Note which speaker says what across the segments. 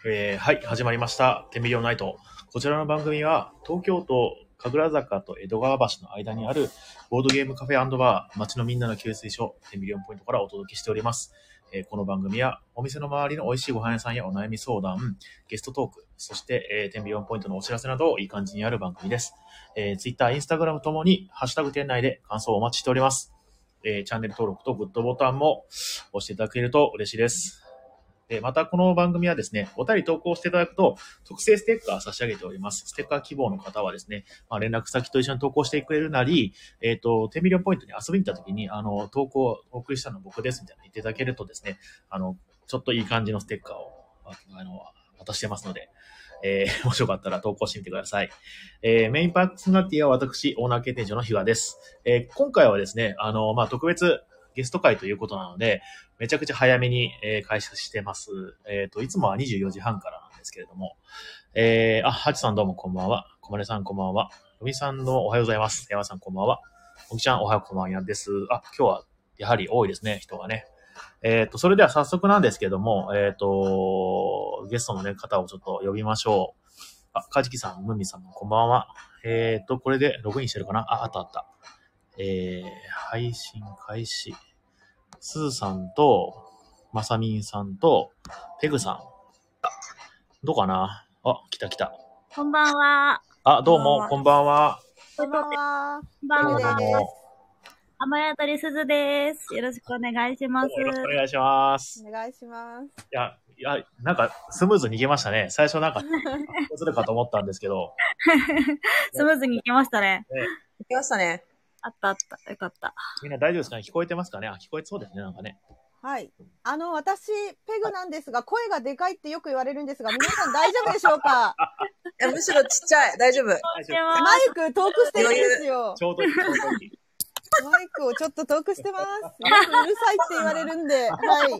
Speaker 1: はい、始まりました。テンビリオンナイト。こちらの番組は、東京都神楽坂と江戸川橋の間にあるボードゲームカフェ&バー、街のみんなの給水所、テンビリオンポイントからお届けしております。この番組は、お店の周りの美味しいご飯屋さんやお悩み相談、ゲストトーク、そして、テンビリオンポイントのお知らせなどをいい感じにやる番組です。Twitter、Instagram ともに、ハッシュタグ店内で感想をお待ちしております。チャンネル登録とグッドボタンも押していただけると嬉しいです。またこの番組はですね、お便り投稿していただくと特製ステッカー差し上げております。ステッカー希望の方はですね、連絡先と一緒に投稿してくれるなり、テンビリオンポイントに遊びに行った時に、投稿をお送りしたのは僕ですみたいな言っていただけるとですね、ちょっといい感じのステッカーを、渡してますので、もしよかったら投稿してみてください。メインパーソナリティは私、オーナー系店長の日和です。今回はですね、特別ゲスト会ということなので、めちゃくちゃ早めに、開始してます。いつもは24時半からなんですけれども、ハチさんどうもこんばんは。小丸さんこんばんは。ふみさんのおはようございます。山さんこんばんは。おきちゃんおはようこんばんはです。今日はやはり多いですね、人がね。それでは早速なんですけども、ゲストのね、方をちょっと呼びましょう。かじきさん、むみさんもこんばんは。これでログインしてるかなあった。配信開始。すずさんと、まさみんさんと、ペグさん。どうかな来た。
Speaker 2: こんばんは。
Speaker 1: どうも、こんばんは。
Speaker 2: こんばんは。こんばんは。雨宿りすずです。よろしくお願いします。
Speaker 1: よろしくお願いします。
Speaker 3: お願いします。
Speaker 1: いや、なんか、スムーズにいけましたね。最初なんか、するかと思ったんですけど。
Speaker 2: スムーズにいけましたね。
Speaker 3: いけましたね。
Speaker 2: あった。よかった。
Speaker 1: みんな大丈夫ですかね？聞こえてますかね？聞こえそうですね、なんかね。
Speaker 3: はい。私、ペグなんですが、声がでかいってよく言われるんですが、皆さん大丈夫でしょうか？
Speaker 4: いや、むしろちっちゃい。大丈夫。
Speaker 3: マイク遠くしてるんですよ。
Speaker 1: ちょうどいい。
Speaker 3: マイクをちょっと遠くしてます。よくうるさいって言われるんで、はい。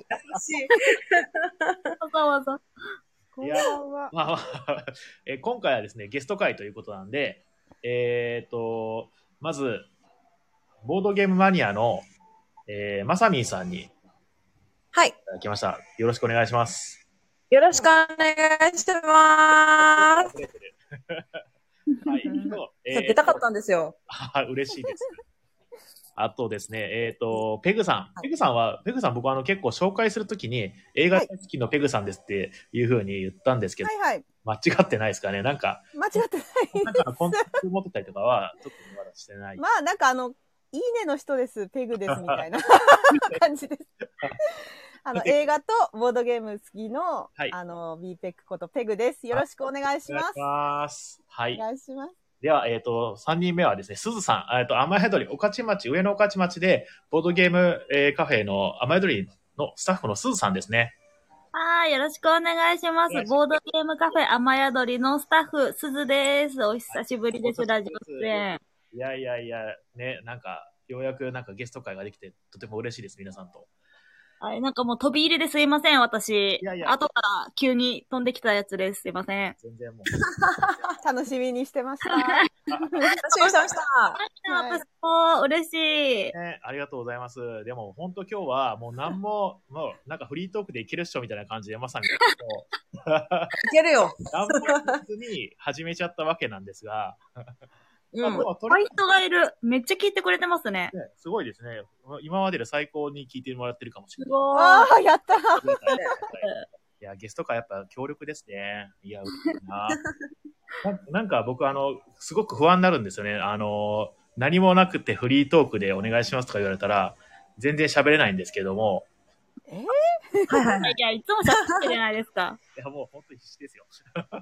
Speaker 2: わざわざ。
Speaker 3: こんばんは。
Speaker 1: 今回はですね、ゲスト会ということなんで、まず、ボードゲームマニアの、まさみんさんに、
Speaker 4: はい。い
Speaker 1: ただきました。よろしくお願いします。
Speaker 4: よろしくお願いします。
Speaker 1: はい。
Speaker 4: 出たかったんですよ。
Speaker 1: 嬉しいです。あとですね、ペグさん。ペグさん僕結構紹介するときに、映画大好きのペグさんですっていう風に言ったんですけど、
Speaker 3: はい。
Speaker 1: 間違ってないですかね？なんか。
Speaker 3: 間違ってない。
Speaker 1: なんかコンタクト持ってたりとかは、ちょっとまだしてない。
Speaker 3: まあ、なんかいいねの人です、ペグですみたいな感じです。映画とボードゲーム好きの、ビーペックことペグです。よろしくお願いします。
Speaker 1: お願いします。はい。
Speaker 3: お願いします。
Speaker 1: では、3人目はですね、すずさん、雨宿り、上野御徒町で、ボードゲーム、カフェの雨宿りのスタッフのすずさんですね。
Speaker 2: はい、よろしくお願いします。ボードゲームカフェ雨宿りのスタッフ、すずです。お久しぶりです、ラジオ出演。
Speaker 1: いや、ね、なんか、ようやくなんかゲスト会ができて、とても嬉しいです、皆さんと。
Speaker 2: はい、なんかもう飛び入りですいません、私。
Speaker 1: いや
Speaker 2: 後から急に飛んできたやつです。すいません。
Speaker 1: 全然も
Speaker 3: う。楽しみにしてました。
Speaker 4: 楽しみにしてました。
Speaker 2: 私も嬉しい、
Speaker 1: ね。ありがとうございます。でも本当今日はもう何も、もうなんかフリートークでいけるっしょみたいな感じでまさに。い
Speaker 4: けるよ。
Speaker 1: 何も言わずに始めちゃったわけなんですが。
Speaker 2: いっぱい人がいる。めっちゃ聞いてくれてますね。
Speaker 1: すごいですね。今までで最高に聞いてもらってるかもしれない。
Speaker 2: すごい。
Speaker 3: やった
Speaker 1: いや、ゲスト会やっぱ強力ですね。いや、嬉しいな。なんか僕すごく不安になるんですよね。何もなくてフリートークでお願いしますとか言われたら、全然喋れないんですけども。
Speaker 2: いや、いつも喋ってるじゃないですか。
Speaker 1: いや、もう本当に必死ですよ。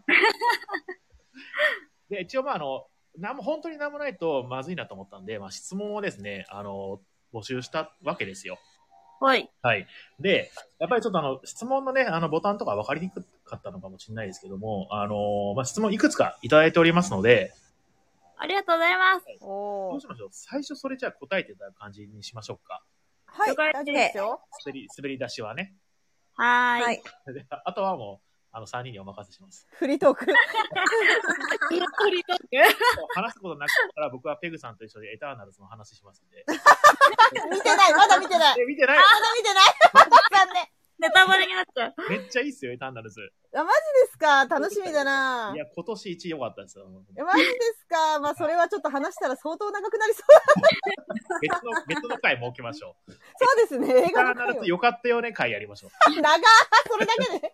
Speaker 1: で、一応本当に何もないとまずいなと思ったんで、質問をですね、募集したわけですよ。
Speaker 2: はい。
Speaker 1: はい。で、やっぱりちょっと質問のね、ボタンとか分かりにくかったのかもしれないですけども、質問いくつかいただいておりますので、
Speaker 2: ありがとうございます。
Speaker 1: どうしましょう？最初それじゃあ答えていただく感じにしましょうか。
Speaker 3: はい、大丈夫ですよ。
Speaker 1: 滑り出しはね。
Speaker 2: はい。
Speaker 1: あとはもう、3人にお任せします。
Speaker 3: フリートーク。
Speaker 2: フリートーク
Speaker 1: 話すことなかったら僕はペグさんと一緒でエターナルズの話しますんで。
Speaker 3: 見てない、まだ見てない。
Speaker 1: 見てない。
Speaker 3: まだ見てない。残念。
Speaker 2: ネタタバレになっちゃう。
Speaker 1: めっちゃいいっすよ、エターナルズ。
Speaker 3: あ、マジですか？楽しみだな。
Speaker 1: いや、今年一良かったですよ。
Speaker 3: マジですか？まあ、それはちょっと話したら相当長くなりそう。
Speaker 1: 別の回設けましょう。
Speaker 3: そうですね、映
Speaker 1: エタ
Speaker 3: 画の回を。
Speaker 1: ーナルズ良かったよね回やりましょう。
Speaker 3: 長ーそれだけで。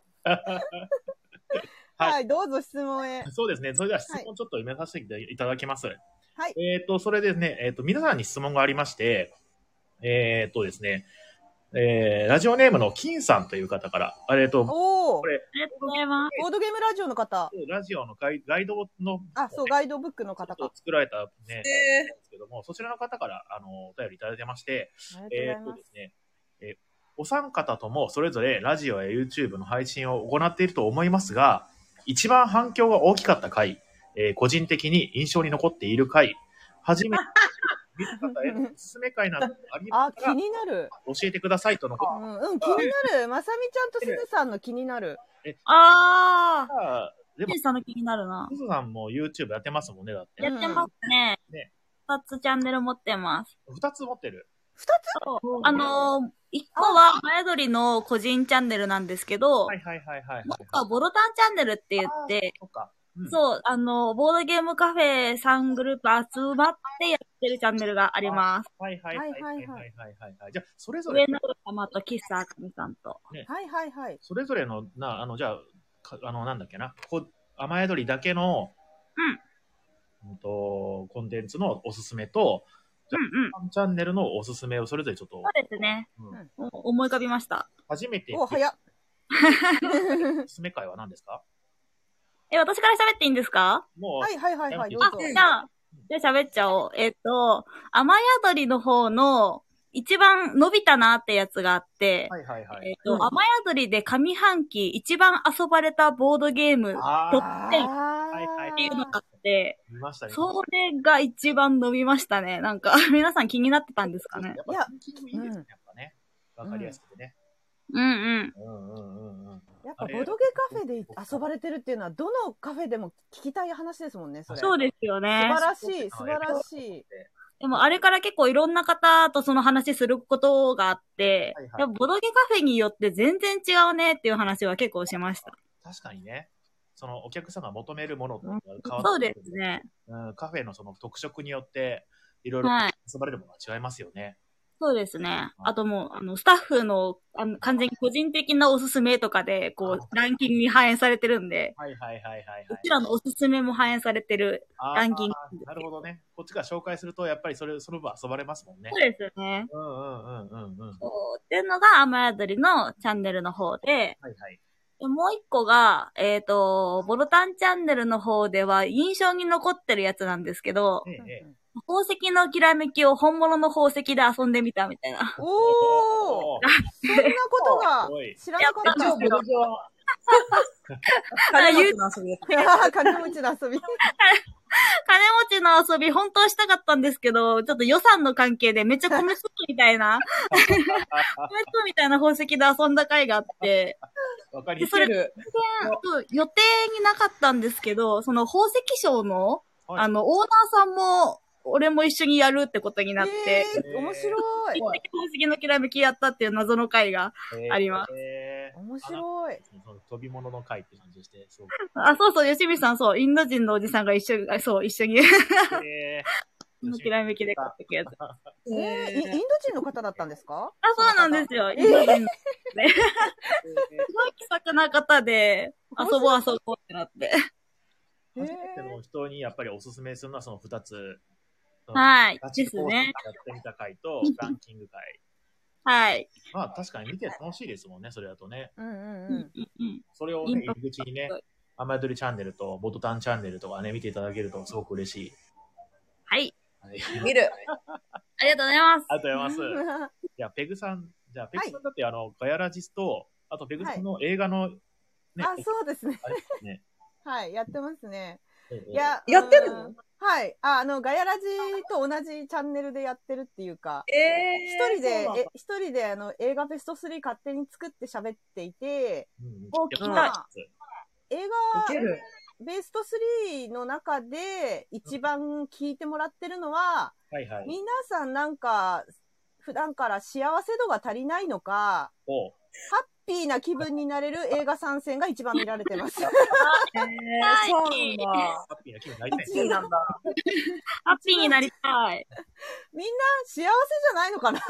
Speaker 1: はい
Speaker 3: はい、どうぞ質問へ。
Speaker 1: そうですね。それでは質問ちょっと読めさせていただきます。
Speaker 3: はい。
Speaker 1: それでね、皆さんに質問がありまして、ですね、ラジオネームの金さんという方から、
Speaker 3: おー。
Speaker 1: これ、
Speaker 2: ありがとうございます。
Speaker 3: ボードゲームラジオの方。
Speaker 1: ラジオのガイドの、
Speaker 3: あ、そう、ガイドブックの方か。
Speaker 1: 作られたね、ですけども、そちらの方から、お便りいただいてまして、
Speaker 3: ありがとうございます。
Speaker 1: ですね、お三方ともそれぞれラジオや YouTube の配信を行っていると思いますが、一番反響が大きかった回、個人的に印象に残っている回、初めて見た方へのおすすめ回などありま
Speaker 3: あ、気
Speaker 1: すら
Speaker 3: になる。
Speaker 1: 教えてくださいとのこと。
Speaker 3: 気になる。まさみちゃんとすずさんの気になる。
Speaker 1: でも、
Speaker 2: さんの気になるな。
Speaker 1: すずさんも YouTube やってますもんね、だって。
Speaker 2: やってますね。2つチャンネル持ってます。
Speaker 1: 2つ持ってる。
Speaker 3: 2つ
Speaker 2: 1個は前鳥の個人チャンネルなんですけど、
Speaker 1: はいはいはいはい。
Speaker 2: もう1個はボロタンチャンネルって言って、そう、ボードゲームカフェ3グループ集まってやってるチャンネルがあります。
Speaker 1: はいはいはいはいはいはい。じゃあ、それぞれ。
Speaker 2: 上野様と喫茶あかみさんと。
Speaker 3: はいはいはい。
Speaker 1: それぞれの、じゃあ、なんだっけな、雨宿りだけの、コンテンツのおすすめと、チャンネルのおすすめをそれぞれちょっと。
Speaker 2: そうですね。思い浮かびました。
Speaker 1: 初めて。
Speaker 3: お、早っ。
Speaker 1: おすすめ会は何ですか？
Speaker 2: 私から喋っていいんですか？
Speaker 1: もう。
Speaker 3: はいはいはいはい。
Speaker 2: じゃあ喋っちゃおう。雨宿りの方の一番伸びたなってやつがあって、
Speaker 1: 雨
Speaker 2: 宿りで上半期一番遊ばれたボードゲームトップ10っていうのがあって、それが一番伸びましたね。なんか、皆さん気になってたんですかね。
Speaker 1: いや、いいですね、やっぱね。わかりやすくてね。
Speaker 3: やっぱボドゲカフェで遊ばれてるっていうのは、どのカフェでも聞きたい話ですもんね、それ。
Speaker 2: そうですよね。
Speaker 3: 素晴らしい、素晴らしい。
Speaker 2: でもあれから結構いろんな方とその話することがあって、やっぱボドゲカフェによって全然違うねっていう話は結構しました。
Speaker 1: 確かにね。そのお客さんが求めるものと変わってくる。
Speaker 2: そうですね。
Speaker 1: カフェのその特色によっていろいろ遊ばれるものが違いますよね。
Speaker 2: そうですね。あともう、スタッフの、完全に個人的なおすすめとかで、こう、ランキングに反映されてるんで、うちらのおすすめも反映されてるランキング。
Speaker 1: なるほどね。こっちが紹介すると、やっぱりその分遊ばれますもんね。
Speaker 2: そうですよね。そうっていうのが、雨宿りのチャンネルの方で、もう一個が、ボロタンチャンネルの方では印象に残ってるやつなんですけど、宝石のきらめきを本物の宝石で遊んでみたみたいな。
Speaker 3: おーそんなことが知らなかった。
Speaker 4: 金持ちの遊び。
Speaker 3: 金持ちの遊び。
Speaker 2: 金持ちの遊び、本当はしたかったんですけど、ちょっと予算の関係でめっちゃ米粒みたいな、米粒みたいな宝石で遊んだ回があって、それ、予定になかったんですけど、その宝石商の、オーナーさんも、俺も一緒にやるってことになって、
Speaker 3: 面白い。
Speaker 2: 宝石のきらめきやったっていう謎の回があります。
Speaker 3: 面白い。
Speaker 1: 飛び物の回って感じして、
Speaker 2: そうそう、吉見さん、そう、インド人のおじさんが一緒に、きらめきで買ってくやつ。
Speaker 3: インド人の方だったんですか？
Speaker 2: そうなんですよ。インド人の。すごい気さくな方で、遊ぼうってなって。
Speaker 1: 初めての人にやっぱりおすすめするのはその2つ。
Speaker 2: はい。ですね。
Speaker 1: やってみた回と、ランキング回。
Speaker 2: はい。
Speaker 1: まあ確かに見て楽しいですもんね、それだとね。それをね、入り口にね、雨宿りチャンネルとボトタンチャンネルとかね、見ていただけるとすごく嬉しい。
Speaker 2: はい。
Speaker 4: 見る。
Speaker 2: ありがとうございます。
Speaker 1: ありがとうございます。いや、ペグさん、ペグさんだってガヤラジスと、あとペグさんの映画の、
Speaker 3: ね。そうですね。はい、やってますね。
Speaker 4: いや、やってるの？
Speaker 3: はい。ガヤラジと同じチャンネルでやってるっていうか、一人で映画ベスト3勝手に作って喋っていて、映画ベスト3の中で一番聞いてもらってるのは、皆さんなんか、普段から幸せ度が足りないのか、ハッピーな気分になれる映画参戦が一番見られてます。
Speaker 4: そうなんだ。
Speaker 1: ハッピーな気分になりたいです
Speaker 4: 1位なんだ。
Speaker 2: ハッピーになりたい。
Speaker 3: みんな幸せじゃないのかな。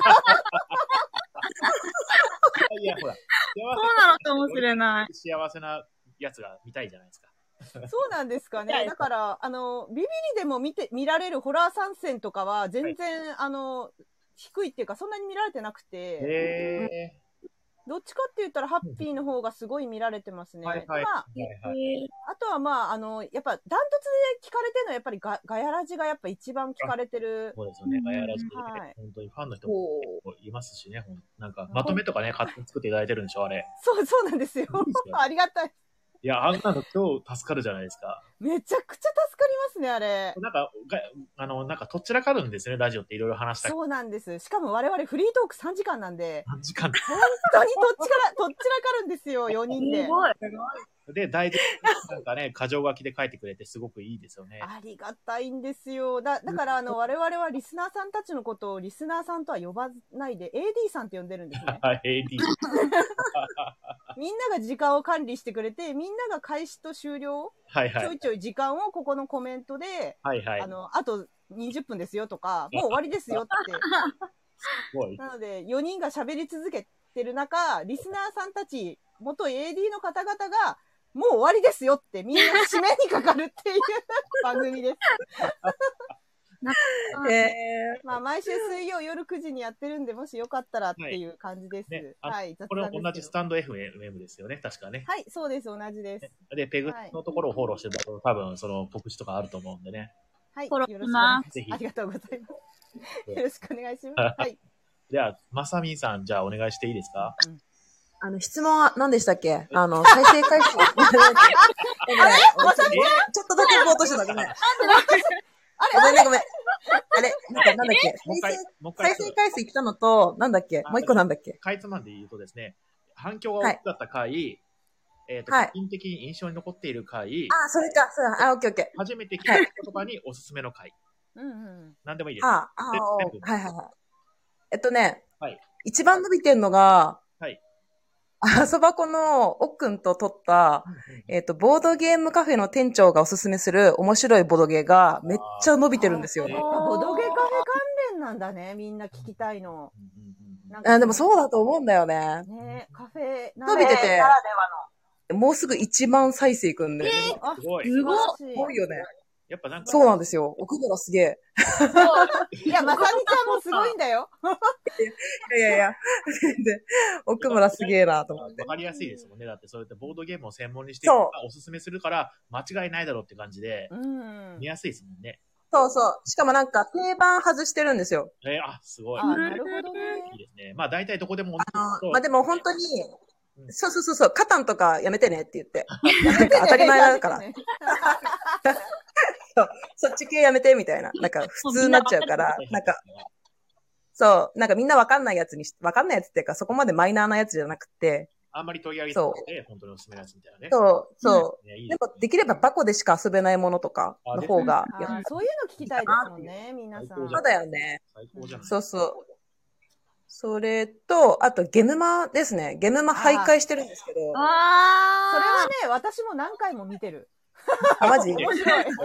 Speaker 1: いや、ほら、
Speaker 2: そうなのかもしれない。
Speaker 1: 幸せなやつが見たいじゃないですか。
Speaker 3: そうなんですかね。だから、ビビリでも見られるホラー参戦とかは、全然、低いっていうか、そんなに見られてなくて、どっちかって言ったら、ハッピーの方がすごい見られてますね。あとはまあ、やっぱ、ダントツで聞かれてるのは、やっぱりガヤラジがやっぱ一番聞かれてる。
Speaker 1: そうですよね、ガヤラジで、ね、本当にファンの人もいますしね、なんか、まとめとかね、勝手に作っていただいてるんでしょ、あれ。
Speaker 3: そうなんですよ。ありがたい。
Speaker 1: いや、あんなの今日助かるじゃないですか。
Speaker 3: めちゃくちゃ助かりますね、あれ。
Speaker 1: なんか、とっちらかるんですね、ラジオっていろいろ話したり。
Speaker 3: そうなんです。しかも我々フリートーク3時間なんで。
Speaker 1: 3時間
Speaker 3: 本当にとっちらかるんですよ、4人で。
Speaker 2: すごい。
Speaker 1: で、大事なんかね、箇条書きで書いてくれてすごくいいですよね。
Speaker 3: ありがたいんですよ。だから、我々はリスナーさんたちのことをリスナーさんとは呼ばないで、AD さんって呼んでるんですね。
Speaker 1: AD。
Speaker 3: みんなが時間を管理してくれて、みんなが開始と終了、ちょいちょい時間をここのコメントで、あと20分ですよとか、もう終わりですよって。
Speaker 1: すごい。
Speaker 3: なので、4人が喋り続けてる中、リスナーさんたち、元 AD の方々が、もう終わりですよってみんな締めにかかるっていう番組です。まあ、毎週水曜夜9時にやってるんで、もしよかったらっていう感じです。はい。
Speaker 1: これは同じスタンド FM ですよね、確かね。
Speaker 3: はい、そうです、同じです。
Speaker 1: で、ペグのところをフォローしてたら、多分、その告知とかあると思うんでね。
Speaker 3: はい、
Speaker 2: よろしくお願いします。
Speaker 3: ありがとうございます。よろしくお願いします。はい。
Speaker 1: じゃあ、まさみんさん、じゃあお願いしていいですか？
Speaker 4: 質問は何でしたっけ？再生回数。あれ？ちょっとだけ行こうとしてた。ごめん。ごめん。あれなんだっけ？再生回数いったのと、なんだっけ？もう一個なんだっけ？
Speaker 1: かいつまんで言うとですね、反響が大きかった回、個人的に印象に残っている回、
Speaker 4: それか。オッケーオッケー。
Speaker 1: 初めて聞いた言葉におすすめの回。なんでもいいです。
Speaker 4: 一番伸びてんのが、そばこのおっくんと撮った、ボードゲームカフェの店長がおすすめする面白いボードゲーがめっちゃ伸びてるんですよ。
Speaker 3: ボードゲーカフェ関連なんだね、みんな聞きたいの。
Speaker 4: でもそうだと思うんだよね。
Speaker 3: ね、カフェ
Speaker 4: 伸びてて、もうすぐ1万再生いくんで。
Speaker 1: すごい。
Speaker 3: す
Speaker 4: ごいよね。
Speaker 1: やっぱなんか。
Speaker 4: そうなんですよ。奥村すげえ。
Speaker 3: いや、まさみちゃんもすごいんだよ。
Speaker 4: いや。奥村すげえなと思って。
Speaker 1: わかりやすいですもんね。だってそうやってボードゲームを専門にしておすすめするから間違いないだろうって感じで、見やすいですもんね。
Speaker 4: そう。しかもなんか定番外してるんですよ。
Speaker 1: すごい。
Speaker 3: なるほどね。
Speaker 1: いいですね。まあ大体どこでも
Speaker 4: でも本当に、そう、カタンとかやめてねって言って。なんか当たり前だから。そっち系やめてみたいな。なんか普通になっちゃうから、なんかみんなわかんないやつっていうか、そこまでマイナーなやつじゃなくて。
Speaker 1: あんまり取り上げて本当におすすめなやつみたいなね。
Speaker 4: そう。でもできればバコでしか遊べないものとかの方が。
Speaker 3: そういうの聞きたいですもんね、皆さん。
Speaker 4: そうだよね。
Speaker 1: 最高じゃない。
Speaker 4: そう。それと、あとゲムマですね。ゲムマ徘徊してるんですけど。それ
Speaker 3: はね、私も何回も見てる。
Speaker 4: マジ？
Speaker 3: 面白い。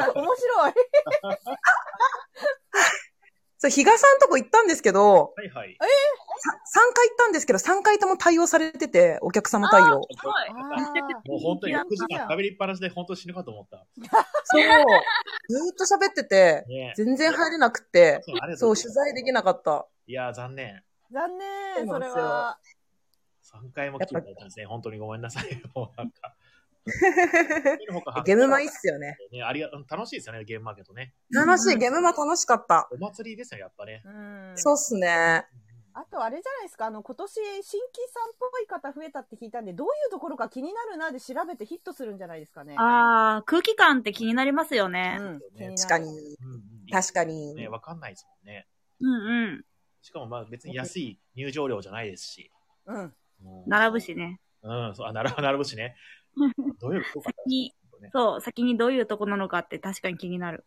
Speaker 4: そう、比嘉さんとこ行ったんですけど、
Speaker 1: 3回
Speaker 4: 行ったんですけど、3回とも対応されてて、お客様対応。
Speaker 1: もう本当に6時間喋りっぱなしで本当に死ぬかと思った。
Speaker 4: そう。ずーっと喋ってて、全然入れなくて、そう、取材できなかった。
Speaker 1: いやー、残念、
Speaker 3: それは。
Speaker 1: 3回も来てたんですね。本当にごめんなさい。もうなんか。
Speaker 4: ゲームマいいっすよね。
Speaker 1: 楽しいですよね、ゲームマーケットね。
Speaker 4: 楽しい、ゲームマ楽しかった。
Speaker 1: お祭りですよ、やっぱね。
Speaker 4: そうっすね。
Speaker 3: あとあれじゃないですか、今年新規さんっぽい方増えたって聞いたんで、どういうところか気になるなで調べてヒットするんじゃないですかね。
Speaker 2: 空気感って気になりますよね。
Speaker 4: 確かに。確かに。
Speaker 1: ね、わかんないですもんね。しかもまあ別に安い入場料じゃないですし。
Speaker 2: 並ぶしね。
Speaker 1: 並ぶしね。どういうことか
Speaker 2: 先にどういうとこなのかって確かに気になる。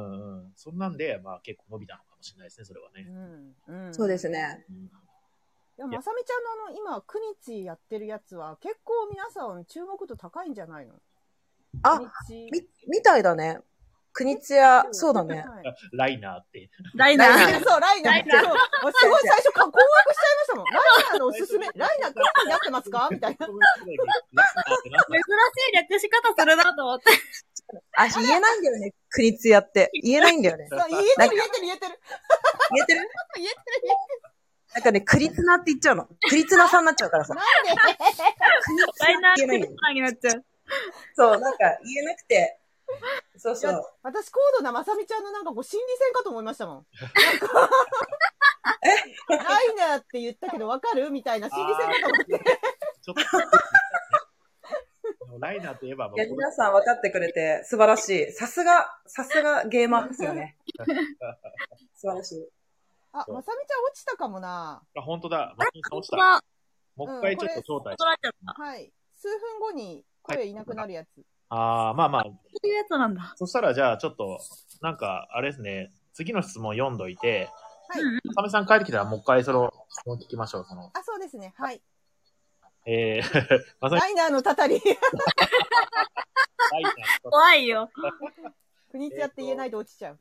Speaker 1: そんなんで、まあ結構伸びたのかもしれないですね、それはね。
Speaker 4: そうですね。
Speaker 3: や、まさみちゃんの今、クニチやってるやつは、結構皆さん注目度高いんじゃないの？
Speaker 4: みたいだね。クニチア、そうだね。
Speaker 1: ライナーって。
Speaker 2: ライナー。
Speaker 3: そう、ライナー。すごい最初、困惑しちゃいましたもん。ライナーのおすすめ、ライナークニチになってますかみたいな。珍し
Speaker 2: い略し方するなと思って。
Speaker 4: 言えないんだよね、クニチアって。言えないんだよね。
Speaker 3: そう、言えてる。
Speaker 4: 言えてるなんかね、クリツナって言っちゃうの。クリツナさんになっちゃうからさ。
Speaker 3: なんで
Speaker 4: クニチアって言えないの。
Speaker 2: になっちゃう。
Speaker 4: そう、なんか言えなくて。そうそう。
Speaker 3: 私、高度なまさみちゃんのなんかこう、心理戦かと思いましたもん。ライナーって言ったけどわかるみたいな心理戦かと思って。ちょっ
Speaker 1: とライナーといえば、
Speaker 4: いや、皆さん分かってくれて素晴らしい。さすがゲーマーですよね。素晴らしい。
Speaker 3: あ、まさみちゃん落ちたかもな。
Speaker 1: あ、本当だ。まさみちゃん落ちた。もう一回ちょっと招待
Speaker 2: して。
Speaker 3: はい。数分後に声いなくなるやつ。
Speaker 1: ああ、まあまあ。
Speaker 2: そういうやつなんだ。
Speaker 1: そしたらじゃあちょっと、なんか、あれですね、次の質問読んどいて、
Speaker 3: はい。
Speaker 1: まさみさん帰ってきたらもう一回その質問聞きましょう。
Speaker 3: あ、そうですね。はい。
Speaker 1: ラ
Speaker 3: イナーのたたり。
Speaker 2: 怖いよ。
Speaker 3: クニチアって言えないと落ちちゃう。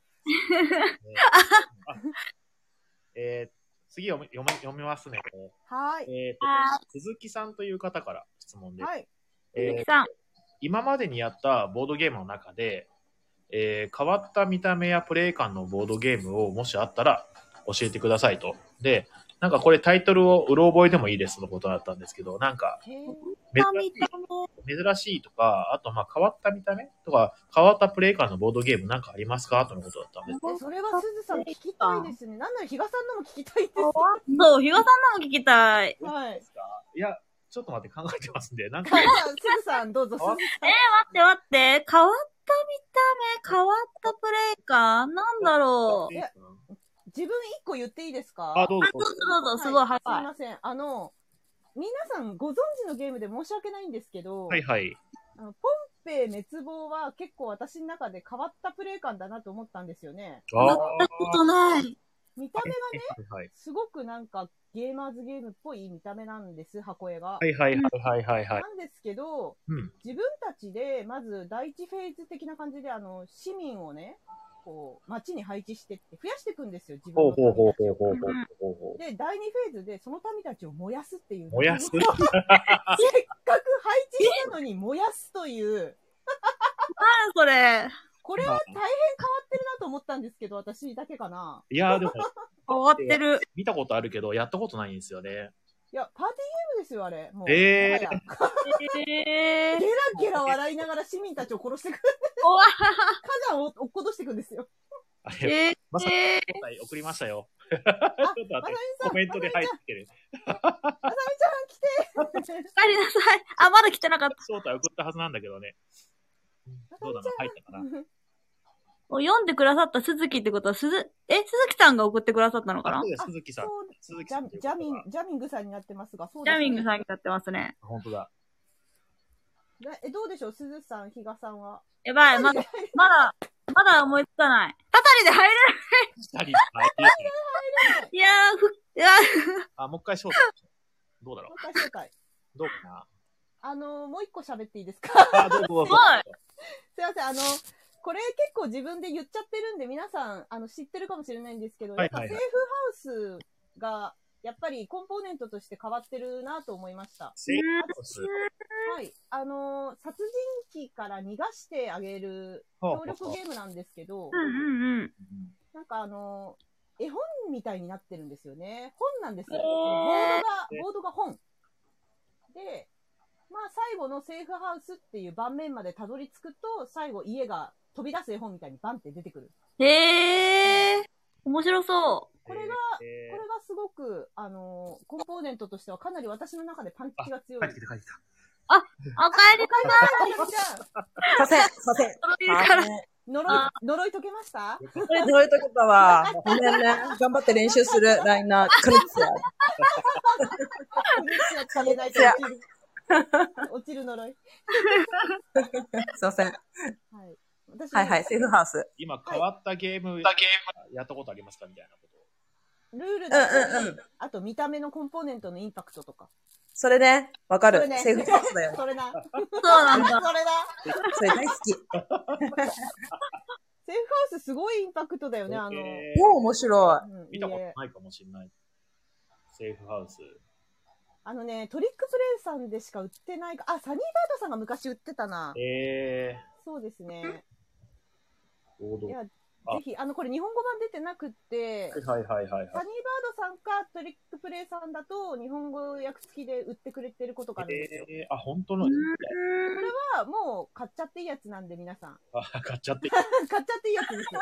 Speaker 1: 次読みますね。
Speaker 3: はい。
Speaker 1: 鈴木さんという方から質問で。
Speaker 3: はい。
Speaker 2: 鈴木さん。
Speaker 1: 今までにやったボードゲームの中で、変わった見た目やプレイ感のボードゲームをもしあったら教えてくださいと。で、なんかこれタイトルをうろ覚えでもいいですのことだったんですけど、なんか珍しいとか、あとまあ変わった見た目とか、変わったプレイ感のボードゲームなんかありますかとのことだったんです。
Speaker 3: それはすずさん聞きたいですね。なんなら比嘉さんのも聞きたいです。
Speaker 2: そう、比嘉さんのも聞きたい。
Speaker 3: はい。
Speaker 1: いや、ちょっと待って考えてますんで、なんか。
Speaker 3: すずさんどうぞ。
Speaker 2: 待って。変わった見た目、変わったプレイ感なんだろう。
Speaker 3: 自分一個言っていいですか？
Speaker 1: あ、どうぞ。
Speaker 2: すごい、はい。
Speaker 3: すいません。皆さんご存知のゲームで申し訳ないんですけど、
Speaker 1: はいはい。
Speaker 3: ポンペイ滅亡は結構私の中で変わったプレイ感だなと思ったんですよね。
Speaker 2: やったことない。
Speaker 3: 見た目がね、すごくなんかゲーマーズゲームっぽい見た目なんです、箱絵が。
Speaker 1: はい。
Speaker 3: なんですけど、自分たちでまず第一フェーズ的な感じで市民をね、こう街に配置してって増やしていくんですよ、自分の民たちを。で、第二フェーズでその民たちを燃やすっていう。
Speaker 1: 燃やすせっかく
Speaker 3: 配置したのに燃やすという。
Speaker 2: なんそれ。
Speaker 3: これは大変変わってるなと思ったんですけど、私だけかな。
Speaker 1: いや、でも。
Speaker 2: 変わってる。
Speaker 1: 見たことあるけど、やったことないんですよね。
Speaker 3: いや、パーティーゲームですよ、あれ。もう。
Speaker 1: ゲラ
Speaker 3: ゲラ笑いながら市民たちを殺していく。火山を落っことしていくんですよ。
Speaker 1: まさに、送りましたよ。ちょっと待って、コメントで入ってきてる。
Speaker 3: まさみちゃん来て。
Speaker 2: 帰りなさい。あ、まだ来てなかった。
Speaker 1: 招待送ったはずなんだけどね。どうだろう、入ったかな。
Speaker 2: 読んでくださった鈴木ってことは、鈴木さんが送ってくださったのかな？
Speaker 1: そうです、鈴木さん。
Speaker 3: ジャミングさんになってますが、そう
Speaker 2: ですね。ジャミングさんになってますね。
Speaker 1: 本当だ。
Speaker 3: どうでしょう、鈴さん、比嘉さんは。
Speaker 2: やばい、まだ思いつかない。たたりで入れない。いや
Speaker 3: ー、
Speaker 1: もう一回招待。どうだろう。
Speaker 3: もう一回招待。
Speaker 1: どうか
Speaker 3: な。もう一個喋っていいですか？
Speaker 1: どうぞ。
Speaker 2: すごい。
Speaker 3: すいません、これ結構自分で言っちゃってるんで、皆さん、知ってるかもしれないんですけど、やっぱセーフハウスが、やっぱりコンポーネントとして変わってるなと思いました。
Speaker 1: セーフハウス？
Speaker 3: はい。殺人鬼から逃がしてあげる協力ゲームなんですけど、なんか絵本みたいになってるんですよね。本なんですよ。ボードが本。で、まあ最後のセーフハウスっていう盤面までたどり着くと、最後家が飛び出す絵本みたいにバンって出てくる。
Speaker 2: 面白そう。
Speaker 3: これがすごく、コンポーネントとしてはかなり私の中でパンチが強い。
Speaker 1: 帰ってきた。
Speaker 2: お帰り
Speaker 4: させん。
Speaker 3: 呪い解けました？
Speaker 4: 呪い解けたわ。ごめんね。頑張って練習する、ライナー。クニッツ
Speaker 3: ヤ。落ちる呪い。
Speaker 4: すいません。はい、セーフハウス。
Speaker 1: 今変わったゲームやったことありますかみたいなこと。
Speaker 3: ルールだったり、あと見た目のコンポーネントのインパクトとか。
Speaker 4: それね、わかる。
Speaker 3: ね、
Speaker 4: セーフハウスだよ。
Speaker 3: それな。
Speaker 2: そうなんだ。
Speaker 3: それだ。
Speaker 4: それ大好き。
Speaker 3: セーフハウスすごいインパクトだよね、も
Speaker 4: う面白
Speaker 1: い。見たことないかもしれない。セーフハウス。
Speaker 3: トリックプレイさんでしか売ってないか。あ、サニーバードさんが昔売ってたな。そうですね。いや、ぜひ、これ日本語版出てなくって、サニーバードさんかトリックプレイさんだと日本語訳付きで売ってくれてることがあるんですよ。
Speaker 1: あ、本当の
Speaker 3: これはもう買っちゃっていいやつなんで皆さん。
Speaker 1: 買っちゃっていい
Speaker 3: 買っちゃっていいやつですよ。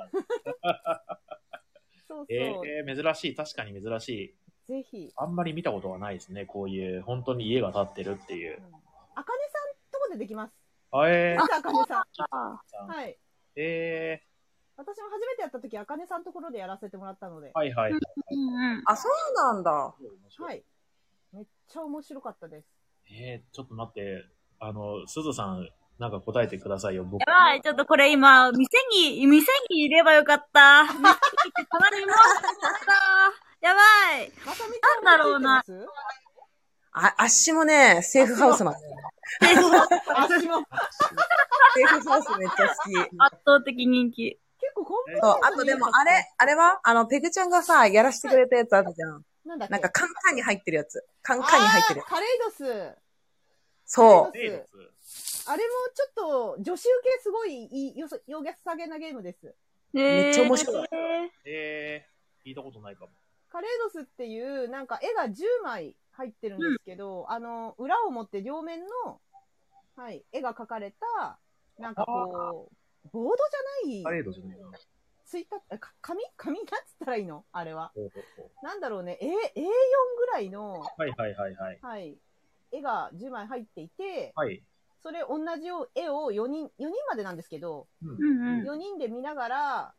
Speaker 3: そうそう。
Speaker 1: 珍しい。確かに珍しい。
Speaker 3: ぜひ。
Speaker 1: あんまり見たことはないですね。こういう、本当に家が建ってるっていう。
Speaker 3: あかねさんとこでできます。
Speaker 1: あ
Speaker 3: かねさん。はい。私も初めてやった時、あかねさんのところでやらせてもらったので。
Speaker 1: はいはい。
Speaker 4: あ、そうなんだ。は
Speaker 3: い。めっちゃ面白かったです。
Speaker 1: ちょっと待って、すずさん、なんか答えてくださいよ、僕。
Speaker 2: やばい、ちょっとこれ今、店にいればよかった。店に行って隣に回ってしまった。やばい。なんだろうな。
Speaker 4: あっしもね、セーフハウスなんだよね。
Speaker 3: あっしも。
Speaker 4: セーフハウスめっちゃ好き。
Speaker 2: 圧倒的人気。
Speaker 3: 結構コン
Speaker 4: そう、あとでもあれはペグちゃんがさ、やらせてくれたやつあるじゃん。なんかカンカンに入ってるやつ。カンカンに入ってる。
Speaker 3: カレイドス。
Speaker 4: そう。
Speaker 3: あれもちょっと、女子受けすごい良さげなゲームです。
Speaker 4: めっちゃ面白い。
Speaker 1: 聞いたことないかも。
Speaker 3: カレイドスっていう、なんか絵が10枚入ってるんですけど、裏を持って両面の、はい、絵が描かれた、なんかこう、ボードじゃない。
Speaker 1: カレードじゃないな。
Speaker 3: 紙なんつったらいいのあれは。なんだろうね、A4 ぐらいの、はい。絵が10枚入っていて、
Speaker 1: はい。
Speaker 3: それ同じ絵を4人までなんですけど、4人で見ながら、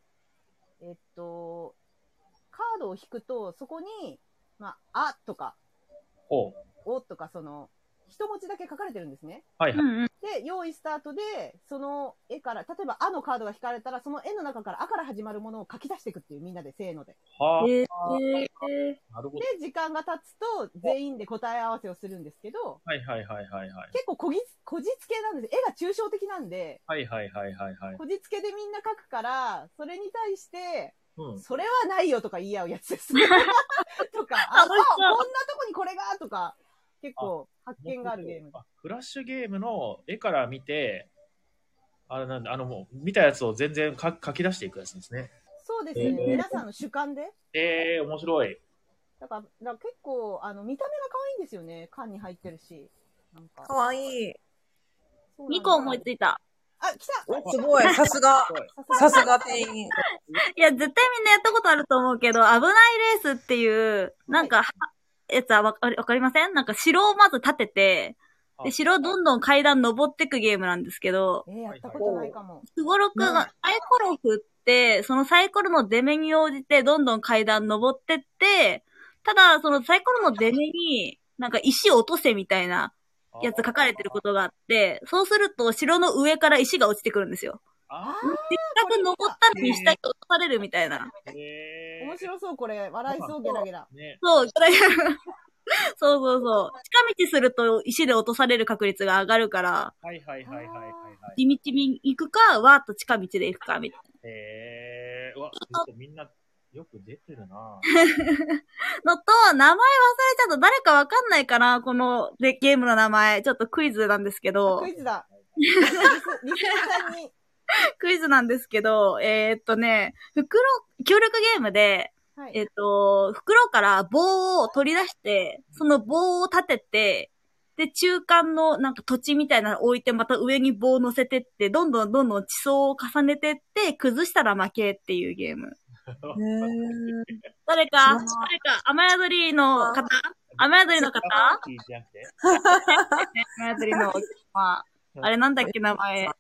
Speaker 3: カードを引くと、そこに、あとか、おとか、一文字だけ書かれてるんですね。
Speaker 1: はいはい。
Speaker 3: で、用意スタートで、その絵から、例えば、あのカードが引かれたら、その絵の中から、あから始まるものを書き出していくっていう、みんなで、せーので。
Speaker 1: なるほど。
Speaker 3: で、時間が経つと、全員で答え合わせをするんですけど、結構こじつけなんです。絵が抽象的なんで、こじつけでみんな書くから、それに対して、それはないよとか言い合うやつです。とか、こんなとこにこれがとか、結構発見があるゲーム。
Speaker 1: フラッシュゲームの絵から見て、もう見たやつを全然書き出していくやつですね。
Speaker 3: そうですね。皆さんの主観で。
Speaker 1: 面白い。
Speaker 3: だから結構、見た目が可愛いんですよね。缶に入ってるし。なんか。
Speaker 4: 可愛い。
Speaker 2: 2個思いついた。
Speaker 3: あ、来た
Speaker 4: すごい、さすが店員。
Speaker 2: いや、絶対みんなやったことあると思うけど、危ないレースっていう、なんか、やつはわかりません？なんか城をまず建てて、で、城をどんどん階段登ってくゲームなんですけど、
Speaker 3: やったことないかも。
Speaker 2: すごろくがサイコロ振って、そのサイコロの出目に応じてどんどん階段登ってって、ただ、そのサイコロの出目に、なんか石を落とせみたいなやつ書かれてることがあって、そうすると城の上から石が落ちてくるんですよ。せっかく登ったのに下に落とされるみたいな。
Speaker 3: 面白そう、これ。笑いそう、ゲラゲラ。
Speaker 2: そう、これそう。近道すると石で落とされる確率が上がるから。地道に行くか、わーっと近道で行くか、みたいな。
Speaker 1: うわ、ちょっとみんな、よく出てるな
Speaker 2: のと、名前忘れちゃうと誰かわかんないかなこのゲームの名前。ちょっとクイズなんですけど。
Speaker 3: クイズだ。リスナーさんに。
Speaker 2: クイズなんですけど、協力ゲームで、はい、袋から棒を取り出して、その棒を立てて、で、中間のなんか土地みたいなのを置いて、また上に棒を乗せてって、どんどん地層を重ねてって、崩したら負けっていうゲーム。誰か、雨宿りの方雨宿りの方雨宿りの、あれなんだっけ名前。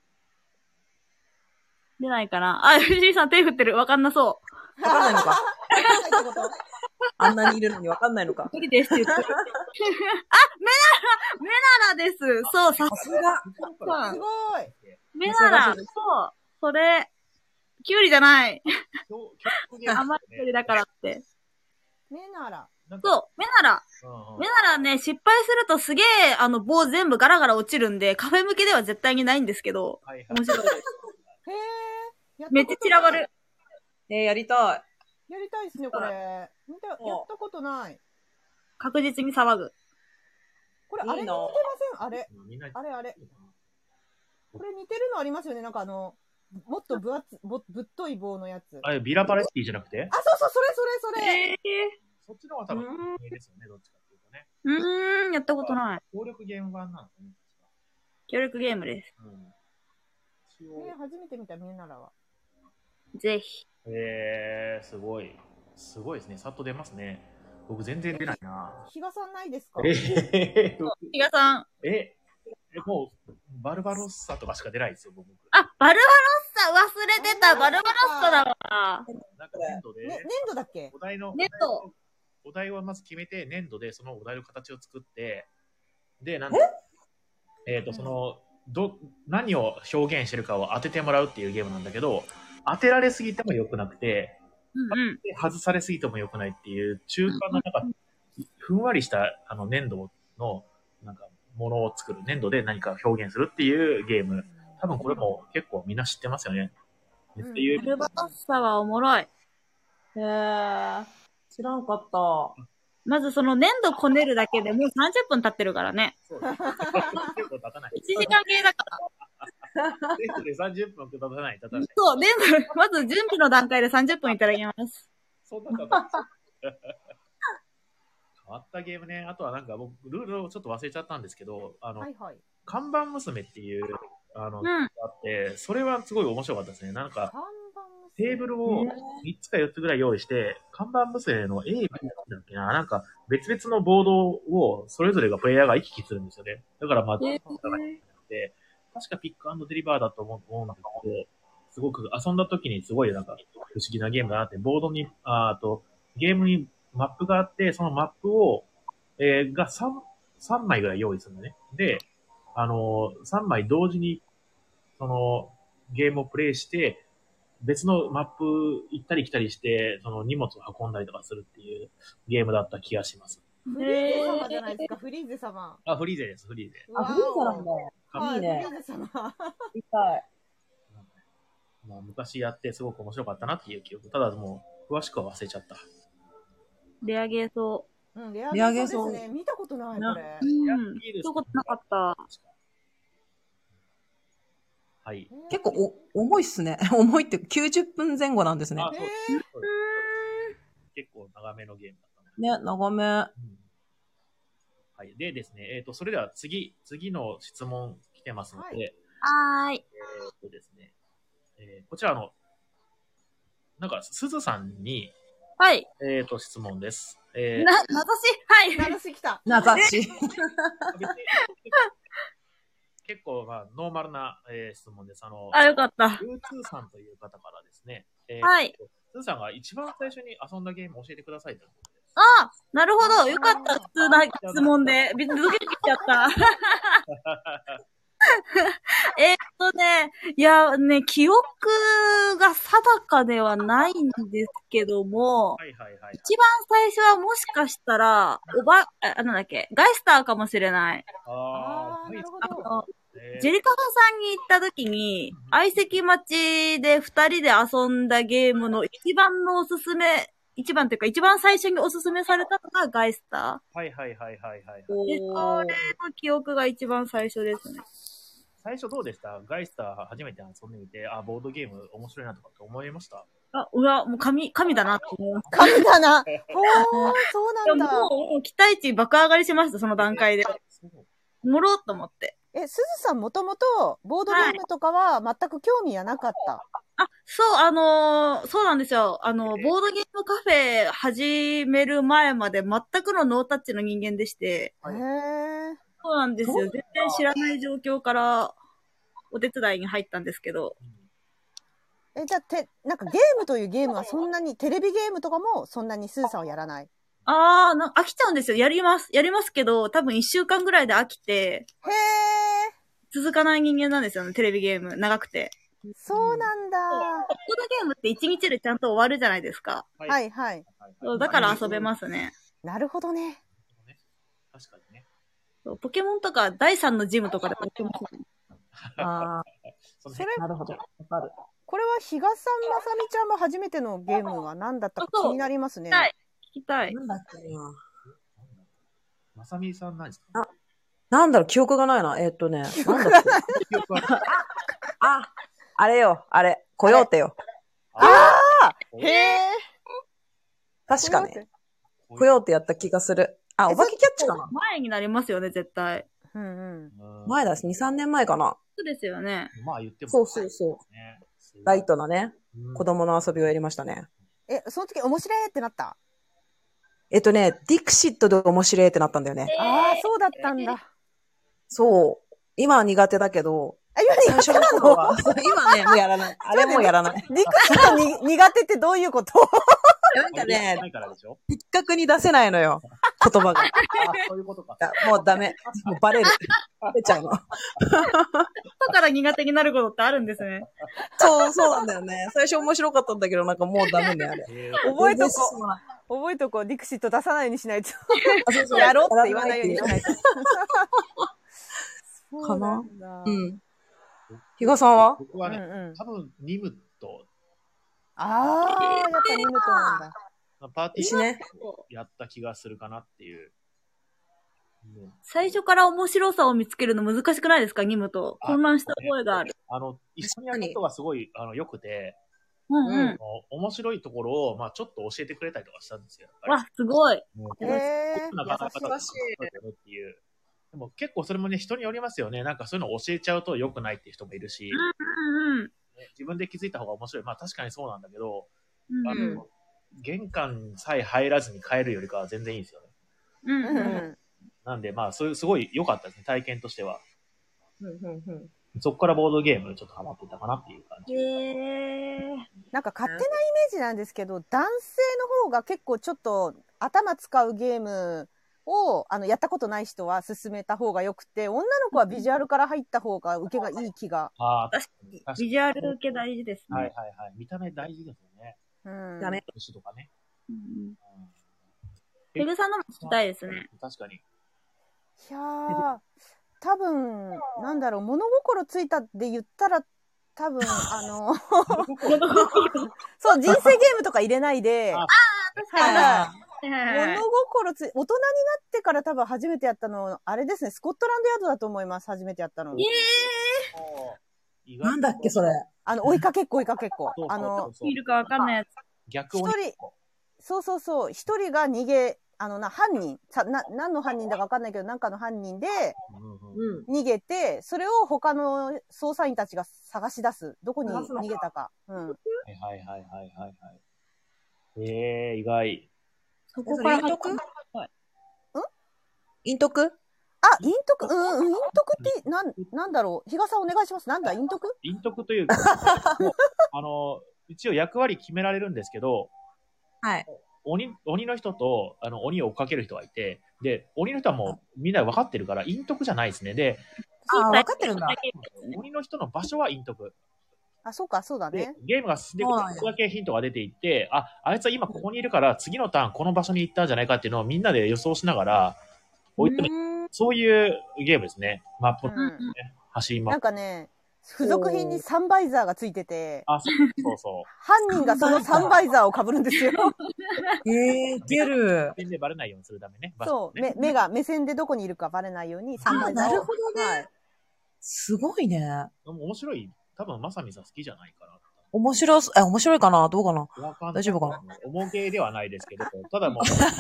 Speaker 2: 出ないかなあ、藤井さん手振ってる。わかんなそう。
Speaker 4: わかんないのか。あんなにいるのにわかんないのか。
Speaker 2: 無理ですって言ってる。メナラです。そう、さすが。
Speaker 3: すごい。
Speaker 2: メナラ、そう。それ、 キュウリじゃない。
Speaker 1: 協力ゲーム
Speaker 2: 甘いキュウリだからって。
Speaker 3: メナラ。
Speaker 2: そう、メナラ。メナラね、失敗するとすげえ、棒全部ガラガラ落ちるんで、カフェ向けでは絶対にないんですけど、面白いです。
Speaker 3: へー。
Speaker 2: めっちゃ散らばる。
Speaker 4: やりた
Speaker 3: い。やりたいですね、これ。やったことない。
Speaker 2: 確実に騒ぐ。
Speaker 3: これ、あれに似てません？あれ。あれ。これ似てるのありますよね、なんかもっとぶっとい棒のやつ。
Speaker 1: あれ、ビラパレスティじゃなくて？
Speaker 3: あ、そう、それ。
Speaker 1: そっちの方が多分、有名ですよね、どっちかっていうとね。
Speaker 2: やったことない。
Speaker 1: 協力ゲーム版なんですね。
Speaker 2: 協力ゲームです。
Speaker 3: 初めて見たメナラは。
Speaker 2: ぜひ。
Speaker 1: すごい。すごいですね。さっと出ますね。僕全然出ないな。
Speaker 3: 比嘉さんないですか？
Speaker 2: 比嘉さん。
Speaker 1: もう、バルバロッサとかしか出ないですよ、僕。
Speaker 2: あ、バルバロッサ忘れてた。バルバロッサだわ。
Speaker 1: なんか粘土で。
Speaker 3: 粘土だっけ？
Speaker 1: お題をまず決めて、粘土でそのお題の形を作って、で、何を表現してるかを当ててもらうっていうゲームなんだけど、当てられすぎても良くなくて、外されすぎても良くないっていう、中間のなんか、ふんわりした粘土の、なんか、ものを作る。粘土で何か表現するっていうゲーム。多分これも結構みんな知ってますよね。
Speaker 2: バルバロッサはおもろい。
Speaker 4: 知らんかった。
Speaker 2: まずその粘土こねるだけでもう30分経ってるからね。
Speaker 1: そうです。結構経たない。
Speaker 2: 1時間系だから。
Speaker 1: 粘土で30分経たない。
Speaker 2: そう、まず準備の段階で30分いただきます。
Speaker 1: そんな経たない。変わったゲームね。あとはなんか僕、ルールをちょっと忘れちゃったんですけど、看板娘っていう、あって、それはすごい面白かったですね。なんか、テーブルを3つか4つぐらい用意して、看板娘の A、B だっけな、なんか別々のボードをそれぞれがプレイヤーが行き来するんですよね。だからまあ、確かピック&デリバーだと思うんですけど、すごく遊んだ時にすごいなんか不思議なゲームだなって、ボードに、ゲームにマップがあって、そのマップを、が3枚ぐらい用意するのね。で、3枚同時に、その、ゲームをプレイして、別のマップ行ったり来たりして、その荷物を運んだりとかするっていうゲームだった気がします。
Speaker 3: フリーゼ様じゃないですか、フリーゼ様。
Speaker 1: あ、フリーゼです、フリーゼ。
Speaker 4: あ、フリーゼなんだ。いいね。
Speaker 3: フリーゼ様。
Speaker 4: 痛い。
Speaker 1: まあ、昔やってすごく面白かったなっていう記憶。ただもう、詳しくは忘れちゃった。
Speaker 2: レアゲーそう。
Speaker 3: レアゲーそうですね。見たことない、これ。
Speaker 2: 見たことなかった。
Speaker 1: はい。
Speaker 4: 結構重いっすね。重いって90分前後なんですね。
Speaker 1: 結構長めのゲームだった
Speaker 4: ね。長め。は
Speaker 1: い。でですね、それでは次の質問来てますので。
Speaker 2: はい。
Speaker 1: ですね、こちらなんか、すずさんに、
Speaker 2: はい。
Speaker 1: 質問です。
Speaker 2: はい。
Speaker 3: 名指し来た。
Speaker 4: 名指し。
Speaker 1: 結構、まあ、ノーマルな、質問です。
Speaker 2: よかった。
Speaker 1: ルーツーさんという方からですね。
Speaker 2: はい。
Speaker 1: スーさんが一番最初に遊んだゲームを教えてくださいということです。
Speaker 2: あ、なるほど。よかった。普通な質問で。ドキドキしちゃった。いやね、記憶が定かではないんですけども、一番最初はもしかしたら、なんだっけ、ガイスターかもしれない。
Speaker 3: なるほど。
Speaker 2: ジェリカフさんに行った時に、相席待ちで2人で遊んだゲームの一番というか一番最初におすすめされたのがガイスター。
Speaker 1: はい。
Speaker 2: で、それの記憶が一番最初ですね。
Speaker 1: 最初どうでした？ガイスター初めて遊んでみて、ボードゲーム面白いなとかって思いました？
Speaker 2: もう神だなって思いました。
Speaker 3: 神だな。そうなんだ。
Speaker 2: もう期待値爆上がりしました、その段階で。おもろっと思って。
Speaker 3: すずさんもともとボードゲームとかは全く興味はなかった？
Speaker 2: そう、そうなんですよ。ボードゲームカフェ始める前まで全くのノータッチの人間でして。そうなんですよ。全然知らない状況からお手伝いに入ったんですけど。
Speaker 3: じゃあ、なんかゲームというゲームはそんなに、テレビゲームとかもそんなにスーさんはやらない？
Speaker 2: 飽きちゃうんですよ。やりますけど、多分1週間ぐらいで飽きて、続かない人間なんですよね、テレビゲーム。長くて。
Speaker 3: そうなんだ。
Speaker 2: ボードゲームって1日でちゃんと終わるじゃないですか。
Speaker 3: はいはい。
Speaker 2: そうだから遊べますね。
Speaker 3: なるほどね。
Speaker 1: 確かにね。
Speaker 2: ポケモンとか第3のジムとかでポケモン。
Speaker 4: ああ。
Speaker 3: それ、
Speaker 4: なるほど。わかる。
Speaker 3: これは比嘉さん、まさみちゃんも初めてのゲームは何だったか気になりますね。
Speaker 2: 聞きたい。
Speaker 4: なんだっけな。
Speaker 1: まさみさん何ですか？
Speaker 4: なんだろう、記憶がないな。なんだっけ。あれよ、あれ。コヨーテよ。
Speaker 3: ああへえ。
Speaker 4: 確かね。コヨーテやった気がする。あ、お化けキャッチかな。
Speaker 2: 前になりますよね、絶対。
Speaker 3: うん
Speaker 4: うん。前だし、2、3年前かな。
Speaker 2: そうですよね。
Speaker 1: まあ言っても。
Speaker 4: そうそうそう。ライトなね、子供の遊びをやりましたね。
Speaker 3: その時面白いってなった？
Speaker 4: ディクシットで面白いってなったんだよね。
Speaker 3: ああ、そうだったんだ。
Speaker 4: そう。今は苦手だけど、
Speaker 3: 今苦手なの？
Speaker 4: 今ね、もうやらない。あれもうやらない。
Speaker 3: ディクシット苦手ってどういうこと？
Speaker 4: なんかね、的確に出せないのよ。言葉が。
Speaker 1: そういうことか。
Speaker 4: もうダメ。もうバレる。バレちゃうの。
Speaker 2: 後から苦手になることってあるんですね。
Speaker 4: そうなんだよね。最初面白かったんだけど、なんかもうダメね、あれ。
Speaker 3: 覚えとこう。ディクシット出さないようにしないと。やろうって言わないようにしないと。
Speaker 4: かな？うん。比嘉さんは？
Speaker 1: 僕はね、多分ニムと。
Speaker 3: ああ、やっぱニムトなんだ。
Speaker 1: パーティーね、やった気がするかなっていう。
Speaker 2: 最初から面白さを見つけるの難しくないですか、ニムと。混乱した覚えがある。
Speaker 1: 一緒にやることがすごい良くて、面白いところを、まあちょっと教えてくれたりとかしたんですよ。
Speaker 2: わ、すごい。
Speaker 1: なかなかっていう。でも結構それもね、人によりますよね。なんかそういうのを教えちゃうと良くないっていう人もいるし、自分で気づいた方が面白い。まあ確かにそうなんだけど、玄関さえ入らずに帰るよりかは全然いいんですよね。なんでまあそういうすごい良かったですね、体験としては。そこからボードゲームちょっとハマってたかなっていう感じ。
Speaker 3: なんか勝手なイメージなんですけど、男性の方が結構ちょっと頭使うゲームをやったことない人は進めた方がよくて、女の子はビジュアルから入った方が受けがいい気が。
Speaker 2: 確かに。ビジュアル受け大事ですね。
Speaker 1: はい。見た目大事ですよね。
Speaker 2: ダメ。
Speaker 1: 年とかね。
Speaker 2: ペグさんのも聞きたいですね。
Speaker 1: 確かに。
Speaker 3: いやー、多分、なんだろう、物心ついたって言ったら、多分、そう、人生ゲームとか入れないで、物心大人になってから多分初めてやったの、あれですね、スコットランドヤードだと思います、初めてやったの。
Speaker 4: なんだっけ、それ。
Speaker 3: 追いかけっこ。
Speaker 2: いるかわかんないやつ。
Speaker 1: 逆
Speaker 3: を。そう、一人が逃げ、犯人、何の犯人だかわかんないけど、なんかの犯人で、逃げて、それを他の捜査員たちが探し出す。どこに逃げたか。
Speaker 1: はい。意外。
Speaker 4: そこから陰徳？陰徳？
Speaker 3: 陰徳ってなんだろう。比嘉さんお願いします。なんだ、陰徳？
Speaker 1: 陰徳というか、一応役割決められるんですけど、
Speaker 4: はい。
Speaker 1: 鬼の人と、鬼を追っかける人がいて、で、鬼の人はもうみんな分かってるから、陰徳じゃないですね。で、
Speaker 4: 分かってるんだ。
Speaker 1: 鬼の人の場所は陰徳。
Speaker 3: そうか、そうだね。
Speaker 1: ゲームが進んでいくと、ここだけヒントが出ていって、あいつは今ここにいるから、次のターンこの場所に行ったんじゃないかっていうのをみんなで予想しながら、そういうゲームですね。マップ走ります。
Speaker 3: なんかね、付属品にサンバイザーがついてて、
Speaker 1: そう。
Speaker 3: 犯人がそのサンバイザーを被るんですよ。
Speaker 4: いける。
Speaker 1: 目線でバレないようにするためね。
Speaker 3: そう、目線でどこにいるかバレないようにサンバイザーを。
Speaker 4: なるほどね。すごいね。
Speaker 1: 面白い。多分、まさみさん好きじゃないかな。
Speaker 4: 面白いかな？どうかな？大丈夫かな？
Speaker 1: 重げではないですけど、ただも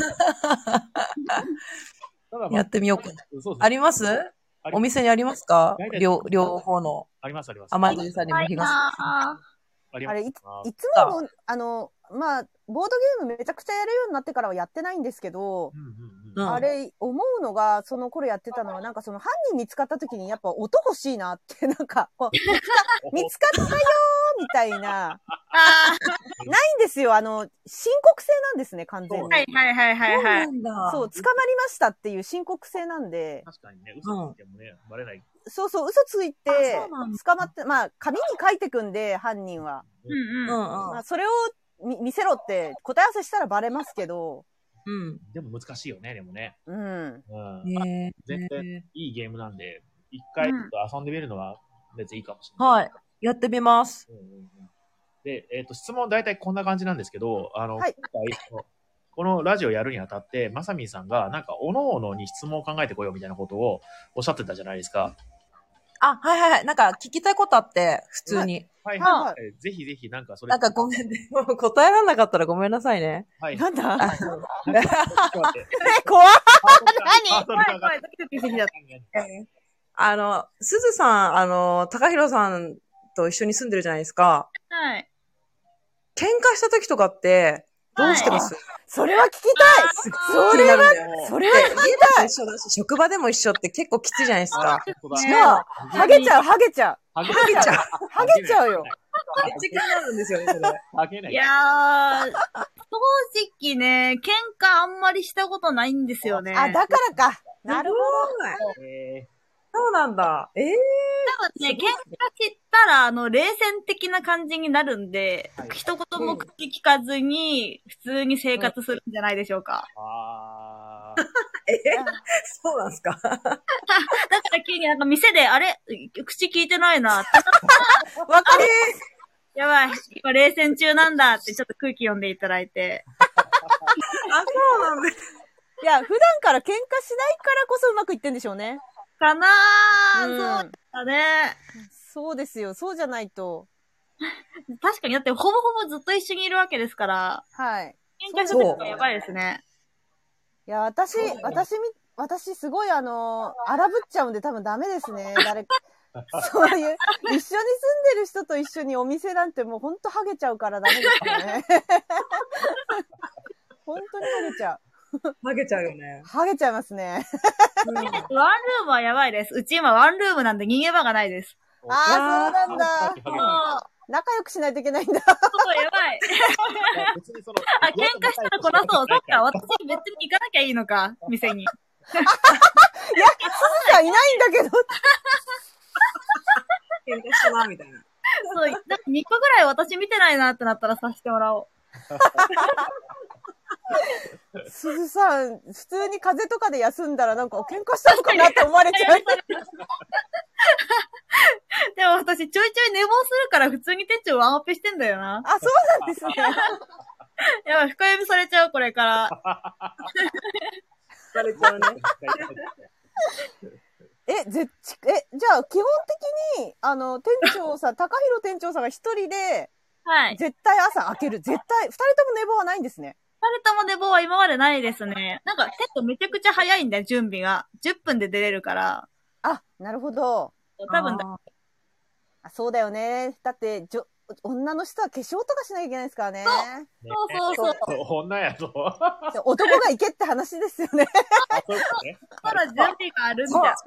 Speaker 4: う。やってみようか。あります？お店にありますか？両方の。
Speaker 1: あります。
Speaker 4: 甘えさんにも東さん。
Speaker 3: あれ、いつもの、まあ、ボードゲームめちゃくちゃやるようになってからはやってないんですけど、 あれ、思うのが、その頃やってたのは、なんかその犯人見つかった時にやっぱ音欲しいなって、なんか、見つかったよーみたいな。ないんですよ。申告制なんですね、完全に。
Speaker 2: はいはいはいはいはい。
Speaker 3: そう、捕まりましたっていう申告制なんで。
Speaker 1: 確かにね、嘘ついてもね、バレない。
Speaker 3: そうそう、嘘ついて、捕まって、まあ、紙に書いてくんで、犯人は。まあ、それを見せろって答え合わせしたらバレますけど。
Speaker 1: でも難しいよね、でもね。
Speaker 4: 全
Speaker 1: 然いいゲームなんで、一回遊んでみるのは別にいいかもしれない。
Speaker 4: はい。やってみます。
Speaker 1: で、質問大体こんな感じなんですけど、今回、このラジオやるにあたって、まさみんさんが、なんか、おのおのに質問を考えてこようみたいなことをおっしゃってたじゃないですか。
Speaker 4: あ、はいはいはい。なんか、聞きたいことあって、普通に。
Speaker 1: はいはい。ぜひぜひ、なんかそれ。
Speaker 4: なんかごめんね。もう答えられなかったらごめんなさいね。
Speaker 3: はい。なんだ
Speaker 1: 怖っ
Speaker 3: 何
Speaker 2: 怖い怖い。ドキドキしてきちゃった。
Speaker 4: すずさん、高弘さんと一緒に住んでるじゃないですか。
Speaker 2: はい。
Speaker 4: 喧嘩した時とかって、どうしてます？
Speaker 3: それは聞きたい。それは聞きたい。
Speaker 4: 一緒だし、職場でも一緒って結構きついじゃないですか。
Speaker 3: ハゲちゃう。
Speaker 4: ハゲちゃうよ。
Speaker 3: めっちゃ気になるんですよね、そ
Speaker 2: れ。いやー、正直ね、喧嘩あんまりしたことないんですよね。
Speaker 3: あ、だからか。なるほど。
Speaker 4: そうなんだ。
Speaker 2: 多分ね、喧嘩したら、冷戦的な感じになるんで、一言も口聞かずに、普通に生活するんじゃないでしょうか。
Speaker 4: そうなんですか。
Speaker 2: だから急になんか店で、あれ口聞いてないなって。
Speaker 3: わかる
Speaker 2: やばい、今冷戦中なんだってちょっと空気読んでいただいて。
Speaker 4: そうなんだ。
Speaker 3: いや、普段から喧嘩しないからこそうまくいってんでしょうね。
Speaker 2: かなー、そうだね。
Speaker 3: そうですよ。そうじゃないと。
Speaker 2: 確かに、だってほぼほぼずっと一緒にいるわけですから。
Speaker 3: はい。
Speaker 2: 喧嘩した時はやばいですね。
Speaker 3: いや、私すごい荒ぶっちゃうんで多分ダメですね。そういう、一緒に住んでる人と一緒にお店なんてもうほんとハゲちゃうからダメですね。本当にハゲちゃう。
Speaker 4: ハゲちゃうよね。
Speaker 3: ハゲちゃいますね。
Speaker 2: ワンルームはやばいです。うち今ワンルームなんで逃げ場がないです。
Speaker 3: ああ、そうなんだ。仲良くしないといけないんだ。
Speaker 2: そう、やばい。あ、喧嘩したらこのそう。そっか、私別に行かなきゃいいのか、店に。いや、
Speaker 3: すずさんいないんだけど。
Speaker 4: 喧嘩したな、みたいな。
Speaker 2: そう、なんか2個ぐらい私見てないなってなったらさせてもらおう。
Speaker 3: すずさん、普通に風邪とかで休んだらなんか喧嘩したのかなって思われちゃう。
Speaker 2: でも私ちょいちょい寝坊するから普通に店長ワンオペしてんだよな。
Speaker 3: あ、そうなんですね。
Speaker 2: やばい、深読みされちゃう、これから。
Speaker 4: されちゃうね。
Speaker 3: じゃあ基本的に、店長さん、高弘店長さんが一人で、
Speaker 2: はい。
Speaker 3: 絶対朝開ける。絶対、二人とも寝坊はないんですね。
Speaker 2: 二人とも寝坊は今までないですね。なんか、店長めちゃくちゃ早いんだよ、準備が。10分で出れるから。
Speaker 3: あ、なるほど。
Speaker 2: 多分だ。
Speaker 3: そうだよね。だって、女の人は化粧とかしなきゃいけないですからね。
Speaker 2: そう。
Speaker 1: 女やぞ。
Speaker 3: 男が行けって話ですよね。
Speaker 2: そうだ、準備があるんじゃ。
Speaker 3: どう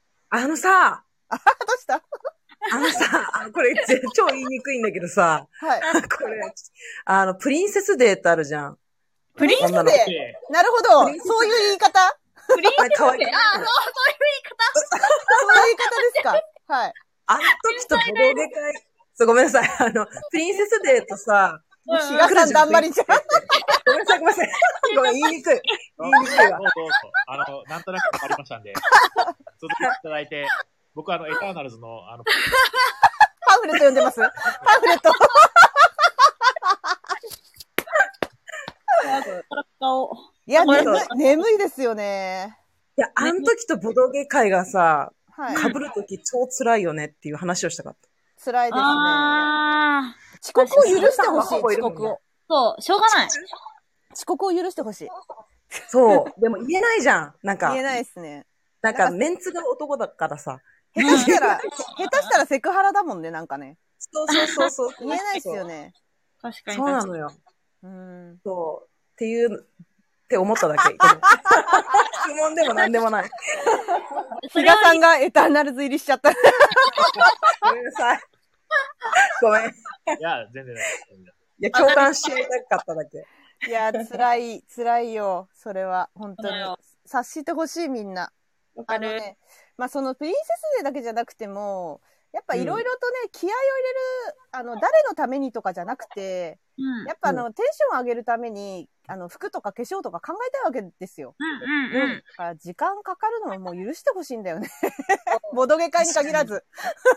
Speaker 3: した
Speaker 4: これ超言いにくいんだけどさ。
Speaker 3: はい。
Speaker 4: これ、プリンセスデーってあるじゃん。
Speaker 3: プリンセスデーなるほど。そういう言い方
Speaker 2: プリンセスデーそういう言い方
Speaker 3: そういう言い方ですかはい。
Speaker 4: あの時とボドゲ会、ごめんなさい。プリンセスデーとさ、
Speaker 3: 東さんだんまりじゃん。
Speaker 4: ごめんなさい。ごめん、言いにくいわ。
Speaker 1: なんとなくわかりましたんで、続けていただいて、僕エターナルズの、
Speaker 3: パンフレット読んでますパンフレット。いや、眠いですよね。
Speaker 4: いや、あの時とボドゲ会がさ、被る時超辛いよねっていう話をしたかった。
Speaker 3: 辛いですね。遅刻を許してほしい、遅刻を。
Speaker 2: そう、しょうがない。
Speaker 3: 遅刻を許してほしい。
Speaker 4: そう。でも言えないじゃん。なんか。
Speaker 3: 言えないですね。
Speaker 4: なんか、メンツが男だからさ。
Speaker 3: 下手したらセクハラだもんね、なんかね。
Speaker 4: そう。
Speaker 3: 言えないですよね。
Speaker 2: 確かに。
Speaker 4: そうなのよ。そう。っていうって思っただけ。質問でも何でもない。
Speaker 3: 比嘉さんがエターナルズ入りしちゃった。
Speaker 4: ごめんなさい。ごめん。い
Speaker 1: や、全然ない。
Speaker 4: いや、共感し合いたかっただけ。
Speaker 3: いや、辛いよ。それは、本当に。察してほしい、みんな。ね、まあ、そのプリンセスデーだけじゃなくても、やっぱいろいろとね、気合を入れる、誰のためにとかじゃなくて、やっぱテンション上げるために、服とか化粧とか考えたいわけですよ。時間かかるのはもう許してほしいんだよね。ボドゲ会に限らず。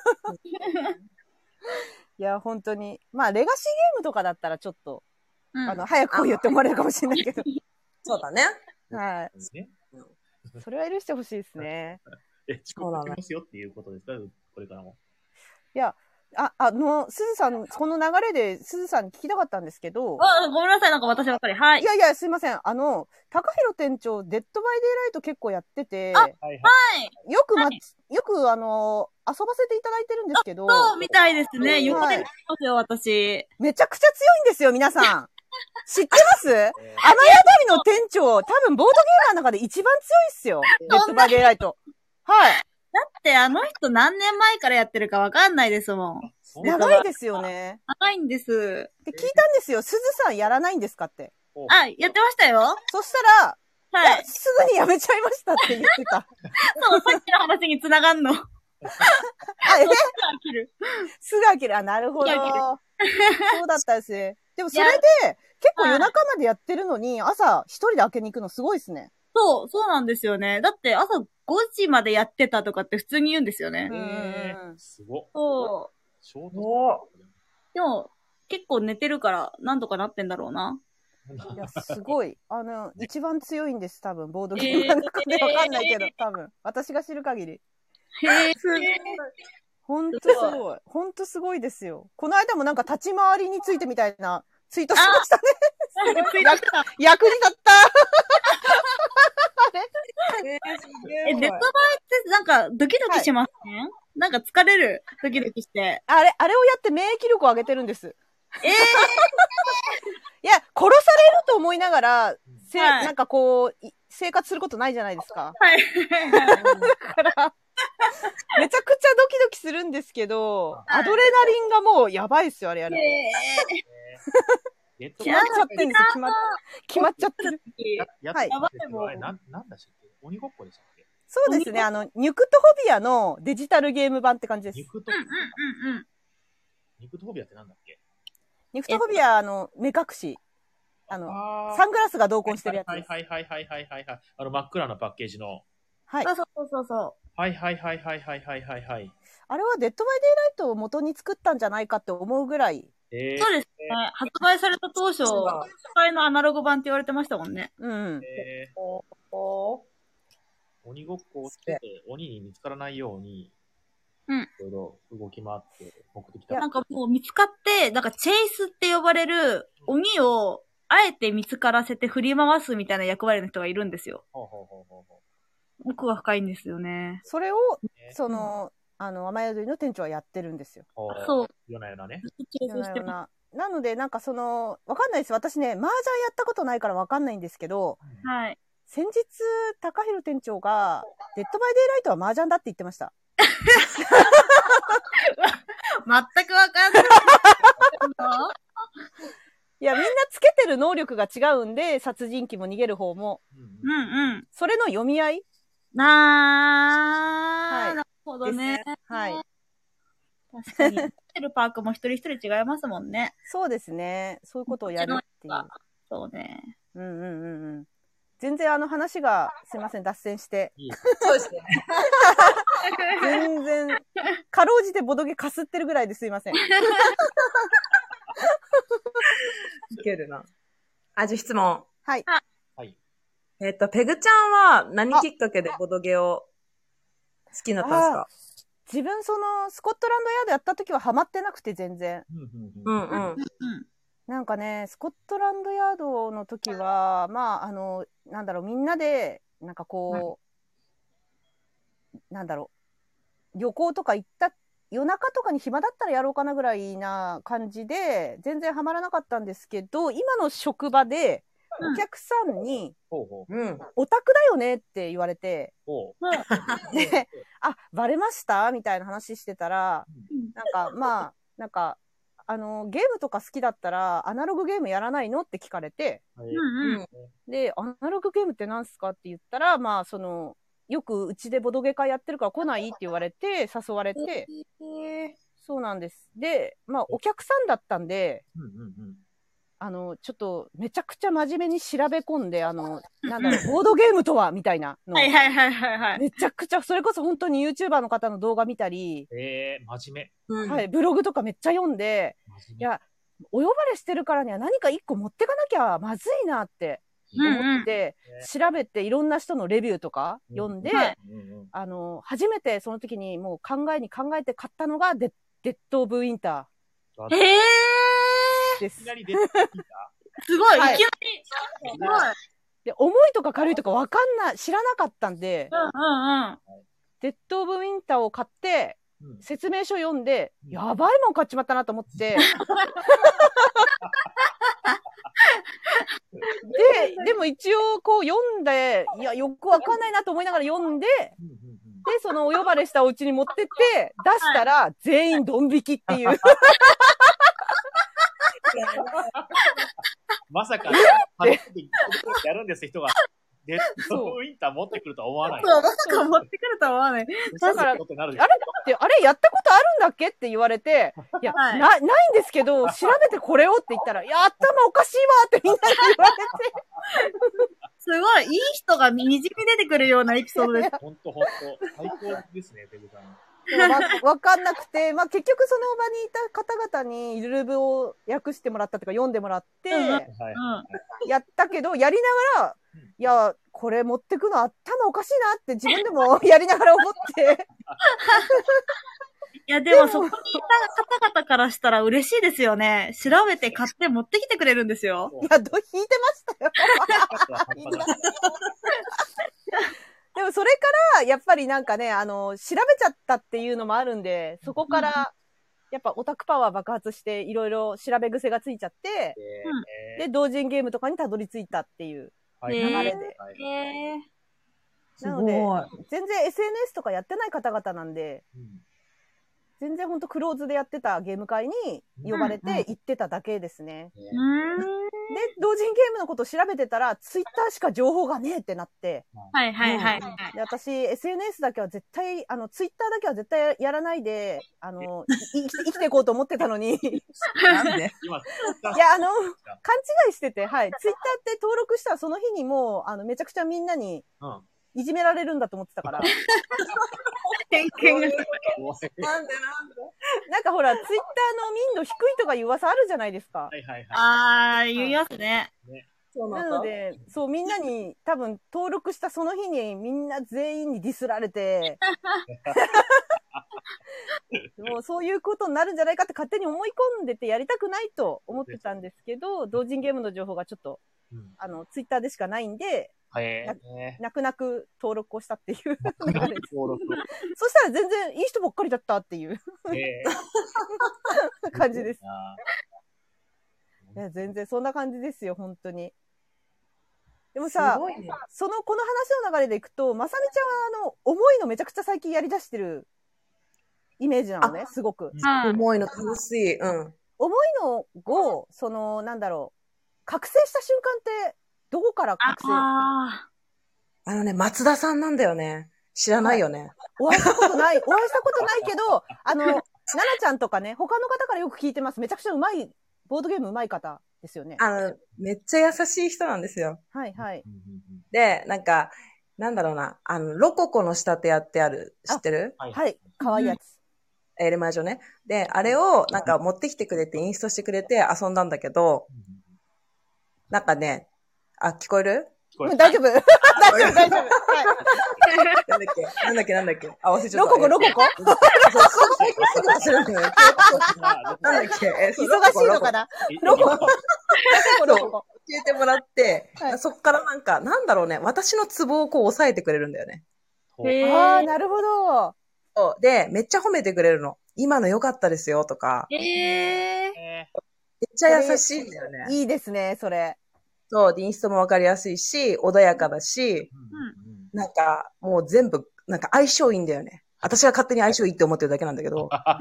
Speaker 3: いや、本当に。まあ、レガシーゲームとかだったらちょっと、早く来いよって思われるかもしれないけど。
Speaker 4: そうだね。
Speaker 3: はい。それは許してほしいですね。
Speaker 1: 遅刻しますよっていうことですか、これからも。
Speaker 3: いや、すずさん、この流れで、すずさんに聞きたかったんですけど。
Speaker 2: ごめんなさい、なんか私ばっかり。はい。
Speaker 3: いや、すいません。高弘店長、デッドバイデイライト結構やってて。
Speaker 2: はい。
Speaker 3: よく遊ばせていただいてるんですけど。
Speaker 2: そうみたいですね。よくで見てますよ、私。
Speaker 3: めちゃくちゃ強いんですよ、皆さん。知ってます雨宿りの店長、多分ボードゲーマーの中で一番強いっすよ。デッドバイデイライト。はい。
Speaker 2: だってあの人何年前からやってるかわかんないですもん。
Speaker 3: 長いですよね。
Speaker 2: 長いんです。
Speaker 3: で、聞いたんですよ。すずさんやらないんですかって。
Speaker 2: やってましたよ。
Speaker 3: そしたら、
Speaker 2: はい。
Speaker 3: すぐにやめちゃいましたって言ってた。
Speaker 2: そう、さっきの話に繋がんの。すぐ飽きる。
Speaker 3: すぐ飽きる。なるほど。そうだったですね。でもそれで、結構夜中までやってるのに、朝一人で開けに行くのすごいですね。
Speaker 2: そうなんですよね。だって朝5時までやってたとかって普通に言うんですよね。
Speaker 1: すごっ。
Speaker 2: そう。でも、結構寝てるから、なんとかなってんだろうな。
Speaker 3: いや、すごい。一番強いんです、多分。ボードゲームの中でわかんないけど、多分。私が知る限り。ほんとすごい。ほんとすごいですよ。この間もなんか立ち回りについてみたいなツイートしましたね。役に立った
Speaker 2: デッドバイってなんかドキドキしますね。なんか疲れる。ドキドキして。
Speaker 3: あれをやって免疫力を上げてるんです。いや、殺されると思いながら、なんかこう、生活することないじゃないですか。
Speaker 2: はい。
Speaker 3: だから、めちゃくちゃドキドキするんですけど、アドレナリンがもうやばいっすよ、あれやると。決まっちゃってるんですよ、決まっちゃってる。
Speaker 1: はい。なんだしたっけ？鬼ごっこでしたっけ？
Speaker 3: そうですね、ニュクトフォビアのデジタルゲーム版って感じです。
Speaker 1: ニュクトフォビアってなんだっけ？
Speaker 3: ニュクトフォビア、目隠し。サングラスが同梱してるやつです。
Speaker 1: はい。真っ暗なパッケージの。
Speaker 2: はい。そう。
Speaker 1: はい。
Speaker 3: あれはデッドバイデイライトを元に作ったんじゃないかって思うぐらい。
Speaker 2: そうですね。発売された当初、世界のアナログ版って言われてましたもんね。
Speaker 1: 鬼ごっこをしてて、鬼に見つからないように、いろいろ動き回って目的だ。
Speaker 2: なんかもう見つかって、なんかチェイスって呼ばれる鬼をあえて見つからせて振り回すみたいな役割の人がいるんですよ。奥が深いんですよね。
Speaker 3: それを、雨宿りの店長はやってるんですよ。
Speaker 2: そう。
Speaker 1: 夜な夜なね。
Speaker 3: なので、なんかわかんないです。私ね、麻雀やったことないからわかんないんですけど、
Speaker 2: はい。
Speaker 3: 先日、高弘店長が、デッドバイデイライトは麻雀だって言ってました。
Speaker 2: 全くわかんない。
Speaker 3: いや、みんなつけてる能力が違うんで、殺人鬼も逃げる方も。それの読み合い
Speaker 2: なるほどね。
Speaker 3: はい。
Speaker 2: 確かに。てるパークも一人一人違いますもんね。
Speaker 3: そうですね。そういうことをやるっていう。
Speaker 2: そうね。
Speaker 3: 全然話が、すいません、脱線して。
Speaker 4: そうですね。
Speaker 3: 全然、かろうじてボドゲかすってるぐらいですいません。
Speaker 4: いけるな。じゃあ質問。
Speaker 3: はい。
Speaker 4: ペグちゃんは何きっかけでボドゲを好きになったんですか？
Speaker 3: 自分スコットランドヤードやった時はハマってなくて全然。なんかね、スコットランドヤードの時は、まあ、なんだろう、みんなで、なんかこう、なんだろう、旅行とか行った夜中とかに暇だったらやろうかなぐらいな感じで全然ハマらなかったんですけど、今の職場でお客さんに、
Speaker 4: うん。
Speaker 3: オタクだよねって言われて、
Speaker 1: ほう。
Speaker 3: で、あ、バレましたみたいな話してたら、なんか、ゲームとか好きだったら、アナログゲームやらないのって聞かれて、で、アナログゲームって何すかって言ったら、よくうちでボドゲ会やってるから来ないって言われて、誘われて、そうなんです。で、お客さんだったんで、ちょっと、めちゃくちゃ真面目に調べ込んで、ボードゲームとはみたいなの。めちゃくちゃ、それこそ本当に YouTuber の方の動画見たり、
Speaker 1: 真面目。
Speaker 3: はい、ブログとかめっちゃ読んで、いや、お呼ばれしてるからには何か一個持ってかなきゃまずいなって思って、調べていろんな人のレビューとか読んで、初めてその時にもう考えて買ったのがデッド・オブ・ウィンター。です。
Speaker 2: すごい、いきなり。すごい。
Speaker 3: で、重いとか軽いとか知らなかったんで、デッド・オブ・ウィンターを買って、説明書読んで、やばいもん買っちまったなと思って、でも一応こう読んで、いや、よくわかんないなと思いながら読んで、で、そのお呼ばれしたお家に持ってって、出したら全員ドン引きっていう。
Speaker 1: まさか、やるんです人が、デッドウィンター持ってくるとは思わない。
Speaker 2: そう、まさか持ってくるとは思わない。
Speaker 3: だから、あれやったことあるんだっけって言われて、いや、ないんですけど、調べてこれをって言ったら、いや、頭おかしいわってみんなに言われて。
Speaker 2: すごい、いい人がにじみ出てくるようなエピソードです。
Speaker 1: ほんと。最高ですね、ペグさん。
Speaker 3: わかんなくて、結局その場にいた方々にルールを訳してもらったとか読んでもらって、やったけど、やりながら、いや、これ持ってくの頭おかしいなって自分でもやりながら思って。
Speaker 2: いや、でもそこにいた方々からしたら嬉しいですよね。調べて買って持ってきてくれるんですよ。
Speaker 3: いや、引いてましたよ。でもそれから、やっぱりなんかね、調べちゃったっていうのもあるんで、そこから、やっぱオタクパワー爆発して、いろいろ調べ癖がついちゃって、で、同人ゲームとかにたどり着いたっていう流れで。なので、全然 SNS とかやってない方々なんで、全然ほんとクローズでやってたゲーム会に呼ばれて行ってただけですね。で、同人ゲームのことを調べてたら、ツイッターしか情報がねえってなって。で、私、SNS だけは絶対、ツイッターだけは絶対やらないで、生きていこうと思ってたのに。
Speaker 4: なんで
Speaker 3: いや、勘違いしてて、はい。ツイッターって登録したらその日にもう、めちゃくちゃみんなに、いじめられるんだと思ってたから。偏見が。なんかほら、ツイッターの民度低いとかいう噂あるじゃないですか。
Speaker 2: 言いますね。
Speaker 3: なので、そう、みんなに多分登録したその日にみんな全員にディスられて、もうそういうことになるんじゃないかって勝手に思い込んでてやりたくないと思ってたんですけど、同人ゲームの情報がちょっと、ツイッターでしかないんで、泣く泣く登録をしたっていう。そしたら全然いい人ばっかりだったっていう感じです。いや、全然そんな感じですよ、本当に。でもさ、この話の流れでいくと、まさみちゃんは重いのめちゃくちゃ最近やり出してるイメージなのね、すごく。
Speaker 4: 重いの楽しい。重
Speaker 3: いのを、覚醒した瞬間って、どこから覚醒？
Speaker 4: 松田さんなんだよね。知らないよね。
Speaker 3: お会いしたことないけど、奈々ちゃんとかね、他の方からよく聞いてます。めちゃくちゃボードゲーム上手い方ですよね。
Speaker 4: めっちゃ優しい人なんですよ。
Speaker 3: はいはい。
Speaker 4: で、なんだろうな、ロココの仕立て屋ってある、知ってる？
Speaker 3: はい。かわいいやつ。
Speaker 4: エルマージョね。で、あれを持ってきてくれてインストしてくれて遊んだんだけど、聞こえる？
Speaker 3: 大丈夫。大丈夫。はい。
Speaker 4: なんだっけ忘れちゃった。
Speaker 3: ロココ
Speaker 4: なんだっけ
Speaker 3: 忙しいのかな？ロココ。
Speaker 4: 教えてもらって、そっからなんだろうね、私のツボをこう押さえてくれるんだよね。
Speaker 3: なるほど。
Speaker 4: で、めっちゃ褒めてくれるの。今の良かったですよ、とか。めっちゃ優しいんだよね。
Speaker 3: いいですね、それ。
Speaker 4: そう、インストもわかりやすいし、穏やかだし、なんか、もう全部、なんか相性いいんだよね。私が勝手に相性いいって思ってるだけなんだけど。相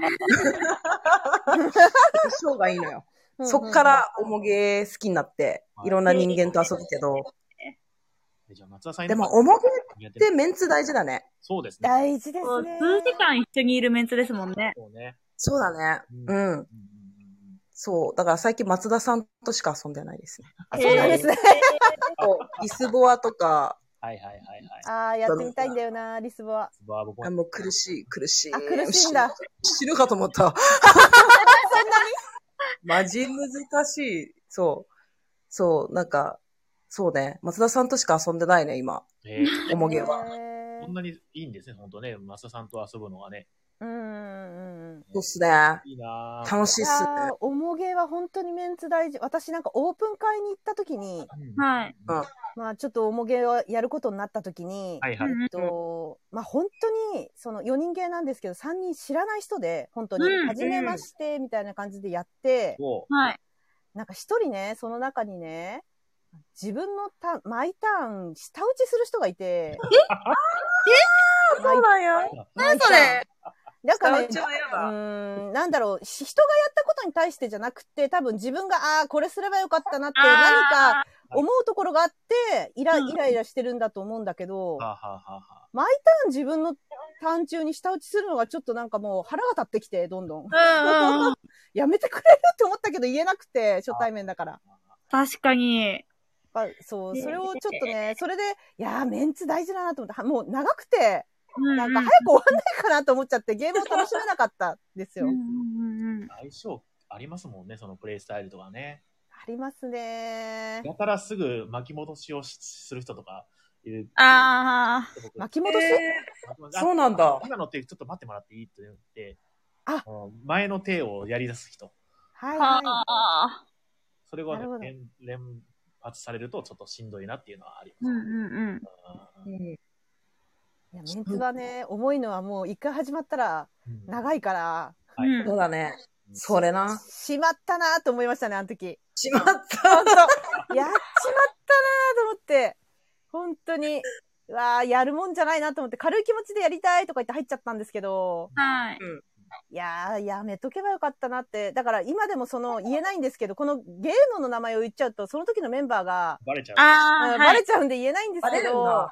Speaker 4: 性がいいのよ。そっからおもげ好きになって、いろんな人間と遊ぶけど。
Speaker 1: じゃあ松田さん
Speaker 4: でも、おもげってメンツ大事だね。
Speaker 1: そうですね。
Speaker 3: 大事ですね。
Speaker 2: 数時間一緒にいるメンツですもんね。
Speaker 1: そうね。
Speaker 4: そうだね。うん。そう。だから最近松田さんとしか遊んでないですね。
Speaker 3: そうなんですね。
Speaker 4: リスボアとか。
Speaker 1: はいはいはいはい。
Speaker 3: ああ、やってみたいんだよな、リスボア。
Speaker 4: もう苦しい。
Speaker 3: 苦しいんだ。
Speaker 4: 死ぬかと思った。そんなにマジ難しい。そう、なんか、そうね。松田さんとしか遊んでないね、今。おもげは。
Speaker 1: こんなにいいんですね、本当ね。松田さんと遊ぶのがね。
Speaker 4: そうっすね。
Speaker 1: いいなぁ。
Speaker 4: 楽しいっすね。
Speaker 3: おもげは本当にメンツ大事。私なんかオープン会に行った時に、
Speaker 2: はい。
Speaker 3: まあちょっとおもげをやることになった時に、まあ本当に、その4人系なんですけど、3人知らない人で、本当に、初めましてみたいな感じでやって、
Speaker 2: はい。
Speaker 3: なんか一人ね、その中にね、自分の毎ターン、舌打ちする人がいて。
Speaker 4: そうなんや。
Speaker 2: 何それ
Speaker 3: なんかね、なんだろう、人がやったことに対してじゃなくて、多分自分が、これすればよかったなって何か思うところがあって、イライラしてるんだと思うんだけど、毎ターン自分のターン中に舌打ちするのがちょっとなんかもう腹が立ってきて、どんどん。やめてくれるって思ったけど言えなくて、初対面だから。
Speaker 2: 確かに。
Speaker 3: そう、それをちょっとね、それで、いやー、メンツ大事だなと思って、もう長くて、なんか早く終わんないかなと思っちゃって、ゲームを楽しめなかったんですよ。
Speaker 1: 相性ありますもんね、そのプレイスタイルとかね。
Speaker 3: ありますね。
Speaker 1: やたらすぐ巻き戻しをする人とかいる。
Speaker 3: 巻き戻し、
Speaker 4: そうなんだ。
Speaker 1: 今の手ちょっと待ってもらっていいって言って、前の手をやり出す人。
Speaker 3: はいはい。
Speaker 1: それが連発されるとちょっとしんどいなっていうのはあります。
Speaker 3: いや、メンツはね、重いのはもう一回始まったら長いから。
Speaker 4: そうだね。それな。
Speaker 3: しまったなと思いましたね、あの時。
Speaker 4: しまった。
Speaker 3: やっちまったなと思って。本当に。うわー、やるもんじゃないなと思って、軽い気持ちでやりたいとか言って入っちゃったんですけど。
Speaker 2: はい。
Speaker 3: いやー、やめとけばよかったなって。だから今でも言えないんですけど、このゲームの名前を言っちゃうと、その時のメンバーが、
Speaker 1: バレちゃう。
Speaker 3: バレちゃうんで言えないんですけど、はい。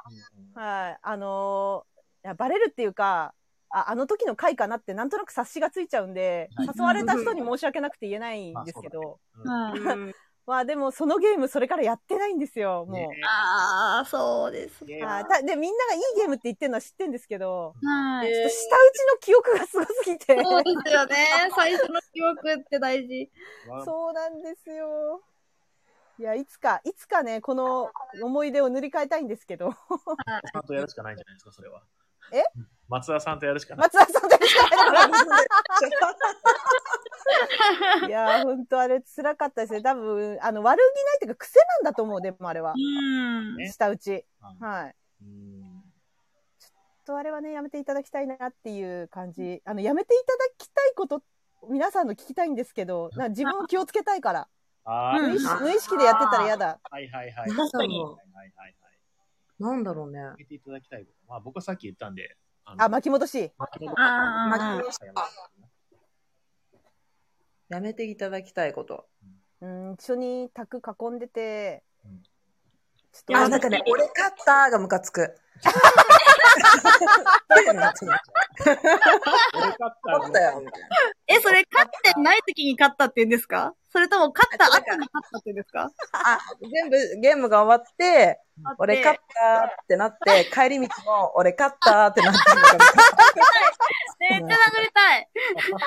Speaker 3: バレるっていうか、あの時の回かなってなんとなく察しがついちゃうんで、誘われた人に申し訳なくて言えないんですけど。まあでもそのゲームそれからやってないんですよ、もう。
Speaker 2: そうですね。
Speaker 3: で、みんながいいゲームって言ってるのは知ってるんですけど、ちょっと舌打ちの記憶がすごすぎて。
Speaker 2: そうですよね。最初の記憶って大事。
Speaker 3: そうなんですよ。いや、いつかね、この思い出を塗り替えたいんですけど。
Speaker 1: 松田さんとやるしかないんじゃないですか、それは。松田さんとやるしかない。
Speaker 3: 松田さんとやるしかない。いやー、ほんとあれ辛かったですね。多分、悪気ないっていうか癖なんだと思う、でもあれは。舌打ち。はい。ちょっとあれはね、やめていただきたいなっていう感じ。やめていただきたいこと、皆さんの聞きたいんですけど、自分を気をつけたいから。無意識でやってたら嫌だ。
Speaker 1: はい。
Speaker 2: 確かに。
Speaker 4: なんだろうね。
Speaker 1: やめていただきたいこと。まあ僕はさっき言ったんで。
Speaker 3: 巻き戻し。
Speaker 4: やめていただきたいこと。
Speaker 3: 一緒に卓囲んでて、
Speaker 4: なんかね、俺勝ったがムカつく。
Speaker 3: 俺勝った
Speaker 4: よ。
Speaker 2: それ勝ってない時に勝ったって言うんですか？それとも勝った後に勝ったって言うんですか？
Speaker 4: 全部ゲームが終わって、俺勝ったってなって、帰り道も俺勝ったってなってるのが
Speaker 2: めっちゃ殴りたい。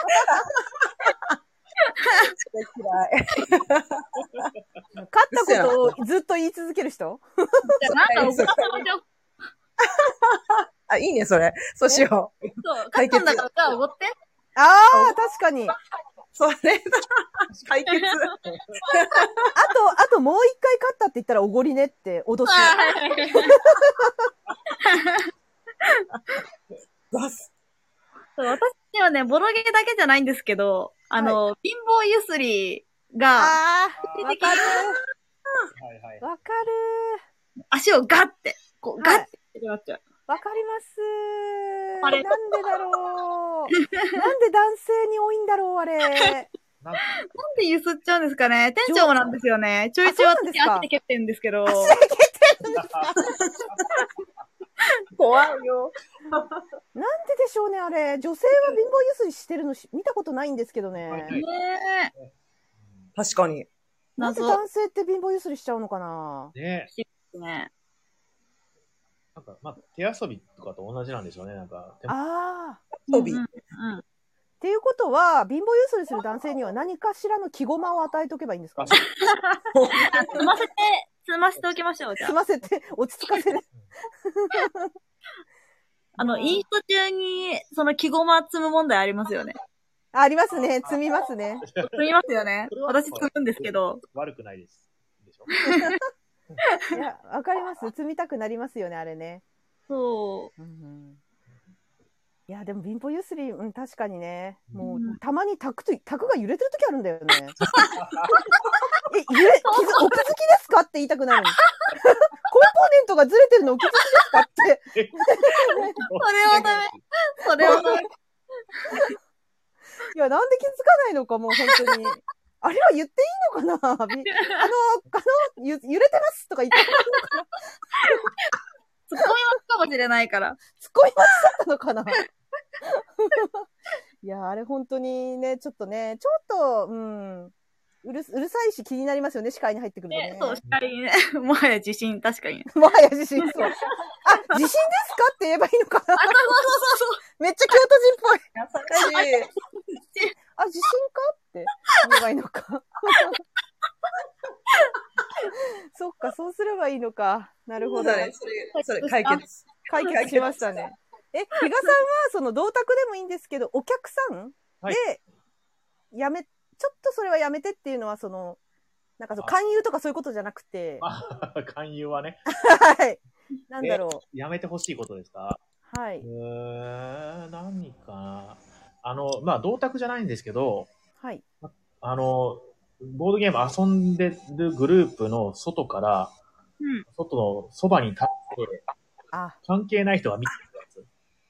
Speaker 3: 勝ったことをずっと言い続ける人？
Speaker 2: なんか怒ったのじ
Speaker 4: ゃ。いいね、それ。そうしよう。
Speaker 2: そう、勝ったんだから、じゃあおごって。
Speaker 3: 確かに。
Speaker 4: それだ。解決。
Speaker 3: あともう一回勝ったって言ったらおごりねって脅す。
Speaker 2: 私はね、ボロゲーだけじゃないんですけど、貧乏ゆすりが、
Speaker 1: はいはい。
Speaker 3: わかる
Speaker 2: 足をガッて、こう、ガッてなっちゃう。
Speaker 3: わかります。
Speaker 2: あれ
Speaker 3: なんでだろう。なんで男性に多いんだろう、あれ。
Speaker 2: なんでゆすっちゃうんですかね。店長もなんですよね。ちょいちょい私足で蹴ってるんですけど。
Speaker 3: 足で蹴ってるんですか
Speaker 4: 怖いよ。
Speaker 3: なんででしょうね、あれ。女性は貧乏ゆすりしてるの見たことないんですけどね。
Speaker 2: ねえ。
Speaker 4: 確かに。
Speaker 3: なんで男性って貧乏ゆすりしちゃうのかな。
Speaker 1: ね
Speaker 2: え。ね
Speaker 1: なんか、まあ、手遊びとかと同じなんでしょうね、なんか。
Speaker 3: ああ。
Speaker 4: 遊び。
Speaker 3: っていうことは、貧乏ゆすりする男性には何かしらの気駒を与えておけばいいんですか？
Speaker 2: 積ませておきましょう、じゃあ。
Speaker 3: 積ませて、落ち着かせて。
Speaker 2: インスト中に、その木駒積む問題ありますよね。
Speaker 3: ありますね。積みますね。
Speaker 2: 積みますよね。私積むんですけど。
Speaker 1: 悪くないです。でしょ
Speaker 3: いや、わかります。積みたくなりますよね、あれね。
Speaker 2: そう。
Speaker 3: いや、でも貧乏ゆすり、確かにね。もう、たまに卓が揺れてる時あるんだよね。奥付きですかって言いたくなる。コンポーネントがずれてるのお気づきですかって。
Speaker 2: それはダメ。それはダメ。
Speaker 3: いや、なんで気づかないのか、もう本当に。あれは言っていいのかな揺れてますとか言っていいのかな
Speaker 2: 突っ込みますかもしれないから。
Speaker 3: 突っ込みますだったのかないや、あれ本当にね、ちょっと、うるさいし気になりますよね、視界に入ってくるとね。
Speaker 2: そう、視界にね。もはや地震、確かに。
Speaker 3: もはや地震、そう。あ、地震ですかって言えばいいのかな
Speaker 2: そう。
Speaker 3: めっちゃ京都人っぽい。
Speaker 4: 優しい。
Speaker 3: あ、地震かって言えばいいのか。そっか、そうすればいいのか。なるほど。
Speaker 4: それ解決。
Speaker 3: 解決しましたね。比嘉さんは、その、同卓でもいいんですけど、お客さんで、ちょっとそれはやめてっていうのは、その、なんか勧誘とかそういうことじゃなくて。
Speaker 1: 勧誘はね。
Speaker 3: はい。なんだろう。
Speaker 1: やめてほしいことですか？
Speaker 3: はい。
Speaker 1: 何かな。まあ、同卓じゃないんですけど、
Speaker 3: はい。
Speaker 1: ボードゲーム遊んでるグループの外から、外のそばに立って、関係ない人が見てるやつ。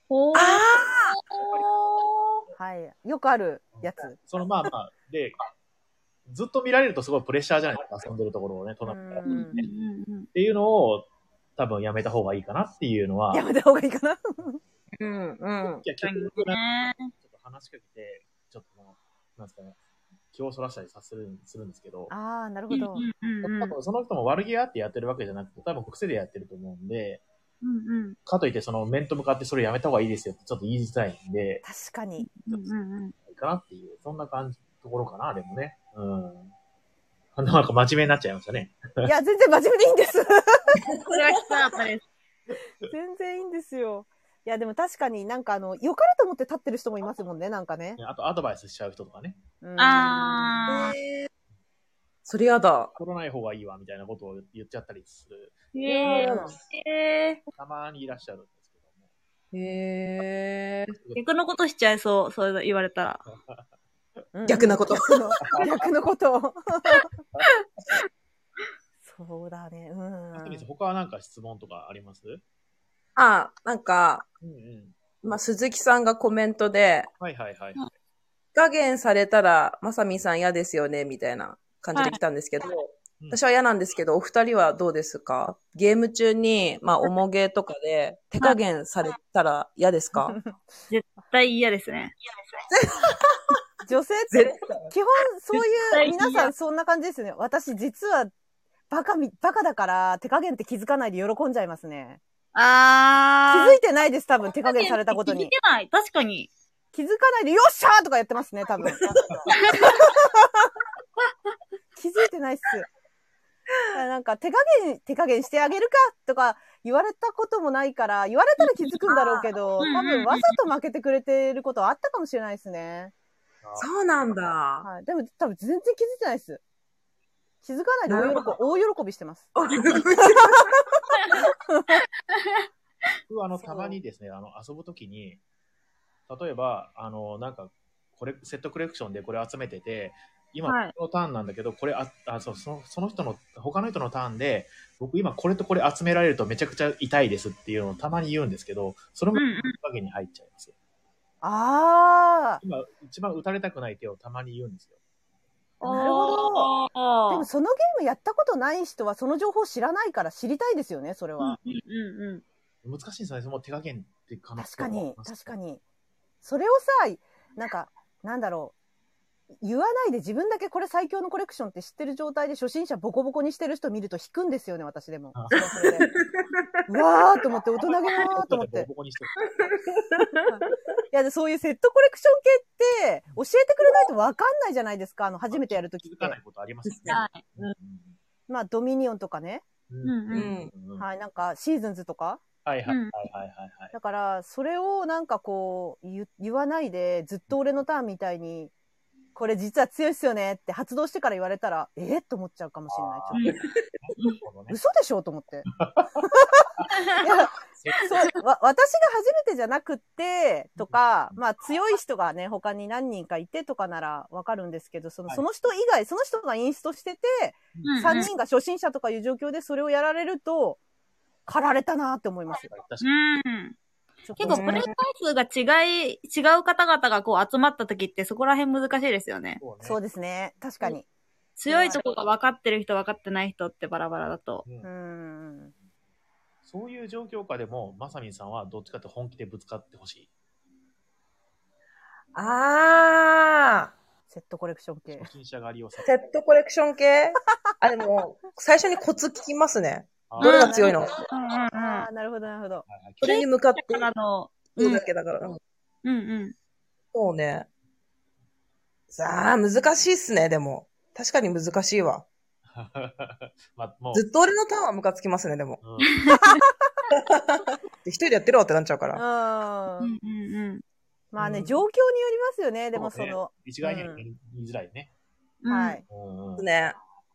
Speaker 3: はい。よくあるやつ。
Speaker 1: まあ、で、ずっと見られるとすごいプレッシャーじゃないですか、遊んでるところをね、隣から、ね。っていうのを、多分やめた方がいいかなっていうのは。
Speaker 3: やめた方がいいかな。
Speaker 1: いや、結局、ちょっと話しかけて、ちょっとなんですかね、気をそらしたりするんですけど。
Speaker 3: なるほど。
Speaker 1: 多分その人も悪気があってやってるわけじゃなくて、多分癖でやってると思うんで、かといって面と向かってそれやめた方がいいですよってちょっと言いづらいんで。
Speaker 3: 確かに。
Speaker 1: いいかなっていう、そんなところかな、でもね。なんか真面目になっちゃいましたね。
Speaker 3: いや、全然真面目でいいんです。
Speaker 2: それはきつかったです。
Speaker 3: 全然いいんですよ。いや、でも確かになんか良かれと思って立ってる人もいますもんね、なんかね。
Speaker 1: あとアドバイスしちゃう人とかね。
Speaker 4: それやだ。
Speaker 1: 取らない方がいいわ、みたいなことを言っちゃったりする。たまにいらっしゃるんですけども。
Speaker 2: 逆のことしちゃいそう、そう言われたら。
Speaker 4: 逆なこと。
Speaker 3: 逆のこと。そうだね。
Speaker 1: 他はなんか質問とかあります？
Speaker 4: なんか、鈴木さんがコメントで、火加減されたら、まさみさん嫌ですよね、みたいな感じで来たんですけど、私は嫌なんですけど、お二人はどうですか？ゲーム中に、おもげとかで手加減されたら嫌ですか？
Speaker 2: 絶対嫌ですね。
Speaker 3: 女性って基本そういう皆さんそんな感じですよね。私実はバカだから手加減って気づかないで喜んじゃいますね。気づいてないです、多分手加減されたことに。
Speaker 2: 気づいてない、確かに。
Speaker 3: 気づかないでよっしゃーとかやってますね、多分。気づいてないっす。なんか手加減してあげるかとか言われたこともないから、言われたら気づくんだろうけど、多分わざと負けてくれてることはあったかもしれないですね。
Speaker 4: そうなんだ。
Speaker 3: はい。でも多分全然気づいてないです。気づかないで大喜びしてます。
Speaker 1: 僕たまにですね、遊ぶときに、例えば、なんか、セットコレクションでこれ集めてて、 今、このターンなんだけど、これ、その人の、他の人のターンで、僕今これとこれ集められるとめちゃくちゃ痛いですっていうのをたまに言うんですけど、それも影に入っちゃいます。今、一番打たれたくない手をたまに言うんですよ。
Speaker 3: なるほど。でもそのゲームやったことない人はその情報知らないから知りたいですよね、それは。
Speaker 1: 難しいですよね、その手加減っていう可能性。
Speaker 3: 確かに、確かに。それをさ、なんか、なんだろう。言わないで自分だけこれ最強のコレクションって知ってる状態で初心者ボコボコにしてる人見ると引くんですよね、私でも。それでうわーと思って、大人げなーと思って。いや、そういうセットコレクション系って教えてくれないと分かんないじゃないですか、初めてやるときって。
Speaker 1: 気づかないことありますね。
Speaker 3: まあ、ドミニオンとかね。はい、なんか、シーズンズとか。だから、それをなんかこう、言わないで、ずっと俺のターンみたいに、これ実は強いっすよねって発動してから言われたら、と思っちゃうかもしれない。嘘でしょと思って。いや私が初めてじゃなくって、とか、まあ強い人がね、他に何人かいてとかならわかるんですけど、その人以外、その人がインストしてて、3人が初心者とかいう状況でそれをやられると、駆られたなって思いますよ。
Speaker 2: 結構プレイ回数が違う方々がこう集まった時ってそこら辺難しいですよね。
Speaker 3: そうですね。確かに。
Speaker 2: 強いとこが分かってる人分かってない人ってバラバラだと。
Speaker 1: そういう状況下でも、まさみんさんはどっちかって本気でぶつかってほしい。
Speaker 3: セットコレクション系。
Speaker 1: 初心者狩りを
Speaker 4: セットコレクション系でも、最初にコツ聞きますね。どれが強いの？
Speaker 3: なるほど、なるほど。
Speaker 4: それに向かって、そうだけだから。そうね。さあ、難しいっすね、でも。確かに難しいわ。ずっと俺のターンはムカつきますね、でも。一人でやってるわってなっちゃうから。
Speaker 3: まあね、状況によりますよね、でもその。
Speaker 1: 一概には言いづらいね。
Speaker 3: はい。
Speaker 4: ね。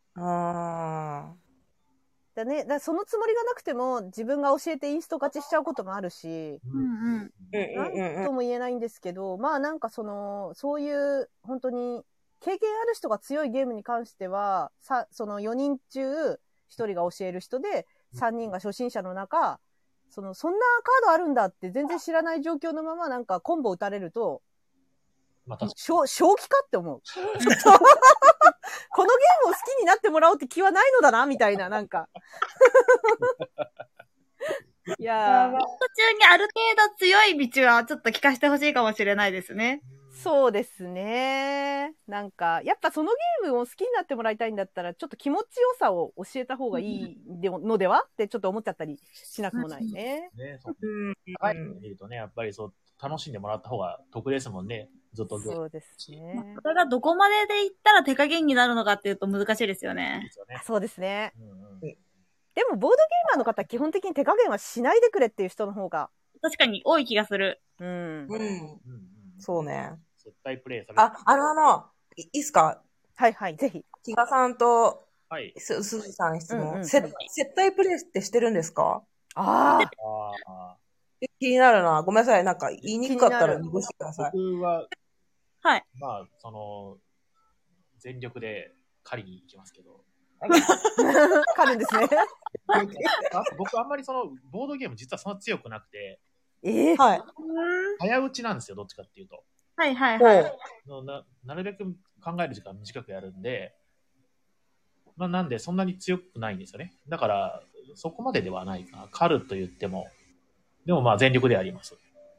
Speaker 3: だね、そのつもりがなくても自分が教えてインスト勝ちしちゃうこともあるし、なんとも言えないんですけど、まあなんかそういう本当に経験ある人が強いゲームに関しては、その4人中1人が教える人で、3人が初心者の中、そんなカードあるんだって全然知らない状況のままなんかコンボ打たれると、正気かって思う。このゲームを好きになってもらおうって気はないのだな、みたいな、なんか。いや
Speaker 2: 途中にある程度強い道はちょっと聞かせてほしいかもしれないですね。
Speaker 3: そうですね。なんか、やっぱそのゲームを好きになってもらいたいんだったら、ちょっと気持ちよさを教えた方がいいのではってちょっと思っちゃったりしなくもないね。
Speaker 1: はい。見るとね、やっぱり楽しんでもらった方が得ですもんね。ずっと。
Speaker 3: そうですね。
Speaker 2: それがどこまででいったら手加減になるのかっていうと難しいですよね。
Speaker 3: そうですね。でも、ボードゲーマーの方、基本的に手加減はしないでくれっていう人の方が。
Speaker 2: 確かに多い気がする。
Speaker 4: そうね。
Speaker 1: 絶対プレイされる。
Speaker 4: いいっすか？
Speaker 3: はいはい、ぜひ。
Speaker 4: 比嘉さんと、すずさん質問。接待プレイってしてるんですか？気になるな。ごめんなさい。なんか言いにくかったら濁してください。
Speaker 1: 僕は、
Speaker 2: はい。
Speaker 1: まあ、全力で狩りに行きますけど。
Speaker 3: 狩るんですね。
Speaker 1: 僕あんまりボードゲーム実はそんな強くなくて。
Speaker 4: はい。
Speaker 1: 早打ちなんですよ、どっちかっていうと。
Speaker 2: はいはいはい。
Speaker 1: なるべく考える時間短くやるんで、なんでそんなに強くないんですよね。だから、そこまでではないかな。狩ると言っても。でもまあ全力でやります。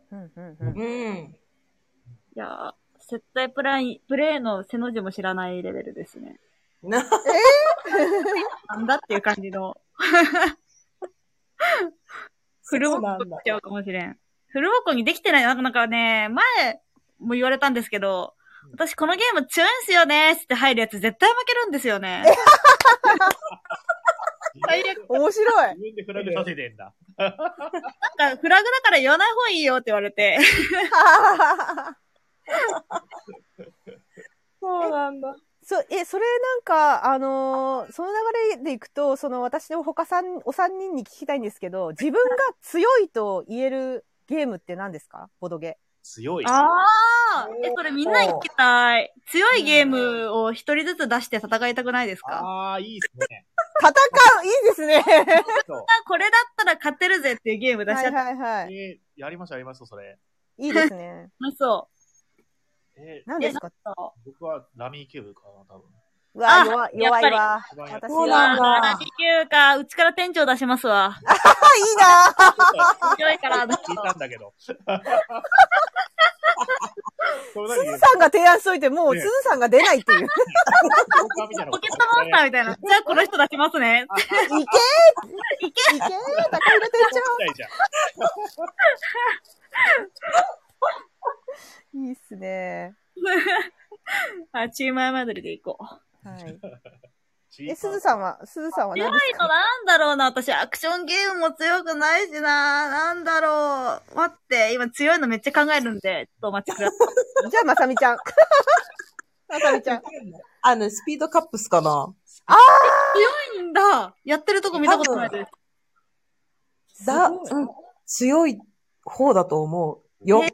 Speaker 2: いや接待プレイの背の字も知らないレベルですね。なんだっていう感じの。フルボコにしちゃうかもしれん。フルボコにできてない。なんかね、前も言われたんですけど、私このゲーム強いんすよねって入るやつ絶対負けるんですよね。
Speaker 3: 面白い。
Speaker 1: 自分でフラグさせてんだ。
Speaker 2: なんかフラグだから言わない方がいいよって言われて。
Speaker 4: そうなんだ。
Speaker 3: それなんか、その流れでいくと、私のお三人に聞きたいんですけど、自分が強いと言えるゲームって何ですか？ボドゲ。
Speaker 1: 強い。
Speaker 2: ああ、それみんな行きたい。強いゲームを一人ずつ出して戦いたくないですか？
Speaker 1: ああ、いいですね。
Speaker 3: 戦ういいですね。
Speaker 2: これだったら勝てるぜっていうゲーム出しちゃった。
Speaker 3: はいはいはい。
Speaker 1: やりましょう、やりましょう、それ。
Speaker 3: いいですね。
Speaker 2: そう。
Speaker 3: 何ですか？
Speaker 1: 僕はラミーキューブかな、多分。
Speaker 3: うわ、弱いわ。
Speaker 2: 私は、ラミーキューブか、うちから店長出しますわ。
Speaker 3: いいな
Speaker 2: 強いから。
Speaker 1: 聞いたんだけど。
Speaker 3: すずさんが提案しといて、もうすずさんが出ないっていう。
Speaker 2: ポケットモンスターみたいな。じゃあこの人出しますね。
Speaker 3: いけ高浦店長。いいっすね。
Speaker 2: チームアマドリで行こ
Speaker 3: う。はい。すずさんは何ですか？
Speaker 2: 強いのなんだろうな。私、アクションゲームも強くないしな。なんだろう。待って、今強いのめっちゃ考えるんで、ちょっとお待ちください。
Speaker 3: じゃあ、まさみちゃん。まさみちゃん。
Speaker 4: スピードカップスかな。
Speaker 2: 強いんだ。やってるとこ見たことないです。
Speaker 4: 強い方だと思うよ。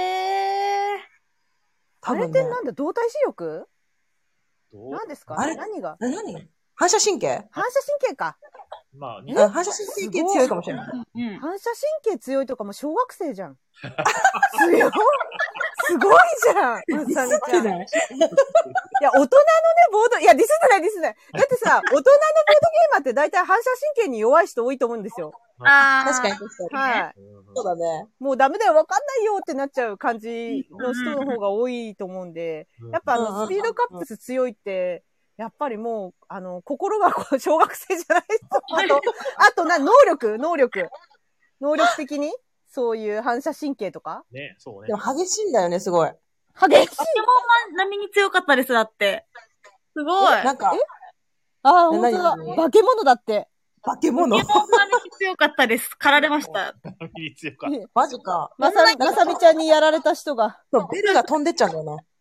Speaker 3: あれってなんだ、動体視力？何ですか？何が？
Speaker 4: 反射神経？
Speaker 3: 反射神経か。
Speaker 1: まあ、
Speaker 4: 反射神経強いかもしれない。
Speaker 3: 反射神経強いとかも小学生じゃん。強い。すごいじゃん。
Speaker 4: ディスってない？
Speaker 3: いや、大人のね、ボード、いや、ディスってない。だってさ、大人のボードゲーマーって大体反射神経に弱い人多いと思うんですよ。
Speaker 4: 確かに。
Speaker 3: はい。
Speaker 4: そうだね。
Speaker 3: もうダメだよ、わかんないよってなっちゃう感じの人の方が多いと思うんで、やっぱスピードカップス強いって、やっぱりもう、心が小学生じゃないと。あと能力的にそういう反射神経とか
Speaker 1: ね、そうね。
Speaker 4: でも激しいんだよね、すごい。
Speaker 3: 激しい。
Speaker 2: ポケモン並みに強かったです、だって。すごい。
Speaker 3: なんか、ほんとだ。化け物だって。
Speaker 4: 化け物？
Speaker 2: ポケモン並みに強かったです。狩られました。
Speaker 4: マジか。
Speaker 3: まさみちゃんにやられた人が。
Speaker 4: そう、ベルが飛んでっちゃうんだよね。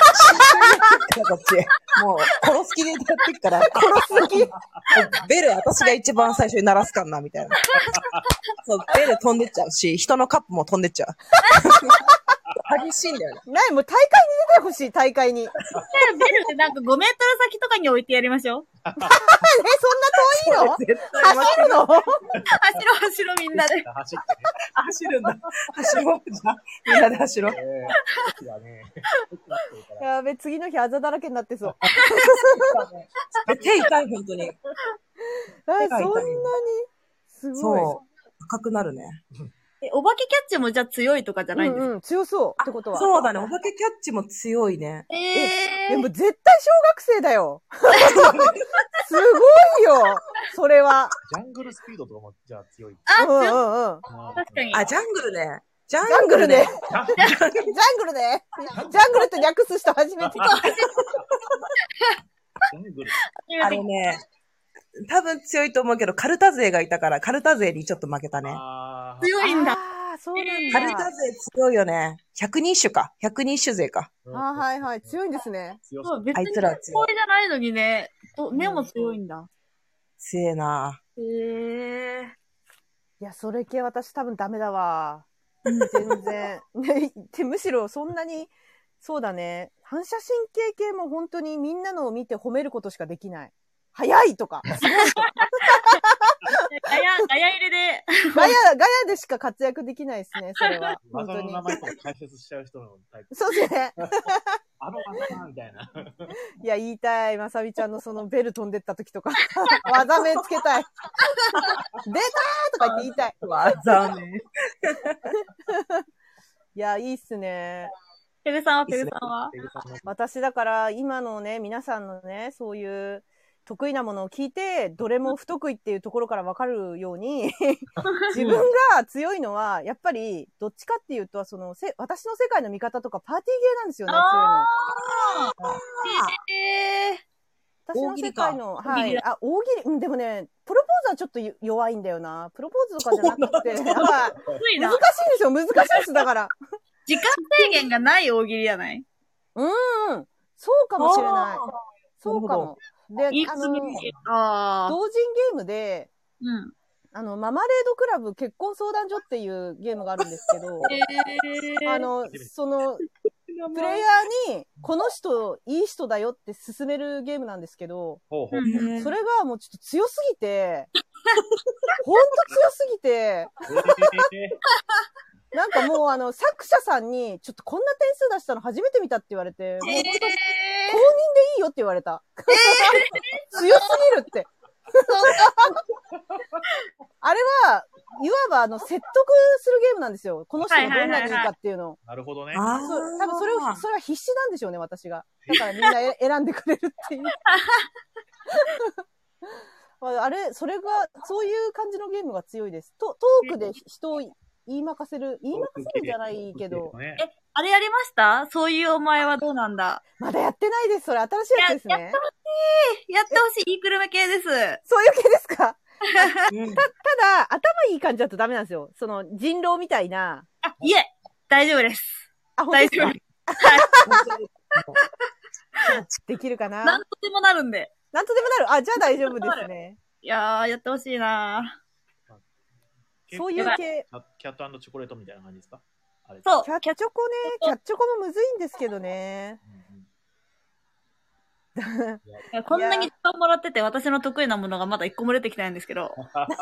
Speaker 4: もう、殺す気でやってっから。
Speaker 3: 殺す気
Speaker 4: ベル私が一番最初に鳴らすかんな、みたいな。そう、ベル飛んでっちゃうし、人のカップも飛んでっちゃう。激しいんだよね。
Speaker 3: もう大会に出てほしい、大会に。
Speaker 2: ベルってなんか5メートル先とかに置いてやりましょう。
Speaker 3: そんな遠いの？走るの？
Speaker 2: 走ろみんなで。
Speaker 4: 走るんだ。走ろうじゃ。みんなで走ろう。
Speaker 3: やべ、次の日あざだらけになってそう。
Speaker 4: 手痛い、本当に。
Speaker 3: そんなにすごい。
Speaker 4: そう。赤くなるね。
Speaker 2: お化けキャッチもじゃあ強いとかじゃないんですか？
Speaker 3: 強そうってことは。
Speaker 4: そうだね、お化けキャッチも強いね。
Speaker 3: でも絶対小学生だよ。すごいよ、それは。
Speaker 1: ジャングルスピードとかもじゃあ強い。
Speaker 2: 確かに。
Speaker 4: ジャングルね。
Speaker 3: ジャングルね。ジャングルって略す人初めて聞いた。
Speaker 4: あれね、多分強いと思うけど、カルタ勢がいたから、カルタ勢にちょっと負けたね。
Speaker 2: 強いんだ。
Speaker 3: そうなんだ。
Speaker 4: カルタ勢強いよね。百人種か。百人種勢か。
Speaker 3: はいはい。強いんですね。
Speaker 2: そう、別に強いじゃないのにね、目も強いんだ。
Speaker 4: 強えな。
Speaker 3: いや、それ系私多分ダメだわ。全然。むしろそんなに、そうだね。反射神経系も本当にみんなのを見て褒めることしかできない。早いとか。すごいとか。
Speaker 2: ガヤ入れで。
Speaker 3: ガヤでしか活躍できないですね、それは。本当に。
Speaker 1: 技の名前とか解説しちゃう人のタイプ。
Speaker 3: そうですね。
Speaker 1: 技みたいな。
Speaker 3: いや、言いたい。まさみちゃんのそのベル飛んでった時とか。技名つけたい。出たーとか言って言いたい。
Speaker 4: 技名。
Speaker 3: いや、いいっすね。
Speaker 2: ペグさんは
Speaker 3: 私だから今のね、皆さんのね、そういう得意なものを聞いて、どれも不得意っていうところから分かるように、自分が強いのは、やっぱり、どっちかっていうと、私の世界の見方とかパーティーゲーなんですよね、強いの。私の世界の、はい。大喜利、でもね、プロポーズはちょっと弱いんだよな。プロポーズとかじゃなくて、難しいんですよ、難しいです、だから。
Speaker 2: 時間制限がない大喜利じゃない？
Speaker 3: そうかもしれない。そうかも。で、同人ゲームで、 ママレードクラブ結婚相談所っていうゲームがあるんですけど、プレイヤーに、この人、いい人だよって勧めるゲームなんですけど、それがもうちょっと強すぎて、ほんと強すぎて、なんかもう作者さんに、ちょっとこんな点数出したの初めて見たって言われて、もう公認でいいよって言われた。強すぎるって。あれは、いわば説得するゲームなんですよ。この人がどんなにいいかっていうのを。
Speaker 1: なるほどね。
Speaker 3: 多分それは必死なんでしょうね、私が。だからみんな選んでくれるっていう。それが、そういう感じのゲームが強いです。トークで人を言いまかせるじゃないけど。
Speaker 2: あれやりました？そういうお前はどうなんだ？
Speaker 3: まだやってないです。それ新しいやつですね。
Speaker 2: やってほしい。いいグルメ系です。そういう
Speaker 3: 系ですか？ただ、頭いい感じだとダメなんですよ。人狼みたいな。
Speaker 2: いえ、大丈夫です。大丈夫です。
Speaker 3: できるかな？
Speaker 2: なんとでもなるんで。
Speaker 3: なんとでもなる。じゃあ大丈夫ですね。
Speaker 2: いやー、やってほしいな
Speaker 3: そういう系。
Speaker 1: キャット&チョコレートみたいな感じですか？
Speaker 2: そう。
Speaker 3: キャッチョコね。キャッチョコもむずいんですけどね。
Speaker 2: こんなに時間もらってて、私の得意なものがまだ一個も出てきてないんですけど。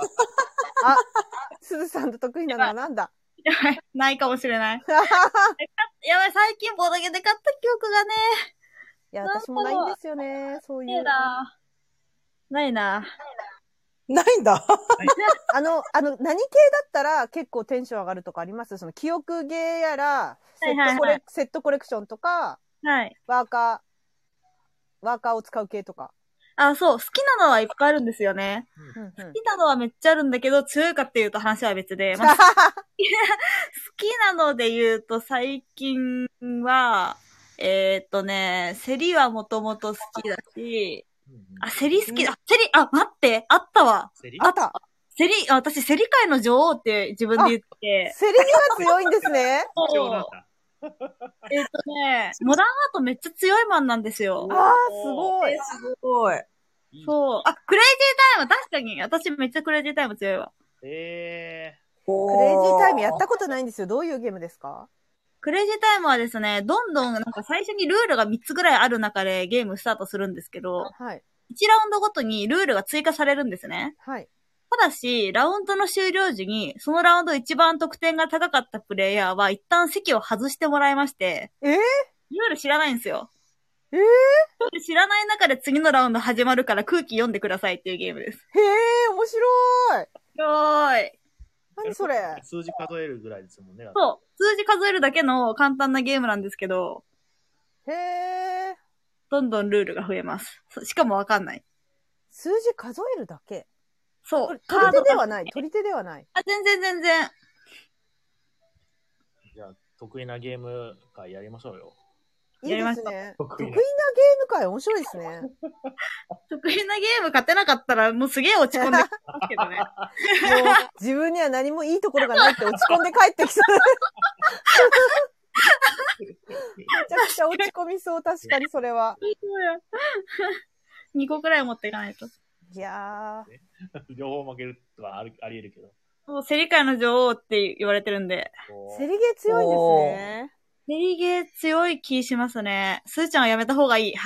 Speaker 3: すずさんと得意なのはなんだ？
Speaker 2: ないかもしれない。やばい、最近ボードゲーで買った記憶がね。
Speaker 3: いや、私もないんですよね。そういう。
Speaker 2: ないな。
Speaker 4: ないんだ。
Speaker 3: 何系だったら結構テンション上がるとかあります？記憶ゲーやら、セットコレクションとか、ワーカーを使う系とか。
Speaker 2: そう、好きなのはいっぱいあるんですよね。好きなのはめっちゃあるんだけど、強いかっていうと話は別で。好きなので言うと、最近は、セリはもともと好きだし、セリ好きだ。待って、あったわ。
Speaker 3: あった。
Speaker 2: 私、セリ界の女王って自分で言って。
Speaker 3: セリには強いんですね。
Speaker 2: モダンアートめっちゃ強いマンなんですよ。
Speaker 3: すごい。
Speaker 4: すごい。
Speaker 2: そう。クレイジータイム、確かに。私めっちゃクレイジータイム強いわ。
Speaker 3: クレイジータイムやったことないんですよ。どういうゲームですか？
Speaker 2: クレイジータイムはですね、どんどんなんか最初にルールが3つぐらいある中でゲームスタートするんですけど、1ラウンドごとにルールが追加されるんですね。ただし、ラウンドの終了時に、そのラウンド一番得点が高かったプレイヤーは一旦席を外してもらいまして、ルール知らないんですよ。知らない中で次のラウンド始まるから空気読んでくださいっていうゲームです。
Speaker 3: 面白い。何それ？
Speaker 1: 数字数えるぐらいですもんね。
Speaker 2: そう。数字数えるだけの簡単なゲームなんですけど、どんどんルールが増えます。しかもわかんない。
Speaker 3: 数字数えるだけ？
Speaker 2: そう。
Speaker 3: 取り手ではない。取り手ではない。
Speaker 2: 全然。
Speaker 1: じゃあ、得意なゲーム会やりましょうよ。
Speaker 3: いいですね。得意なゲーム会面白いですね。
Speaker 2: 得意なゲーム勝てなかったらもうすげえ落ち込んできますけどね。もう
Speaker 3: 自分には何もいいところがないって落ち込んで帰ってきそう。めちゃくちゃ落ち込みそう、確かにそれは。
Speaker 2: 2個くらい持っていかないと。
Speaker 3: いや
Speaker 1: 両方負けるとかあり得るけど。
Speaker 2: もうセリ界の女王って言われてるんで。
Speaker 3: セリゲー強いんですね。
Speaker 2: セリゲー強い気しますね。スーちゃんはやめた方がいい。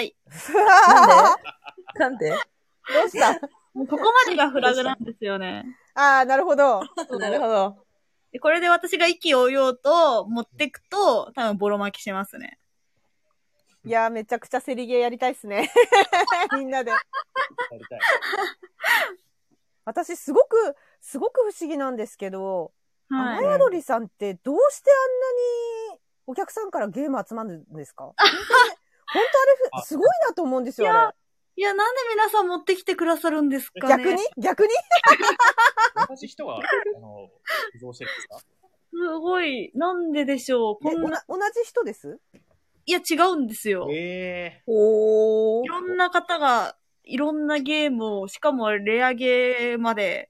Speaker 4: なんで
Speaker 3: どうした？
Speaker 2: もうここまでがフラグなんですよね。
Speaker 3: なるほど。
Speaker 4: なるほど。
Speaker 2: これで私が意気揚々と持ってくと、多分ボロ負けしますね。
Speaker 3: いやー、めちゃくちゃセリゲーやりたいっすね。みんなで。やりたい。私、すごく不思議なんですけど、雨宿りさんってどうしてあんなにお客さんからゲーム集まるんですか？本当あれ、すごいなと思うんですよ、あれ。
Speaker 2: いや、なんで皆さん持ってきてくださるんですかね。
Speaker 3: 逆に
Speaker 1: 同じ人が、寄贈してるんですか？
Speaker 2: すごい。なんででしょう。
Speaker 3: 同じ人です？
Speaker 2: いや、違うんですよ。いろんな方が、いろんなゲームを、しかもレアゲーまで。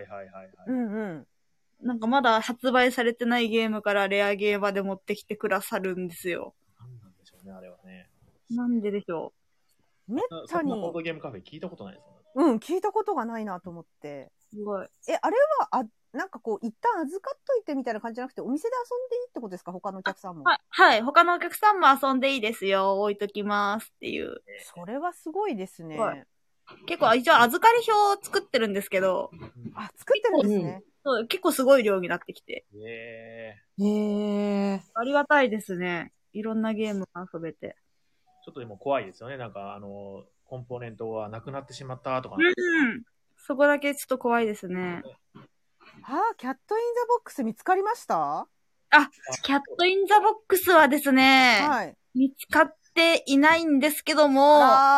Speaker 2: なんかまだ発売されてないゲームからレアゲーまで持ってきてくださるんですよ。
Speaker 1: なんなんでしょうね、あれはね。
Speaker 2: なんででしょ
Speaker 3: う。めったに。
Speaker 1: ボードゲームカフェ聞いたことないです
Speaker 3: もんね。聞いたことがないなと思って。
Speaker 2: すごい。
Speaker 3: あれは、なんかこう、一旦預かっといてみたいな感じじゃなくて、お店で遊んでいいってことですか？他のお客さんも。
Speaker 2: はい。他のお客さんも遊んでいいですよ。置いときますっていう。
Speaker 3: それはすごいですね。
Speaker 2: 結構、一応預かり表を作ってるんですけど。
Speaker 3: 作ってるんですね。
Speaker 2: そう、結構すごい量になってきて。
Speaker 4: へー。
Speaker 2: ありがたいですね。いろんなゲームが遊べて。
Speaker 1: ちょっとでも怖いですよね。なんか、コンポーネントがなくなってしまったとか。
Speaker 2: そこだけちょっと怖いですね。
Speaker 3: キャットインザボックス見つかりました？
Speaker 2: キャットインザボックスはですね、はい、見つかっていないんですけども、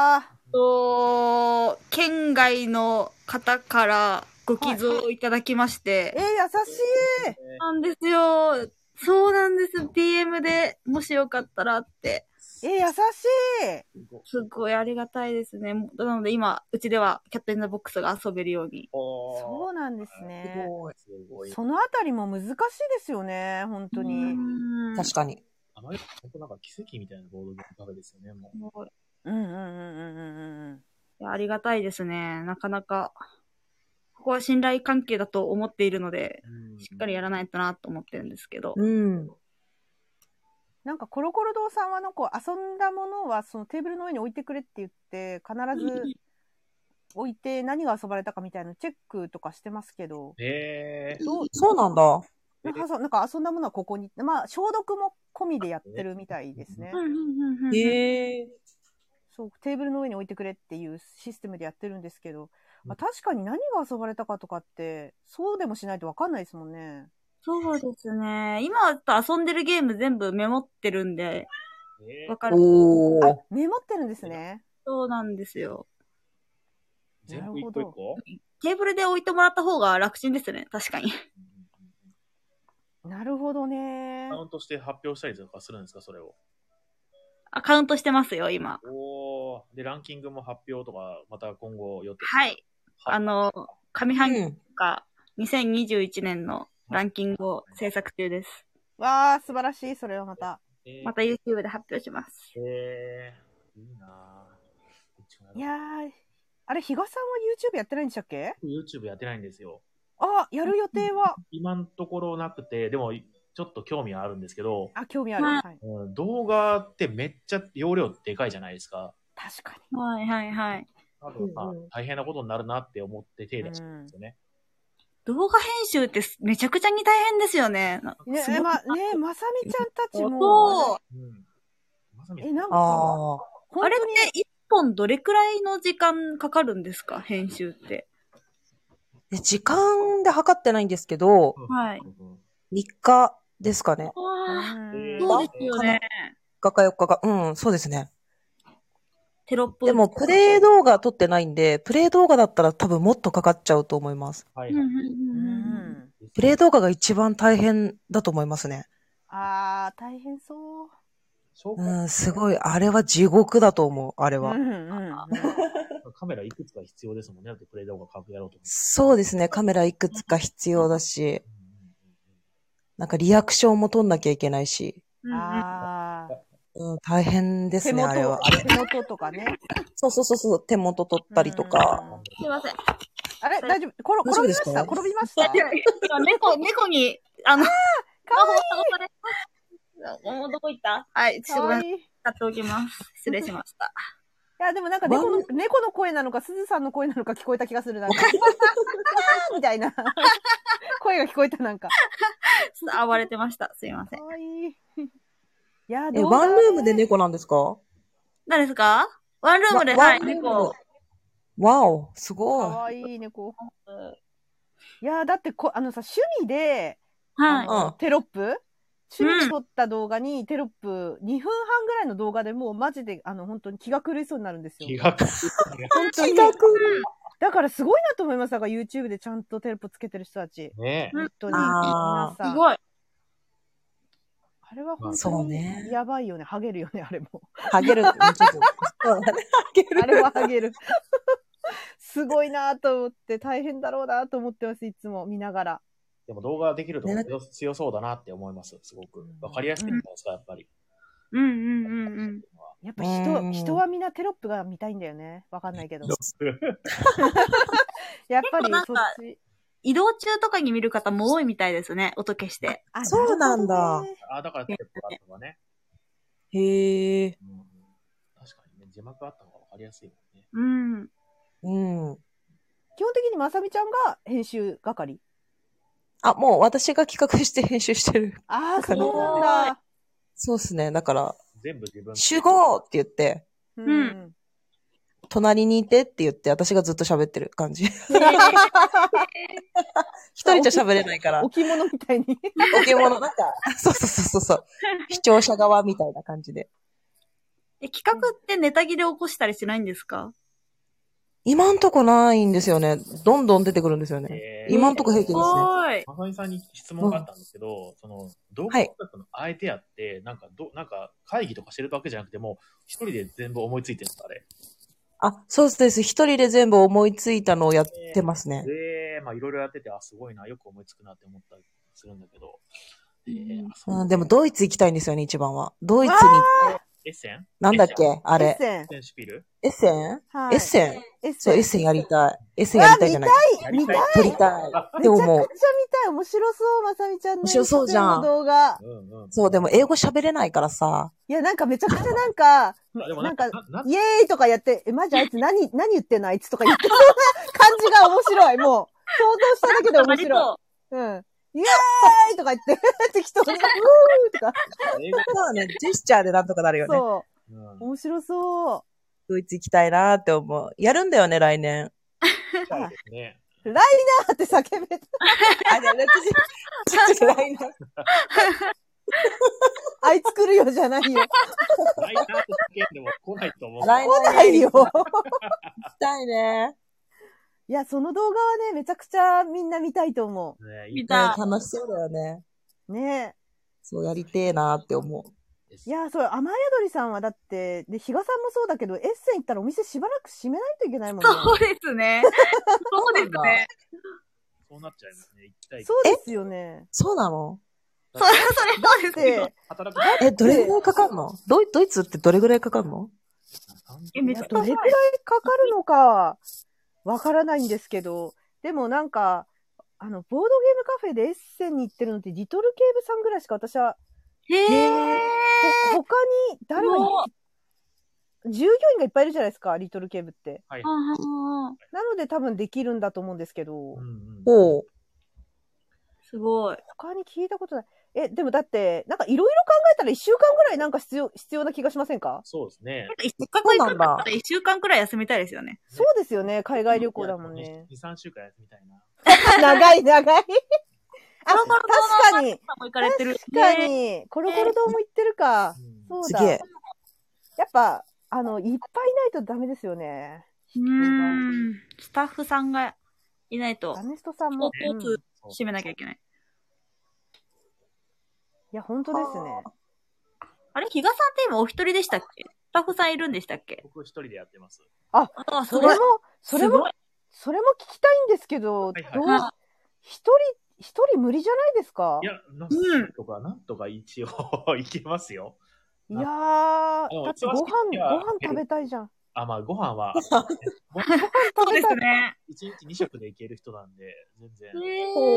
Speaker 2: 県外の方からご寄贈をいただきまして。
Speaker 3: 優しい。
Speaker 2: なんですよ。そうなんです。DM でもしよかったらって。
Speaker 3: 優しい。
Speaker 2: すごいありがたいですね。なので今、うちではキャットインザボックスが遊べるように。
Speaker 3: そうなんですね。そのあたりも難しいですよね、本当に。
Speaker 4: 確かに。
Speaker 1: 本当なんか奇跡みたいなボードゲームカフェですよね、もう。
Speaker 2: いや、ありがたいですね。なかなか、ここは信頼関係だと思っているので、しっかりやらないとなと思ってるんですけど。
Speaker 3: なんかコロコロ堂さんは遊んだものはそのテーブルの上に置いてくれって言って必ず置いて何が遊ばれたかみたいなチェックとかしてますけど。
Speaker 4: そうなんだ。
Speaker 3: なんか遊んだものはここに、消毒も込みでやってるみたいですね。そう、テーブルの上に置いてくれっていうシステムでやってるんですけど、確かに何が遊ばれたかとかってそうでもしないと分かんないですもんね。
Speaker 2: そうですね。今は遊んでるゲーム全部メモってるんで、わかる。
Speaker 3: メモってるんですね。
Speaker 2: そうなんですよ。
Speaker 1: 全部一個一個？
Speaker 2: テーブルで置いてもらった方が楽ちんですね、確かに。
Speaker 3: なるほどね。
Speaker 1: カウントして発表したりとかするんですか、それを。
Speaker 2: カウントしてますよ、今。
Speaker 1: で、ランキングも発表とか、また今後予定。
Speaker 2: はい。上半期か、2021年のランキングを制作中です。
Speaker 3: わー、素晴らしい、それはまた。
Speaker 2: また YouTube で発表します。
Speaker 1: いいなぁ。
Speaker 3: いやー、あれ、比嘉さんは YouTube やってないんでしたっけ？
Speaker 1: YouTube やってないんですよ。
Speaker 3: やる予定は？
Speaker 1: 今のところなくて、でも、ちょっと興味はあるんですけど。
Speaker 3: 興味ある。はい。
Speaker 1: 動画ってめっちゃ容量でかいじゃないですか。
Speaker 3: 確かに。
Speaker 2: はい。
Speaker 1: 多分大変なことになるなって思って手出してるんですよね。
Speaker 2: 動画編集ってめちゃくちゃに大変ですよね。
Speaker 3: まさみちゃんたちも。なんか、
Speaker 2: あれって一本どれくらいの時間かかるんですか、編集って。
Speaker 4: 時間で測ってないんですけど、
Speaker 2: はい。
Speaker 4: 3日ですかね。
Speaker 2: そうですよね。
Speaker 4: 3日か4日か、そうですね。
Speaker 2: テロップ。
Speaker 4: でも、プレイ動画撮ってないんで、プレイ動画だったら多分もっとかかっちゃうと思います。プレイ動画が一番大変だと思いますね。
Speaker 3: 大変そう。
Speaker 4: すごい。あれは地獄だと思う、あれは。
Speaker 1: カメラいくつか必要ですもんね。だってプレイ動画やろうと。
Speaker 4: そうですね。カメラいくつか必要だし、なんかリアクションも撮んなきゃいけないし。大変ですね、あれは。
Speaker 3: 手元とかね。
Speaker 4: そう、手元取ったりとか。
Speaker 2: すいません。
Speaker 3: あれ大丈夫？転びました？転びました？
Speaker 2: 猫に、
Speaker 3: かわいい。
Speaker 2: どこ行った？はい、ちょっと買っておきます。失礼しました。
Speaker 3: いや、でもなんか猫の声なのか、すずさんの声なのか聞こえた気がする。なんかみたいな声が聞こえた、なんか。
Speaker 2: 暴れてました。すいません。
Speaker 3: かわいい。いや、
Speaker 4: ワンルームで猫なんですか？
Speaker 2: 誰ですか？ワンルームで、はい、猫。
Speaker 4: わお、すごい。
Speaker 3: かわいい猫。いや、だって趣味で、テロップ趣味で撮った動画にテロップ2分半ぐらいの動画でもうマジで本当に気が狂いそうになるんですよ。
Speaker 1: 気が狂い。
Speaker 3: 本当に。だからすごいなと思います。だから YouTube でちゃんとテロップつけてる人たち。
Speaker 1: ね。
Speaker 3: 本当に。皆さん。
Speaker 2: すごい。
Speaker 3: あれは本当にやばいよね。ハゲるよね、あれも。
Speaker 4: ハゲる。あ
Speaker 3: れはハゲる。すごいなと思って、大変だろうなと思ってます、いつも見ながら。
Speaker 1: でも動画できると強そうだなって思います。すごく。わかりやすいんじゃないですか、やっぱり。
Speaker 3: やっぱ人はみんなテロップが見たいんだよね。わかんないけど。やっぱりそっち。
Speaker 2: 移動中とかに見る方も多いみたいですね。音消して。
Speaker 4: そうなんだ。
Speaker 1: だからステップがあったわね。
Speaker 4: へえ。
Speaker 1: 確かにね、字幕あった方がわかりやすいもんね。
Speaker 3: 基本的にまさみちゃんが編集係。
Speaker 4: もう私が企画して編集してる。
Speaker 3: そうなんだ。
Speaker 4: そうっすね。だから、
Speaker 1: 全部自分。
Speaker 4: 集合って言って、隣にいてって言って、私がずっと喋ってる感じ。一人じゃ喋れないから。
Speaker 3: 置物みたいに。
Speaker 4: 置物、なんか、そう。視聴者側みたいな感じで。
Speaker 2: 企画ってネタ切れ起こしたりしないんですか？
Speaker 4: 今んとこないんですよね。どんどん出てくるんですよね。今んとこ平気ですね。
Speaker 1: まさみさんに質問があったんですけど、その、動画企画の相手やって、なんか会議とかしてるわけじゃなくても、一人で全部思いついてるんですか、あれ。
Speaker 4: そうです。一人で全部思いついたのをやってますね。
Speaker 1: まあいろいろやってて、すごいな、よく思いつくなって思ったりするんだけど。
Speaker 4: でもドイツ行きたいんですよね、一番は。ドイツに行って。
Speaker 1: エッセン
Speaker 4: なんだっけあれ。
Speaker 1: エッセンシュピル
Speaker 4: エッセンエッセンそう、エッセンやりたい。エッセンやりたいじゃない。
Speaker 3: 見たい
Speaker 4: 撮りたい。でももう。
Speaker 3: めちゃくちゃ見たい。面白そう、まさみちゃんの。
Speaker 4: 面白そうじゃん。
Speaker 3: 動画。
Speaker 4: そう、でも英語喋れないからさ。
Speaker 3: いや、なんかめちゃくちゃなんか、イエーイとかやって、マジあいつ何言ってんのあいつとか言ってそうな感じが面白い。もう、想像しただけで面白い。イエーイとか言って、適当に、うーとか。
Speaker 4: そうね、ジェスチャーでなんとかなるよね。
Speaker 3: そう。面白そう。
Speaker 4: ドイツ行きたいなーって思う。やるんだよね、来年。
Speaker 3: ライナーって叫べた。
Speaker 4: ライナー。
Speaker 3: あいつ来るよじゃないよ。
Speaker 1: ライナーって叫んでも来ないと思う。
Speaker 3: 来ないよ。
Speaker 4: 行きたいね。
Speaker 3: いや、その動画はね、めちゃくちゃみんな見たいと思う。
Speaker 2: 見た。
Speaker 4: 楽しそうだよね。
Speaker 3: ねえ。
Speaker 4: そうやりてえなーって思う。
Speaker 3: いや、そう、雨宿りさんはだって、で、比嘉さんもそうだけど、エッセン行ったらお店しばらく閉めないといけないもんね。
Speaker 2: そうですね。そうですね。
Speaker 1: そうなっちゃいますね。行きたい。
Speaker 3: そうですよね。
Speaker 4: そうなの？
Speaker 2: それそうです
Speaker 4: よ。どれぐらいかかるの？ドイツってどれぐらいかかるの？
Speaker 3: めっちゃどれくらいかかるのか、わからないんですけど、でもなんか、ボードゲームカフェでエッセンに行ってるのって、リトルケーブさんぐらいしか私は、他に誰が従業員がいっぱいいるじゃないですか、リトルケーブって。
Speaker 1: はい。
Speaker 3: なので多分できるんだと思うんですけど。
Speaker 2: すごい。
Speaker 3: 他に聞いたことない。でもだって、なんかいろいろ考えたら1週間ぐらいなんか必要な気がしませんか？
Speaker 1: そうですね。
Speaker 2: せっかく行くんだったら1週間くらい休みたいですよね。
Speaker 3: そうですよね。海外旅行だもんね。
Speaker 1: 2、3週間休みたいな。
Speaker 3: 長い。確かに。
Speaker 2: 確
Speaker 3: かに。コロコロ堂も行ってるか。そうだ。やっぱ、いっぱいいないとダメですよね。
Speaker 2: スタッフさんがいないと。
Speaker 3: アネストさんも。
Speaker 2: 閉めなきゃいけない。
Speaker 3: いや、本当ですね。
Speaker 2: あれ、比嘉さんって今お一人でしたっけ？スタッフさんいるんでしたっけ？
Speaker 1: 僕一人でやってます。
Speaker 3: それも聞きたいんですけど、一人無理じゃないですか？
Speaker 1: いや、なんとか一応いけますよ。
Speaker 3: いやー、だってご飯食べたいじゃん。
Speaker 1: まあご飯は。
Speaker 2: そうですね。
Speaker 1: 1日2食でいける人なんで、全然。大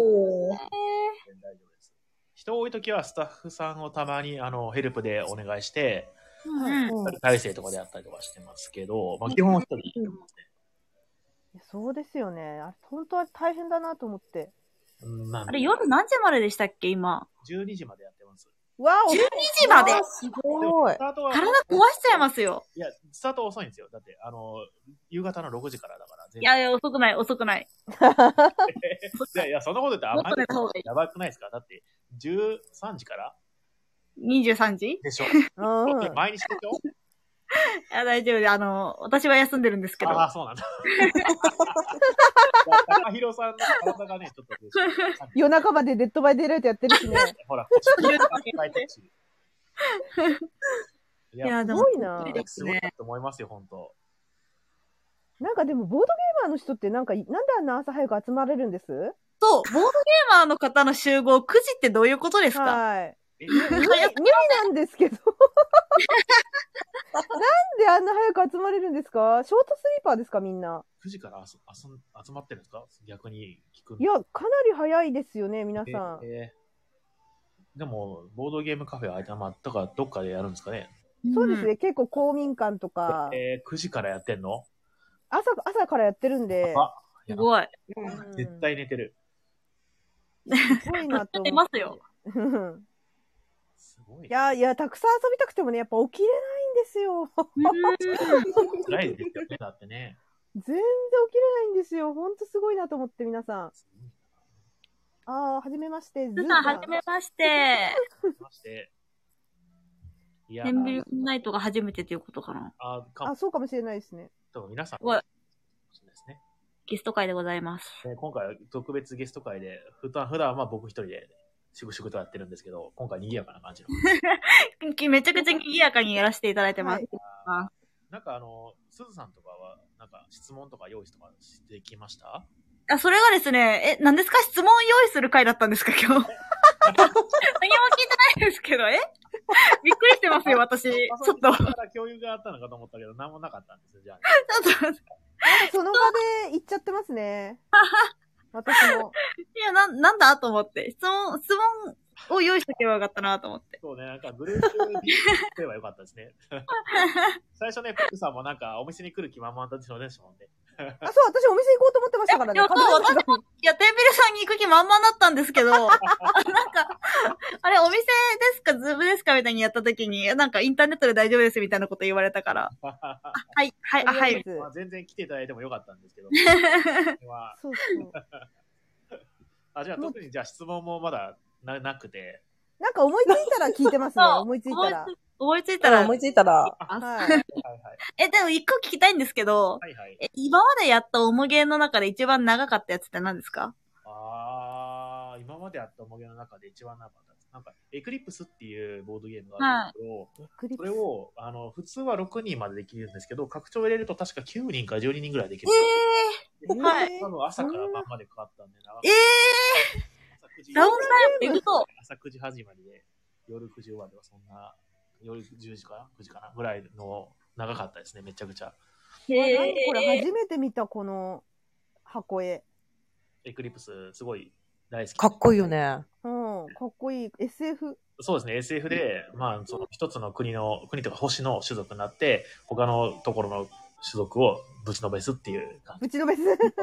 Speaker 1: 丈夫です。人多いときはスタッフさんをたまにヘルプでお願いして、体制とかでやったりとかしてますけど、基本は一人です
Speaker 3: ね。そうですよね。本当は大変だなと思って。
Speaker 2: あれ、夜何時まででしたっけ、今。
Speaker 1: 12時までやってます。
Speaker 3: わお
Speaker 2: !12 時まです
Speaker 3: ごい。
Speaker 2: 体壊しちゃいますよ。
Speaker 1: いや、スタート遅いんですよ。だって、夕方の6時からだから。
Speaker 2: いや、遅くない。
Speaker 1: いや、そんなこと言ってあんまりやばくないですか？だって、13時から
Speaker 2: 23時
Speaker 1: でしょ。毎日でしょ。
Speaker 2: いや、大丈夫。私は休んでるんですけど。
Speaker 1: そうなんだ。高弘さんの体がね、ちょっと。
Speaker 3: 夜中までデッドバイデイライトやってるしね。
Speaker 1: ほら、
Speaker 3: いや、すごいな。
Speaker 1: すごいと思いますよ、本当。
Speaker 3: なんかでも、ボードゲーマーの人って、なんであんな朝早く集まれるんです？
Speaker 2: そう、ボードゲーマーの方の集合9時ってどういうことですか？
Speaker 3: はい。無理なんですけど。 であんな早く集まれるんですか？ショートスリーパーですかみんな。
Speaker 1: 9時から集まってるんですか？逆に聞く。
Speaker 3: いや、かなり早いですよね、皆さん。
Speaker 1: でも、ボードゲームカフェはとかどっかでやるんですかね？
Speaker 3: そうですね、結構公民館とか。
Speaker 1: 9時からやってんの？
Speaker 3: 朝からやってるんで。
Speaker 2: すごい。
Speaker 1: 絶対寝てる。
Speaker 3: すごいなと思って。
Speaker 2: 寝ますよ。
Speaker 1: すごい。
Speaker 3: いや、たくさん遊びたくてもね、やっぱ起きれないんですよ。
Speaker 1: 辛いですよね、だってね。
Speaker 3: 全然起きれないんですよ。ほんとすごいなと思って、皆さん。はじめまして。
Speaker 2: ズさん、はじめまして。テンビリオンナイトが初めてということかな。
Speaker 3: そうかもしれないですね。
Speaker 1: 多分皆さん。
Speaker 2: ゲスト会でございます。
Speaker 1: 今回は特別ゲスト会で、普段は僕一人でしぐしぐとやってるんですけど、今回賑やかな感じの。
Speaker 2: めちゃくちゃ賑やかにやらせていただいてます。
Speaker 1: なんかすずさんとかは、なんか質問とか用意とかしてきました？
Speaker 2: それがですね、何ですか？質問用意する回だったんですか、今日。何も聞いてないですけど、びっくりしてますよ、私。ちょっと。
Speaker 1: 共有があったのかと思ったけど、何もなかったんですよ、じゃあ。
Speaker 3: ちょっと。その場で言っちゃってますね。私も。
Speaker 2: いや、なんだと思って。質問を用意しとけばよかったなと思って。
Speaker 1: そうね、なんかグループにすればよかったですね。最初ね、ペックさんもなんかお店に来る気満々だったのでしたもんね。
Speaker 3: そう、私お店行こうと思ってましたからね。
Speaker 2: 私も、いや、テンビルさんに行く気満々だったんですけど、なんか、あれ、お店ですか、ズームですかみたいにやった時に、なんかインターネットで大丈夫ですみたいなこと言われたから。はい。
Speaker 1: 全然来ていただいてもよかったんですけど。
Speaker 3: そう。
Speaker 1: じゃあ特に質問もまだなくて。
Speaker 3: なんか思いついたら聞いてますね。思いついたら。
Speaker 4: 思いついたら。
Speaker 3: はい。
Speaker 2: でも一個聞きたいんですけど、今までやったオモゲーの中で一番長かったやつって何ですか？
Speaker 1: 今までやったオモゲーの中で一番長かったです。なんか、エクリプスっていうボードゲームがあるんですけど、それを、普通は6人までできるんですけど、拡張を入れると確か9人か12人ぐらいできる。
Speaker 2: はい。
Speaker 1: 多分朝から晩までかかったんでな。
Speaker 2: ダウンタイム
Speaker 1: 朝9時始まりで、夜9時終わりはそんな、夜10時かな ?9 時かなぐらいの長かったですね、めちゃくちゃ。
Speaker 3: 何これ初めて見た、この箱絵。
Speaker 1: エクリプス、すごい大好き。
Speaker 4: かっこいいよね。
Speaker 3: かっこいい。SF。
Speaker 1: そうですね、SF で、その一つの国とか星の種族になって、他のところの種族をぶちのべすっていう感じ。
Speaker 3: ぶちのべす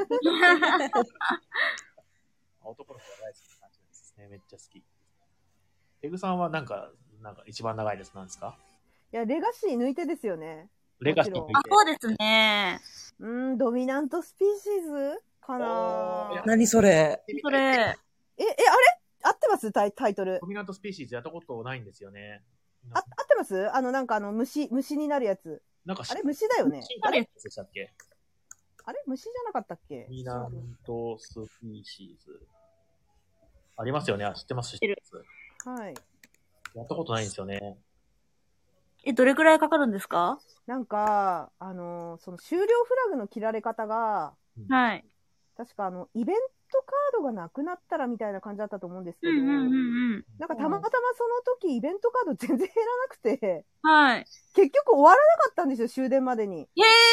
Speaker 1: 男の子が大好きな感じですね。めっちゃ好き。ペグさんはなんか一番長いです。なんですか？
Speaker 3: いや、レガシー抜いてですよね。
Speaker 1: レガシー抜いて。
Speaker 2: そうですね。
Speaker 3: ドミナントスピーシーズかな。
Speaker 4: 何それ？
Speaker 2: それ。あれ
Speaker 3: 合ってますタイトル。
Speaker 1: ドミナントスピーシーズやったことないんですよね。
Speaker 3: 合ってます？なんか虫になるやつ。あれ虫だよね。
Speaker 1: あれでしたっけ？
Speaker 3: あれ虫じゃなかったっけ？
Speaker 1: ドミナントスピーシーズ。ありますよね。知ってます？知って
Speaker 3: ます。はい。
Speaker 1: やったことないんですよね。
Speaker 2: どれくらいかかるんですか？
Speaker 3: なんか、その終了フラグの切られ方が、
Speaker 2: はい。
Speaker 3: 確かイベントカードがなくなったらみたいな感じだったと思うんですけど、なんかたまたまその時イベントカード全然減らなくて、
Speaker 2: はい。
Speaker 3: 結局終わらなかったんですよ、終電までに。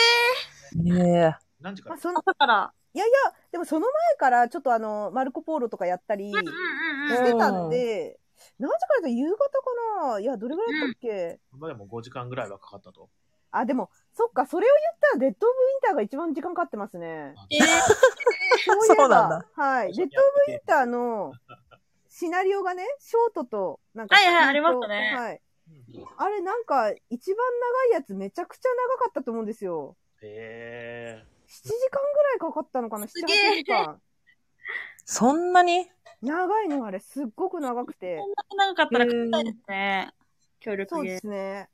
Speaker 1: 何時から？
Speaker 2: 朝から。
Speaker 3: いや、でもその前からちょっとマルコポーロとかやったりしてたんで、何時からだと夕方かな？いや、どれぐらいだったっけ？
Speaker 1: でも5時間ぐらいはかかったと。
Speaker 3: でも、そっか、それを言ったら、デッド・オブ・ウィンターが一番時間かかってますね。
Speaker 4: そうなんだ。
Speaker 3: はい。デッド・オブ・ウィンターのシナリオがね、ショートと、なんか、
Speaker 2: ありましたね。
Speaker 3: はい。あれ、なんか、一番長いやつめちゃくちゃ長かったと思うんですよ。7時間ぐらいかかったのかな？ 7、8時間。
Speaker 4: そんなに
Speaker 3: 長いのあれ、すっごく長くて。
Speaker 2: そんな長かったら硬いですね。協力
Speaker 3: そうですね。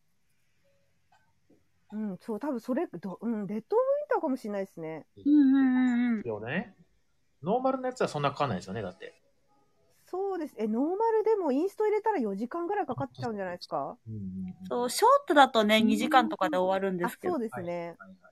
Speaker 3: そう、多分それ、デッド・オブ・ウィンターかもしれないですね。
Speaker 1: よね。ノーマルのやつはそんなかかんないですよね、だって。
Speaker 3: そうです。ノーマルでもインスト入れたら4時間ぐらいかかっちゃうんじゃないですか？
Speaker 2: そう、ショートだとね、2時間とかで終わるんですけど。
Speaker 3: そうですね。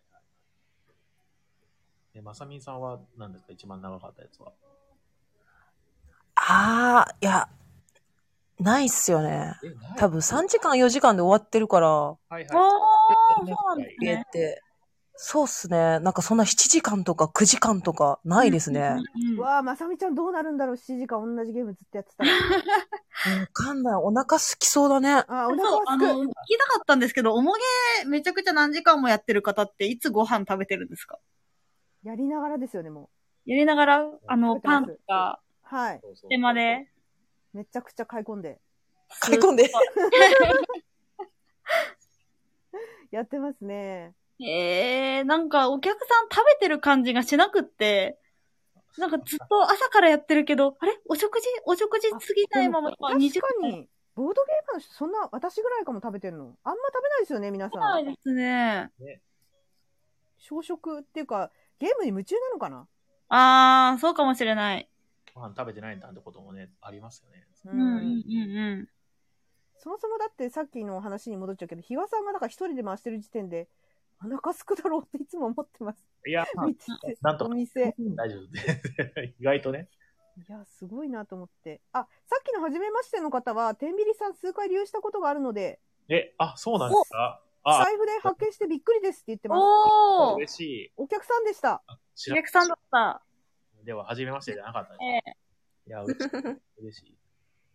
Speaker 1: まさみんさんは何ですか？一番長かったやつは。
Speaker 4: いや、 ないっすよね。多分3時間4時間で終わってるから。
Speaker 2: はいはい。そうなんですね。
Speaker 4: ってそうっすね。なんかそんな7時間とか9時間とかないですね。
Speaker 3: わあ、まさみちゃんどうなるんだろう、7時間同じゲームずっとやってたら。
Speaker 4: わかんない。お腹すきそうだね。
Speaker 3: あ、お腹はすく。
Speaker 2: 聞きたかったんですけど、おもげめちゃくちゃ何時間もやってる方っていつご飯食べてるんですか？
Speaker 3: やりながらですよね、も
Speaker 2: う。やりながら、パンとか、
Speaker 3: はい。
Speaker 2: 手間で。
Speaker 3: めちゃくちゃ買い込んで。やってますね。
Speaker 2: なんかお客さん食べてる感じがしなくって、なんかずっと朝からやってるけど、あれお食事過ぎないまま
Speaker 3: 確かに、ボードゲームの人、そんな、私ぐらいかも食べてるの。あんま食べないですよね、皆さん。
Speaker 2: 食べないですね。
Speaker 3: 小食っていうか、ゲームに夢中なのか
Speaker 2: な？そうかもしれない。
Speaker 1: ご飯食べてないんだってこともね、ありますよね。
Speaker 3: そもそもだってさっきの話に戻っちゃうけど、ひわさんがだから一人で回してる時点で、お腹すくだろうっていつも思ってます。
Speaker 1: いや、なんと
Speaker 3: お店。
Speaker 1: 大丈夫で。意外とね。
Speaker 3: いや、すごいなと思って。さっきの初めましての方は、天秤さん数回利用したことがあるので。
Speaker 1: そうなんですか？
Speaker 3: 財布で発見してびっくりですって言ってます。
Speaker 1: 嬉しい。
Speaker 3: お客さんでした。
Speaker 2: お客さんだった。
Speaker 1: では、初めましてじゃなかったです。いや、嬉しい。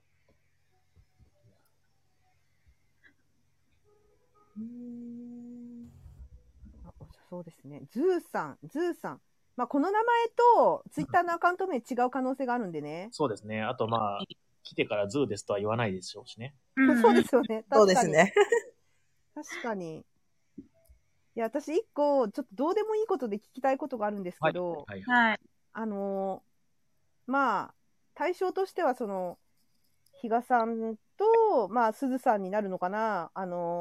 Speaker 3: そうですね。ズーさん。まあ、この名前と、ツイッターのアカウント名違う可能性があるんでね。
Speaker 1: そうですね。あと、まあ、来てからズーですとは言わないでしょうしね。
Speaker 3: そうですよね。
Speaker 4: そうですね。
Speaker 3: 確かに。いや、私一個、ちょっとどうでもいいことで聞きたいことがあるんですけど、
Speaker 2: はい。
Speaker 3: まあ、対象としては、比嘉さんと、まあ、鈴さんになるのかな。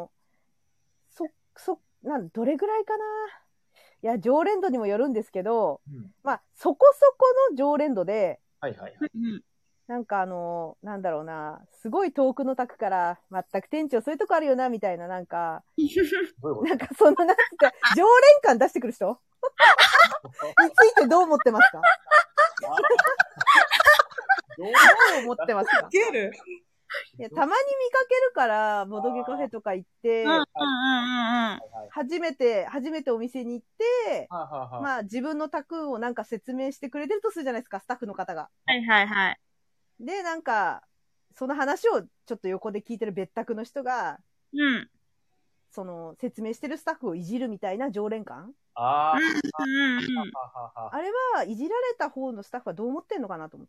Speaker 3: どれぐらいかな。いや、常連度にもよるんですけど、まあ、そこそこの常連度で、なんかなんだろうな、すごい遠くの宅から、全く店長そういうとこあるよな、みたいな、なんか、なんかその、なんか、常連感出してくる人についてどう思ってますか？どう思ってますか？いや、たまに見かけるから、ボドゲカフェとか行って、初めてお店に行って、まあ自分の宅をなんか説明してくれてるとするじゃないですか、スタッフの方が。で、なんか、その話をちょっと横で聞いてる別宅の人が、説明してるスタッフをいじるみたいな常連感？あれは、いじられた方のスタッフはどう思ってんのかなと思って。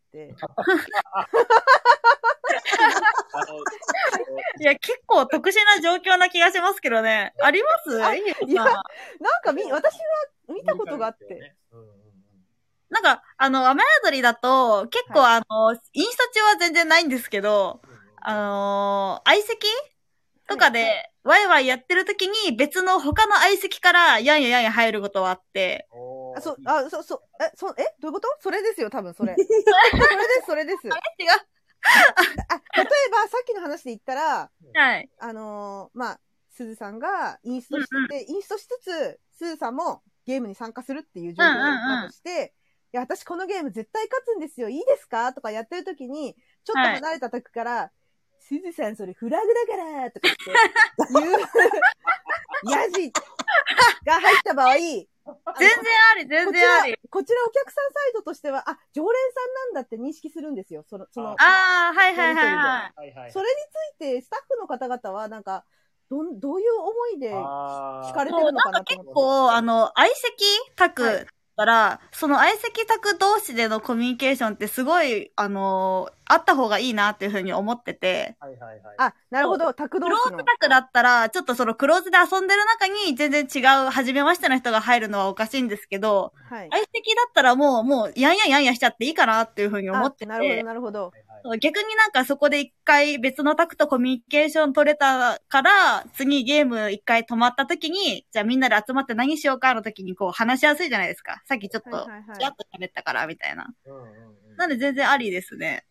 Speaker 2: いや、結構特殊な状況な気がしますけどね。あります？いや、
Speaker 3: なんか私は見たことがあって。
Speaker 2: なんか、雨宿りだと、結構インスタ中は全然ないんですけど、相席とかで、ワイワイやってる時に別の他の相席からやんや入ることはあって。
Speaker 3: どういうこと？それですよ、多分それ。それです。違う。例えば、さっきの話で言ったら、
Speaker 2: はい。
Speaker 3: まあ、鈴さんがインストしつつ、鈴さんもゲームに参加するっていう状況だとして、いや、私このゲーム絶対勝つんですよ、いいですかとかやってる時に、ちょっと離れた時から、鈴さんそれフラグだからとかっていう、ヤジが入った場合、
Speaker 2: 全然あり。
Speaker 3: こちらお客さんサイドとしては、常連さんなんだって認識するんですよ。
Speaker 2: はい。
Speaker 3: それについて、スタッフの方々は、なんか、どういう思いで聞かれてるのかなと思って。
Speaker 2: 結構、相席宅だら、その相席宅同士でのコミュニケーションってすごい、あった方がいいなっていうふうに思ってて。
Speaker 3: なるほど、宅同士の。
Speaker 2: クローズ宅だったら、ちょっとそのクローズで遊んでる中に全然違う、初めましての人が入るのはおかしいんですけど、相席だったらもう、やんやしちゃっていいかなっていうふうに思ってて。
Speaker 3: なるほど。
Speaker 2: 逆になんかそこで一回別の宅とコミュニケーション取れたから、次ゲーム一回止まった時に、じゃあみんなで集まって何しようかの時にこう話しやすいじゃないですか。さっきちょっと、ちらっと喋ったからみたいな。なんで全然ありですね。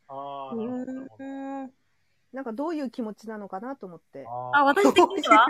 Speaker 3: なんかどういう気持ちなのかなと思って。
Speaker 2: 私的には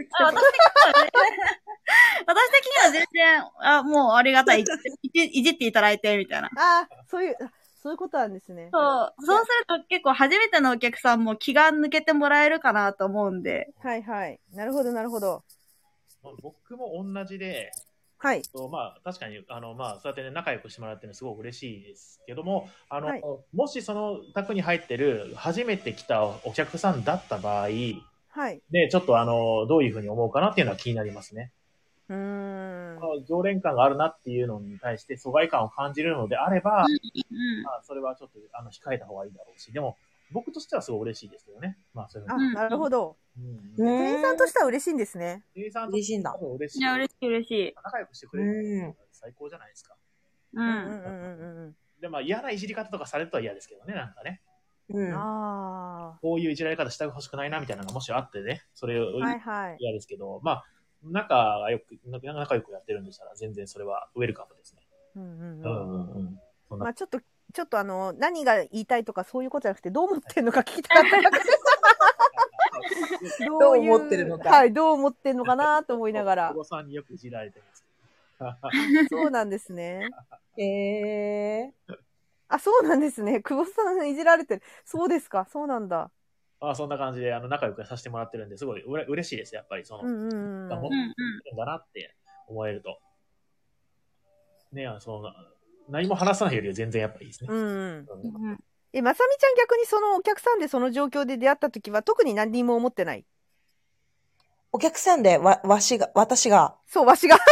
Speaker 2: 全然、もうありがたい。いじっていただいて、みたいな。
Speaker 3: そういう、 そういうことなんですね。
Speaker 2: そうすると結構初めてのお客さんも気が抜けてもらえるかなと思うんで。
Speaker 3: はいはい。なるほど、なるほど。
Speaker 1: 僕も同じで、
Speaker 3: はい。
Speaker 1: まあ、確かに、まあ、そうやってね、仲良くしてもらってるのすごく嬉しいですけども、
Speaker 3: はい、
Speaker 1: もしその宅に入ってる初めて来たお客さんだった場合、はい。で、ちょっとどういうふうに思うかなっていうのは気になりますね。常連感があるなっていうのに対して疎外感を感じるのであれば、まあ、それはちょっと控えた方がいいだろうし、でも、僕としてはすごい嬉しいですけどね。まあ、そういうの。
Speaker 3: なるほど。店員さんとしては嬉しいんですね。
Speaker 1: 店員さんとしては嬉しい。
Speaker 2: いや、嬉しい。
Speaker 1: 仲良くしてくれる最高じゃないですか。で、まあ、嫌ないじり方とかされるとは嫌ですけどね、なんかね。こういういじられ方してほしくないなみたいなのがもしあってね、それを嫌ですけど、まあ、仲良くやってるんでしたら、全然それはウェルカムですね。
Speaker 3: まあちょっと何が言いたいとかそういうことじゃなくて、どう思ってるのか聞きたかっただけです。
Speaker 4: どう思ってるのか。
Speaker 3: はい、どう思ってるのかなと思いながら。
Speaker 1: 久保さんによくいじられてます。
Speaker 3: そうなんですね。そうなんですね。久保さんいじられてる。そうですか、そうなんだ。
Speaker 1: そんな感じで仲良くさせてもらってるんで、すごい嬉しいです、やっぱり。持ってるんだなって思えると。ね、何も話さないよりは全然やっぱいいですね。
Speaker 3: まさみちゃん逆にそのお客さんでその状況で出会った時は特に何も思ってない？
Speaker 4: お客さんで、私が。
Speaker 3: そう、わしが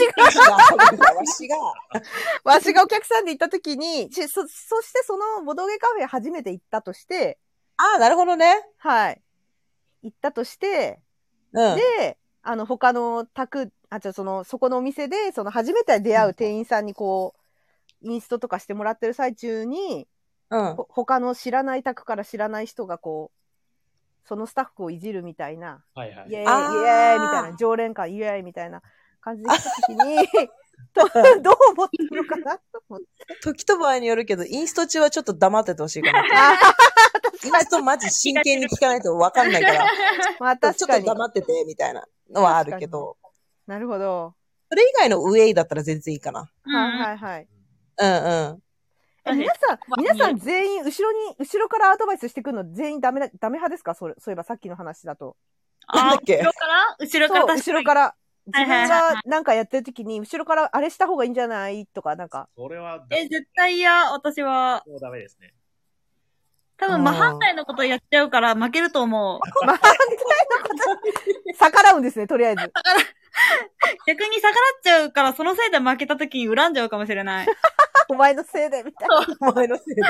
Speaker 3: お客さんで行った時に、そしてそのボドゲカフェ初めて行ったとして、
Speaker 4: なるほどね。
Speaker 3: はい。行ったとして、で、他のそこのお店で、初めて出会う店員さんにインストとかしてもらってる最中に、他の知らない宅から知らない人がそのスタッフをいじるみたいな、イエーイ、イエーイみたいな、常連感イエーイみたいな感じで来た時に、どう思ってるのかなと思って。
Speaker 4: 時と場合によるけど、インスト中はちょっと黙っててほしいかな。インストマジ真剣に聞かないと分かんないから。
Speaker 3: まあ確かに。
Speaker 4: ちょっと黙ってて、みたいなのはあるけど。
Speaker 3: なるほど。
Speaker 4: それ以外のウェイだったら全然いいかな。
Speaker 3: はいはい。皆さん全員後ろからアドバイスしてくるの全員ダメ派ですか？そういえばさっきの話だと。
Speaker 4: なんだっけ？
Speaker 2: 後ろから。
Speaker 3: 自分がなんかやってる時に後ろからあれした方がいいんじゃないとかなんか。
Speaker 1: それは。
Speaker 2: 絶対嫌、私は。
Speaker 1: もうダメですね。
Speaker 2: 多分真反対のことやっちゃうから負けると思う。
Speaker 3: 真反対のこと逆らうんですね、とりあえず。
Speaker 2: 逆に逆らっちゃうから、そのせいで負けた時に恨んじゃうかもしれない。
Speaker 3: お前のせいで、みたいな。
Speaker 4: お前のせいで。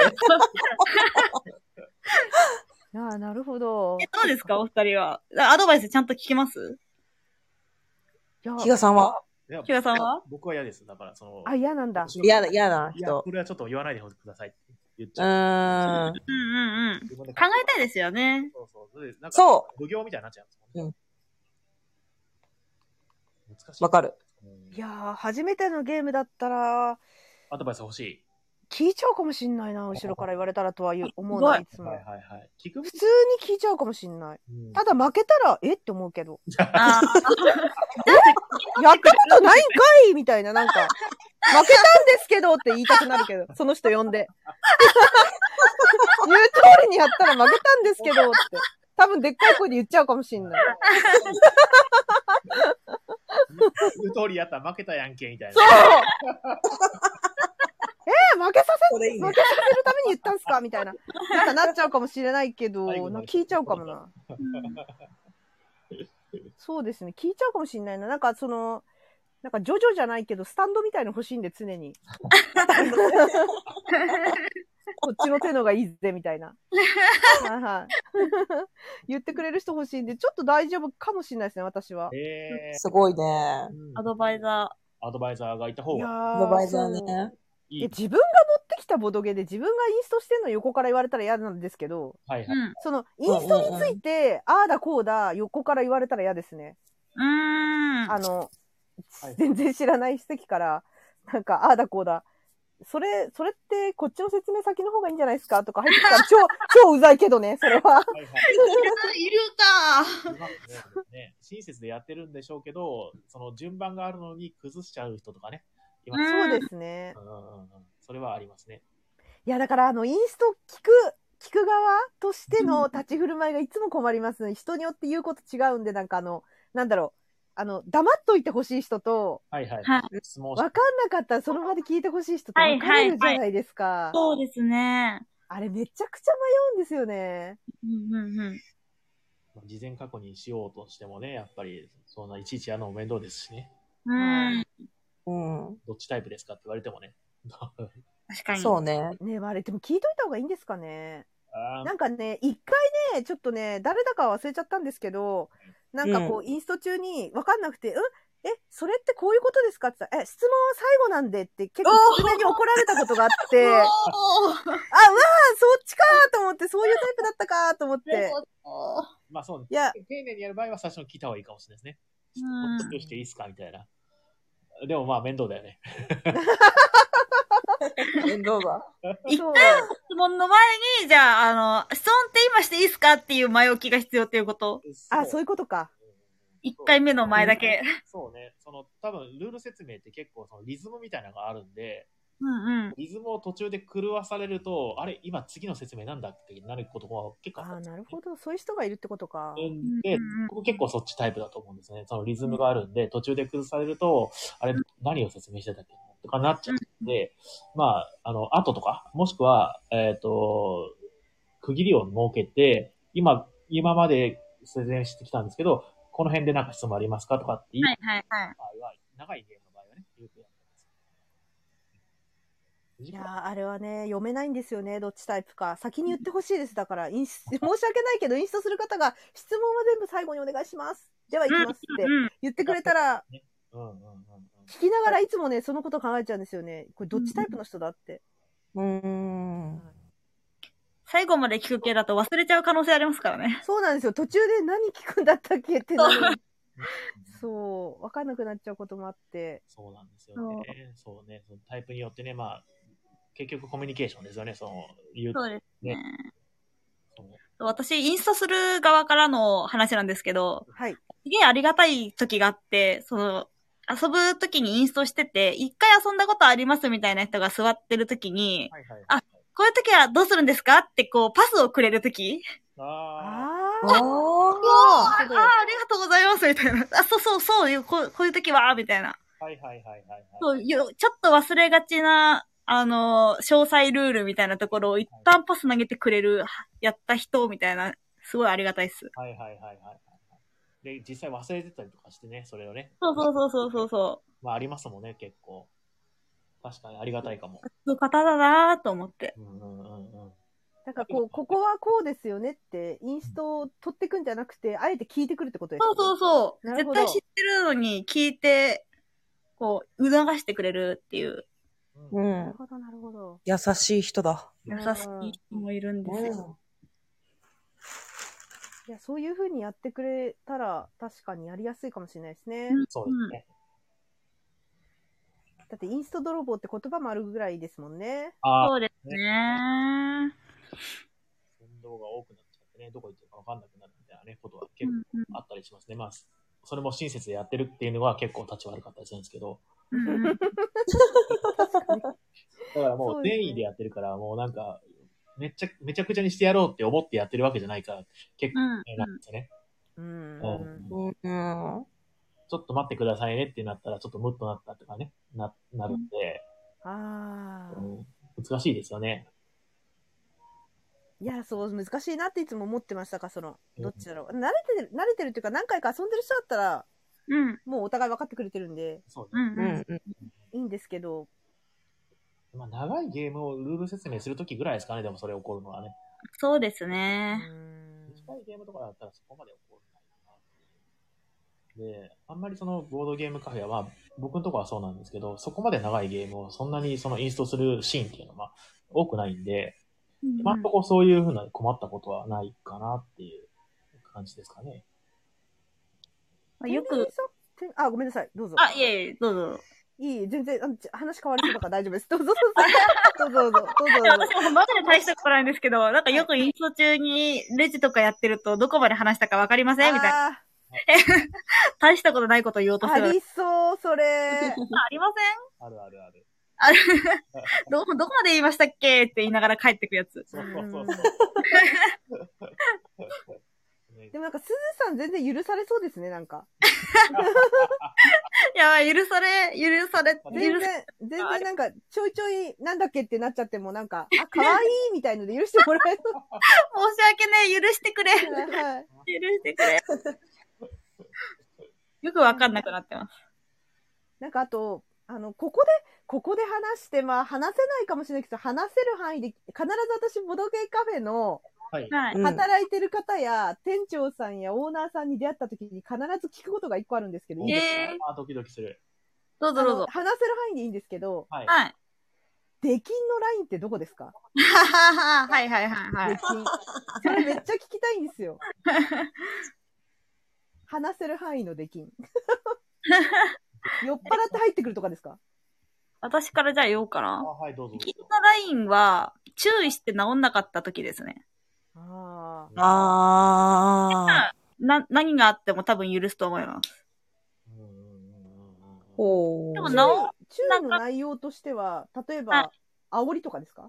Speaker 3: なるほど。
Speaker 2: どうですか、お二人は。アドバイスちゃんと聞きます？
Speaker 4: 比嘉さんは？
Speaker 1: 僕は嫌です。だから
Speaker 3: 嫌なんだ。
Speaker 4: 嫌な人。
Speaker 1: これはちょっと言わないでくださいって言っち
Speaker 2: ゃう。考えたいですよね。
Speaker 4: そう。
Speaker 1: 奉行みたいになっちゃうんです
Speaker 4: もん。難しい。わかる。
Speaker 3: いや初めてのゲームだったら、
Speaker 1: アドバイス欲しい。
Speaker 3: 聞いちゃうかもしんないな、後ろから言われたらとは思うな、いつも。普通に聞いちゃうかもしんない。ただ負けたら、って思うけど。やったことないんかいみたいな、なんか、負けたんですけどって言いたくなるけど、その人呼んで。言う通りにやったら負けたんですけどって。多分でっかい声で言っちゃうかもしんない。
Speaker 1: 言う通りやったら負けたやんけ、みたいな。
Speaker 3: そう負けさせるために言ったんすかみたいな。なっちゃうかもしれないけど、聞いちゃうかもな。そうですね。聞いちゃうかもしれないな。なんかジョジョじゃないけど、スタンドみたいの欲しいんで、常に。こっちの手のがいいぜ、みたいな。言ってくれる人欲しいんで、ちょっと大丈夫かもしれないですね、私は。
Speaker 4: すごいね。
Speaker 2: アドバイザ
Speaker 1: ーがいた方が。
Speaker 4: アドバイザーね。
Speaker 3: 自分が持ってきたボドゲで自分がインストしてんの横から言われたら嫌なんですけど、インストについて、ああだこうだ横から言われたら嫌ですね。全然知らない席から、なんか、ああだこうだ。それってこっちの説明先の方がいいんじゃないですかとか入ってきたら超うざいけどね、それは。
Speaker 2: いるか
Speaker 1: 親切でやってるんでしょうけど、その順番があるのに崩しちゃう人とかね。
Speaker 3: そうですね。
Speaker 1: それはありますね。
Speaker 3: いや、だからインスト聞く側としての立ち振る舞いがいつも困りますね。人によって言うこと違うんで、なんかなんだろう。黙っといてほしい人と、
Speaker 1: はいはい。
Speaker 2: はい
Speaker 3: わかんなかったらその場で聞いてほしい人と分かれるじゃないですか。
Speaker 2: そうですね。
Speaker 3: あれめちゃくちゃ迷うんですよね。
Speaker 1: 事前確認しようとしてもね、やっぱり、そんないちいちやるのも面倒ですしね。どっちタイプですかって言われてもね。
Speaker 2: 確かに。
Speaker 4: そうね。
Speaker 3: ね、あれ、でも聞いといた方がいいんですかね。なんかね、一回ね、ちょっとね、誰だか忘れちゃったんですけど、なんかこう、インスト中に分かんなくて、それってこういうことですかって言ったら、質問は最後なんでって結構きつめに怒られたことがあって、そっちかと思って、そういうタイプだったかと思って。
Speaker 1: まあそうね。
Speaker 3: いや、
Speaker 1: 丁寧にやる場合は最初に聞いた方がいいかもしれないですね。どうしていいですかみたいな。でもまあ面倒だよね。
Speaker 4: 面倒だ。
Speaker 2: 一回質問の前に、じゃあ、質問って今していいですかっていう前置きが必要っていうこと。
Speaker 3: そういうことか。
Speaker 2: 一回目の前だけ。
Speaker 1: そうね。多分、ルール説明って結構、リズムみたいなのがあるんで、リズムを途中で狂わされると、あれ、今次の説明なんだってなることが結構ある、
Speaker 3: ね。なるほど。そういう人がいるってことか。
Speaker 1: で、僕結構そっちタイプだと思うんですね。そのリズムがあるんで、途中で崩されると、あれ、何を説明してたっけとかなっちゃうんで、まあ、後とか、もしくは、区切りを設けて、今まで説明してきたんですけど、この辺でなんか質問ありますかとかっていう、長いゲームの場合はね、よくやってます。
Speaker 3: いやあれはね、読めないんですよね、どっちタイプか。先に言ってほしいです。だから、申し訳ないけど、インストする方が、質問は全部最後にお願いします。では行きますって言ってくれたら、聞きながらいつもね、そのこと考えちゃうんですよね。これどっちタイプの人だって。
Speaker 2: 最後まで聞く系だと忘れちゃう可能性ありますからね。
Speaker 3: そうなんですよ。途中で何聞くんだったっけってなる。そう。わかんなくなっちゃうこともあって。
Speaker 1: そうなんですよね。そうね。そのタイプによってね、まあ、結局コミュニケーションですよね。そう
Speaker 2: ですね。私、インストする側からの話なんですけど、
Speaker 3: はい。
Speaker 2: すげえありがたい時があって、遊ぶ時にインストしてて、一回遊んだことありますみたいな人が座ってる時に、こういう時はどうするんですかってこう、パスをくれる時。ありがとうございますみたいな。そうこういう時はみたいな。そうちょっと忘れがちな、詳細ルールみたいなところを一旦パス投げてくれる、やった人みたいな、すごいありがたいっす。
Speaker 1: で、実際忘れてたりとかしてね、それをね。
Speaker 2: そう。
Speaker 1: まあ、ありますもんね、結構。確かにありがたいかも。
Speaker 2: そういう方だなぁと思って。
Speaker 3: なんかここはこうですよねって、インストを取ってくんじゃなくて、あえて聞いてくるってことですね。
Speaker 2: そう。絶対知ってるのに聞いて、こう、促してくれるっていう。
Speaker 3: なるほど。
Speaker 4: 優しい人だ。
Speaker 2: 優しい人もいるんですよ。
Speaker 3: いや、そういう風にやってくれたら、確かにやりやすいかもしれないですね。
Speaker 1: そうですね。
Speaker 3: だって、インスト泥棒って言葉もあるぐらいですもんね。
Speaker 2: そうですね。
Speaker 1: 運動が多くなっちゃってね、どこ行ってるか分かんなくなるみたいなね、ことは結構あったりしますね。まあ、それも親切でやってるっていうのは結構立ち悪かったりするんですけど。だからもう善意でやってるから、もうなんか、めちゃくちゃにしてやろうって思ってやってるわけじゃないから、結構なんですよね。ちょっと待ってくださいねってなったら、ちょっとムッとなったとかね、なるんで、難しいですよね。
Speaker 3: いや、そう、難しいなっていつも思ってましたか、どっちだろう。慣れてるっていうか、何回か遊んでる人だったら、もうお互い分かってくれてるんで、いいんですけど。
Speaker 1: まあ、長いゲームをルール説明するときぐらいですかね、でもそれ起こるのはね。
Speaker 2: そうですね。
Speaker 1: 短いゲームとかだったらそこまで起こるないかな。で、あんまりボードゲームカフェは、まあ、僕のところはそうなんですけど、そこまで長いゲームをそんなにインストするシーンっていうのは、多くないんで、今んとこそういうふうな困ったことはないかなっていう感じですかね。
Speaker 2: よく。
Speaker 3: ごめんなさい。どうぞ。
Speaker 2: いえ、どうぞ。
Speaker 3: いい、全然、話変わりそうだから大丈夫です。どうぞ。私
Speaker 2: もマジで大したことないんですけど、なんかよくインスト中にレジとかやってるとどこまで話したかわかりませんみたいな。大したことないこと言おうとする。
Speaker 3: ありそう、それ。
Speaker 2: ありません？
Speaker 1: ある。
Speaker 2: どこまで言いましたっけって言いながら帰ってくやつ。
Speaker 1: そうそうそう。
Speaker 3: でもなんか、すずさん全然許されそうですね、なんか。
Speaker 2: やばい、許され、
Speaker 3: 全然なんか、ちょいちょい、なんだっけってなっちゃっても、なんか、あ、可愛いみたいので許してもらえそう。
Speaker 2: 申し訳ねえ、許してくれ。
Speaker 3: はい。
Speaker 2: 許してくれ。よくわかんなくなってます。
Speaker 3: なんかあと、ここで話して、まあ話せないかもしれないけど、話せる範囲で、必ず私、ボドゲーカフェの、
Speaker 1: はい。
Speaker 3: 働いてる方や、店長さんやオーナーさんに出会った時に必ず聞くことが一個あるんですけど、いいですか？
Speaker 1: ドキドキする。
Speaker 2: どうぞどうぞ。
Speaker 3: 話せる範囲でいいんですけど、
Speaker 2: はい。
Speaker 3: 出禁のラインってどこですか？
Speaker 2: はいはいはいはい。
Speaker 3: 出禁。それめっちゃ聞きたいんですよ。話せる範囲の出禁。酔っ払って入ってくるとかですか？
Speaker 2: 私からじゃあ言おうかな。
Speaker 1: はい、どうぞ。
Speaker 2: 出禁のラインは、注意して治んなかった時ですね。何があっても多分許すと思います。
Speaker 3: でも注意の内容としては、例えば、煽りとかですか？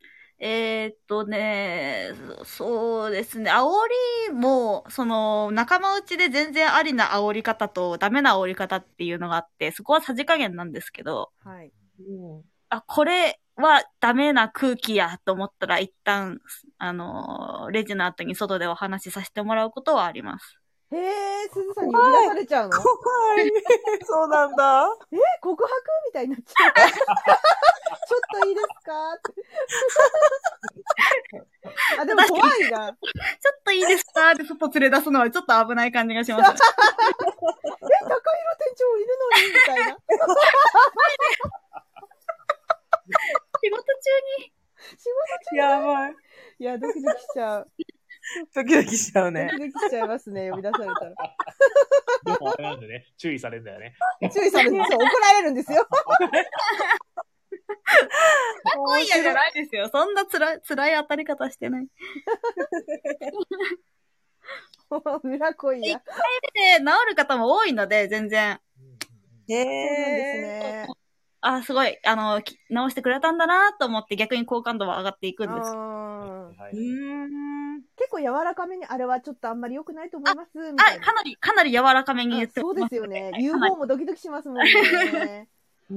Speaker 2: そうですね。煽りも、仲間内で全然ありな煽り方とダメな煽り方っていうのがあって、そこはさじ加減なんですけど、
Speaker 3: はい。
Speaker 2: これはダメな空気やと思ったら一旦、レジの後に外でお話しさせてもらうことはあります。
Speaker 3: へえ、すずさんに呼び出されちゃうの？
Speaker 4: 怖い。そうなんだ。
Speaker 3: 告白みたいになっちゃう。ちょっといいですかって。でも怖いな。
Speaker 2: ちょっといいですかって外連れ出すのはちょっと危ない感じがします。高弘
Speaker 3: 店長いるのにみたいな。
Speaker 2: 仕事中に。
Speaker 4: やばい。
Speaker 3: いや、ドキドキしちゃう。
Speaker 4: ドキドキしちゃうね。
Speaker 3: ドキドキしちゃいますね、呼び出されたら。
Speaker 1: でもあれなんでね、注意されるんだよね。
Speaker 3: 注意されるんですよ。怒られるんですよ。
Speaker 2: 今夜じゃないですよ。そんな辛い当たり方してない。
Speaker 3: 裏恋や。
Speaker 2: 一回で治る方も多いので、全然。
Speaker 3: そうなんですね。
Speaker 2: すごい、直してくれたんだなと思って逆に好感度は上がっていくんです。
Speaker 3: 結構柔らかめに、あれはちょっとあんまり良くないと思いますみたいな。
Speaker 2: かなり柔らかめに言って
Speaker 3: ます。そうですよね。言う方もドキドキしますもんね。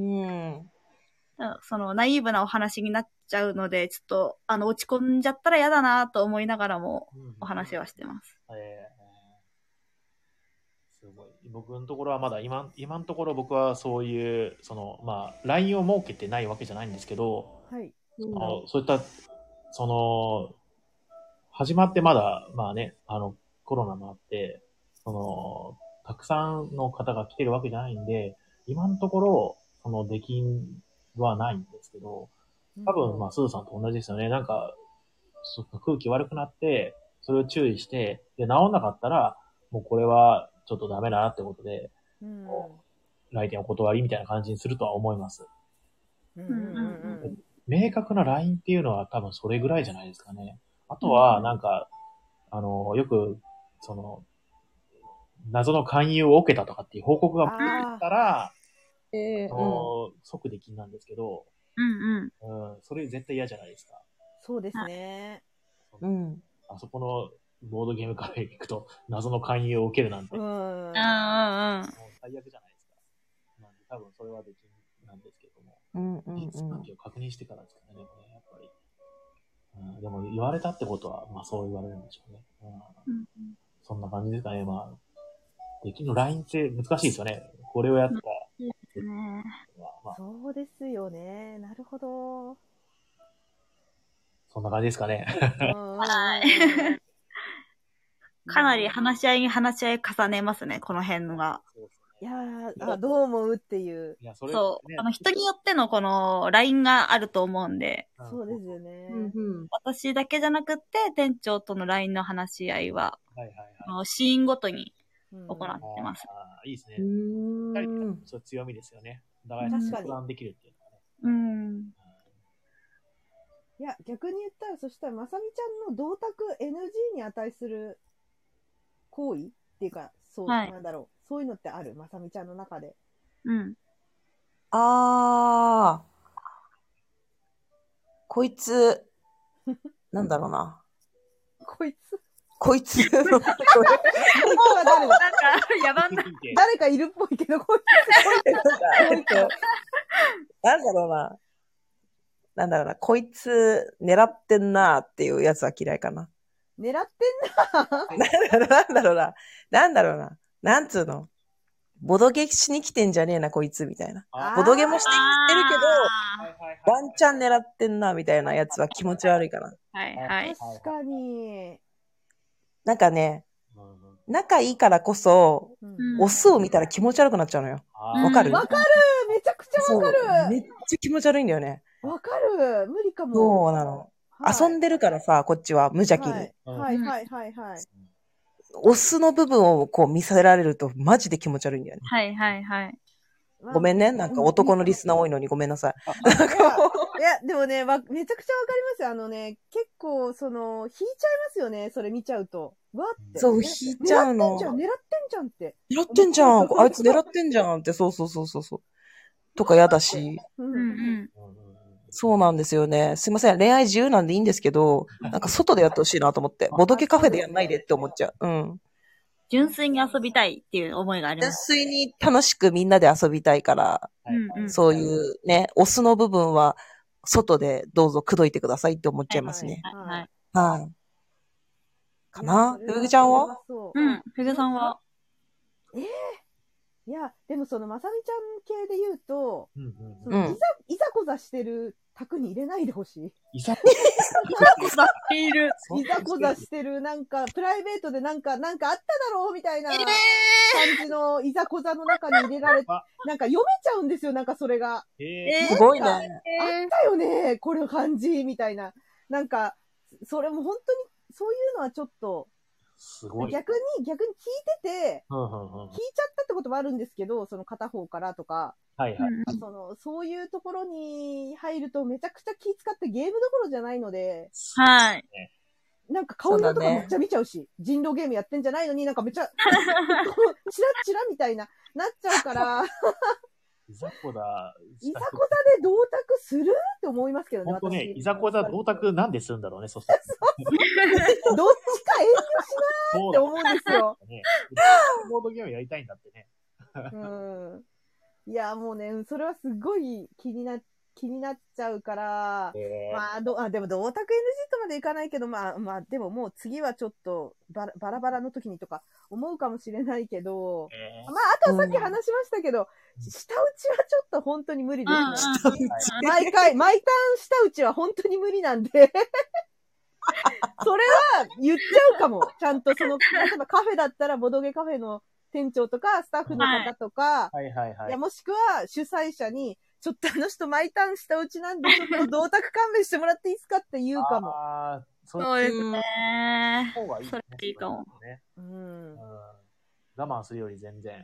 Speaker 2: ナイーブなお話になっちゃうので、ちょっと、落ち込んじゃったら嫌だなと思いながらも、お話はしてます。
Speaker 1: すごい。僕のところはまだ今のところ僕はそういう、LINE を設けてないわけじゃないんですけど、
Speaker 3: はい。
Speaker 1: そういった、始まってまだ、コロナもあって、たくさんの方が来てるわけじゃないんで、今のところ、出禁はないんですけど、多分、すずさんと同じですよね。なんか、空気悪くなって、それを注意して、で、治んなかったら、もうこれはちょっとダメだなってことで、来店お断りみたいな感じにするとは思います。明確な LINE っていうのは多分それぐらいじゃないですかね。あとは、なんか、よく、謎の勧誘を受けたとかっていう報告があったら、即出禁なんですけど、それ絶対嫌じゃないですか。
Speaker 3: そうですね。
Speaker 1: あそこのボードゲームカフェに行くと謎の勧誘を受けるなんて。最悪じゃないですか。なんで多分それはできなんですけども。実関係を確認してからですからね、やっぱり。でも言われたってことは、そう言われるんでしょうね。そんな感じですかね。できの LINE って難しいですよね。これをやったら。
Speaker 3: そうですよね。なるほど。
Speaker 1: そんな感じですかね。
Speaker 2: かなり話し合いに話し合い重ねますね、この辺が。
Speaker 3: いやー、どう思うっていう。
Speaker 2: そう。人によってのこの LINE があると思うんで。
Speaker 3: そうですよね。
Speaker 2: 私だけじゃなくって、店長との LINE の話し合いは、シーンごとに行ってます。
Speaker 1: いいですね。それ強みですよね。だから相談できるっていうのはね。
Speaker 3: いや、逆に言ったら、そしたら、まさみちゃんの同卓 NG に値する行為っていうか、なんだろう。そういうのってあるまさみちゃんの中で。
Speaker 4: こいつ、なんだろうな。
Speaker 3: こいつ
Speaker 4: の
Speaker 3: こいつは誰だ
Speaker 2: なんか、やばんな。
Speaker 3: 誰かいるっぽいけど、こいつ。
Speaker 4: なんだろうな。こいつ、狙ってんなっていうやつは嫌いかな。
Speaker 3: 狙ってんな
Speaker 4: なんだろうな。なんつうの。ボドゲしに来てんじゃねえな、こいつ、みたいな。ボドゲもしてるけど、ワンチャン狙ってんな、みたいなやつは気持ち悪いかな。
Speaker 2: はいはい。
Speaker 3: 確かに。
Speaker 4: なんかね、仲いいからこそ、オスを見たら気持ち悪くなっちゃうのよ。わかる？
Speaker 3: わかる！めちゃくちゃわかる！
Speaker 4: めっちゃ気持ち悪いんだよね。
Speaker 3: わかる！無理かも。
Speaker 4: そうなの。遊んでるからさ、こっちは無邪気に。
Speaker 3: はい。
Speaker 4: オスの部分をこう見せられるとマジで気持ち悪いんだよね。
Speaker 2: はいはいはい。
Speaker 4: ごめんね。なんか男のリスナー多いのにごめんなさい。
Speaker 3: いや、でもね、めちゃくちゃわかりますよ。結構、引いちゃいますよね。それ見ちゃうと。わって。
Speaker 4: そう、引いちゃうの。
Speaker 3: 狙ってんじゃんって。
Speaker 4: 狙ってんじゃん。あいつ狙ってんじゃんって。そう。とか嫌だし。そうなんですよね。すいません。恋愛自由なんでいいんですけど、なんか外でやってほしいなと思って。ボドゲカフェでやんないでって思っちゃう。うん。
Speaker 2: 純粋に遊びたいっていう思いがあります。
Speaker 4: 純粋に楽しくみんなで遊びたいから、そういうね、オスの部分は外でどうぞ口説いてくださいって思っちゃいますね。はい。かな？ふぐちゃんは？
Speaker 2: ふぐさんは？
Speaker 3: いや、でもまさみちゃん系で言うと、いざこざしてる宅に入れないでほしい。
Speaker 2: いざこざしている。
Speaker 3: いざこざしてる、なんか、プライベートでなんかあっただろうみたいな感じのいざこざの中に入れられて、なんか読めちゃうんですよ、なんかそれが。
Speaker 4: すごいね。
Speaker 3: あったよね、これの感じ、みたいな。なんか、それも本当に、そういうのはちょっと、
Speaker 1: すごい。
Speaker 3: 逆に聞いてて、聞いちゃったってこともあるんですけど、その片方からとか、そういうところに入るとめちゃくちゃ気使ってゲームどころじゃないので、
Speaker 2: はい。
Speaker 3: なんか顔色とかめっちゃ見ちゃうし、人狼ゲームやってんじゃないのになんかめっちゃ、チラッチラみたいな、なっちゃうから、
Speaker 1: いざこざ
Speaker 3: で同卓するって思いますけどね。
Speaker 1: 本当ね、いざこざ同卓なんでするんだろうね、そしたら。
Speaker 3: どっちか遠慮しなーって思うんですよ。
Speaker 1: ボードゲームやりたいんだってね。
Speaker 3: いや、もうね、それはすごい気になっちゃうから、でも同卓 NG とまでいかないけど、でももう次はちょっとバラバラの時にとか思うかもしれないけど、あとはさっき話しましたけど、下打ちはちょっと本当に無理ですね。毎ターン下打ちは本当に無理なんで、それは言っちゃうかも。ちゃんと例えばカフェだったらボドゲカフェの店長とかスタッフの方とか、もしくは主催者に、ちょっとあの人毎ターン下打ちなんで、ちょっと同卓勘弁してもらっていいですかって言うかも。
Speaker 2: そうですね。それいいかも。
Speaker 1: 我慢するより全然。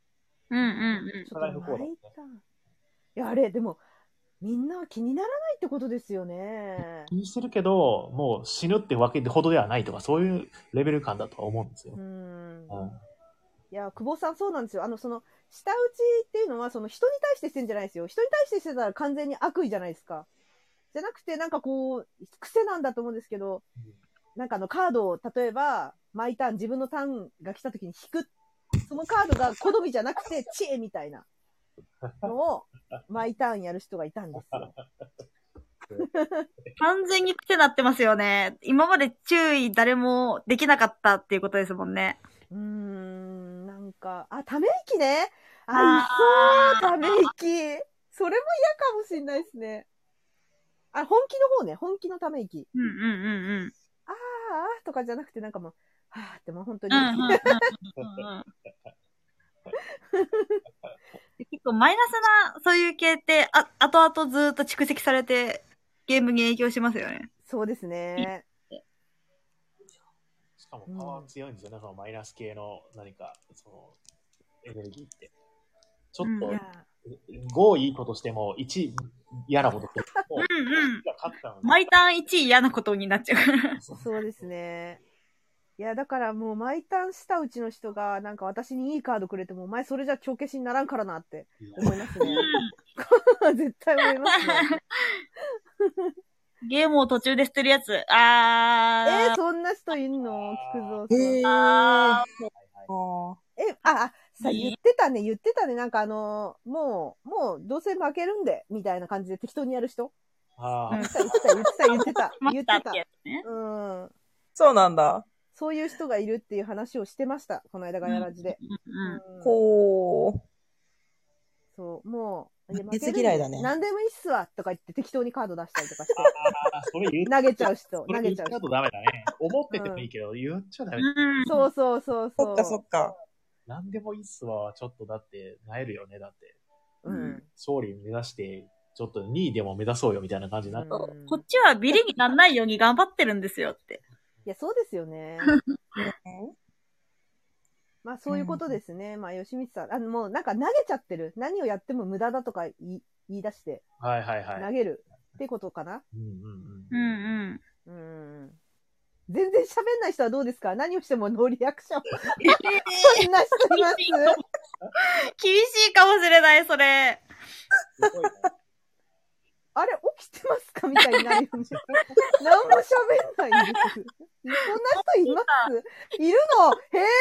Speaker 3: いや、あれ、でも、みんな気にならないってことですよね。
Speaker 1: 気にしてるけど、もう死ぬってわけほどではないとか、そういうレベル感だとは思うんですよ。
Speaker 3: いや、久保さんそうなんですよ。下打ちっていうのは、人に対してしてんじゃないですよ。人に対してしてたら完全に悪意じゃないですか。じゃなくて、なんかこう、癖なんだと思うんですけど、なんかカードを、例えば、毎ターン、自分のターンが来た時に引く。そのカードが好みじゃなくて、チエみたいなのを、毎ターンやる人がいたんですよ。
Speaker 2: 完全に癖になってますよね。今まで注意誰もできなかったっていうことですもんね。
Speaker 3: なんか、ため息ね。いそう、ため息。それも嫌かもしれないですね。本気の方ね、本気のため息。とかじゃなくて、なんかもう、ってもう本当に。
Speaker 2: 結構マイナスな、そういう系って、後々ずっと蓄積されて、ゲームに影響しますよね。
Speaker 3: そうですね。
Speaker 1: しかもパワー強いんですよね、そのマイナス系の何か、エネルギーって。ちょっと、5いいことしても、1嫌なことしても、
Speaker 2: 毎ターン1嫌なことになっちゃう。
Speaker 3: そうですね。いや、だからもう毎ターン下打ちの人が、なんか私にいいカードくれても、お前それじゃ帳消しにならんからなって思いますね。絶対思いますね。
Speaker 2: ゲームを途中で捨てるやつ。
Speaker 3: そんな人いんの菊蔵さん。さ、言ってたね。なんかもう、どうせ負けるんで、みたいな感じで適当にやる人。言ってた。
Speaker 2: うん。
Speaker 4: そうなんだ。
Speaker 3: そういう人がいるっていう話をしてました。この間ガヤラジで。
Speaker 4: ほー。
Speaker 3: そう、もう、
Speaker 4: 負けず嫌いだね。
Speaker 3: 何でもいいっすわとか言って適当にカード出したりとかして。投げちゃう人。
Speaker 1: 言っちゃうとダメだね。思っててもいいけど、言っちゃダメ。
Speaker 3: そう。
Speaker 4: そっか。
Speaker 1: 何でもいいっすわ。ちょっとだって、萎えるよね、だって。勝利目指して、ちょっと2位でも目指そうよ、みたいな感じになって。こ
Speaker 2: っちはビリにならないように頑張ってるんですよって。
Speaker 3: いや、そうですよね。まあ、そういうことですね。まあ、吉光さん。もう、なんか投げちゃってる。何をやっても無駄だとか言い出して。投げる。ってことかな。全然喋んない人はどうですか？何をしてもノーリアクション。そんな人います？
Speaker 2: 厳しいかもしれない、それ。
Speaker 3: あれ、起きてますかみたいになるよね。何も喋んないんです。そんな人います？いるの？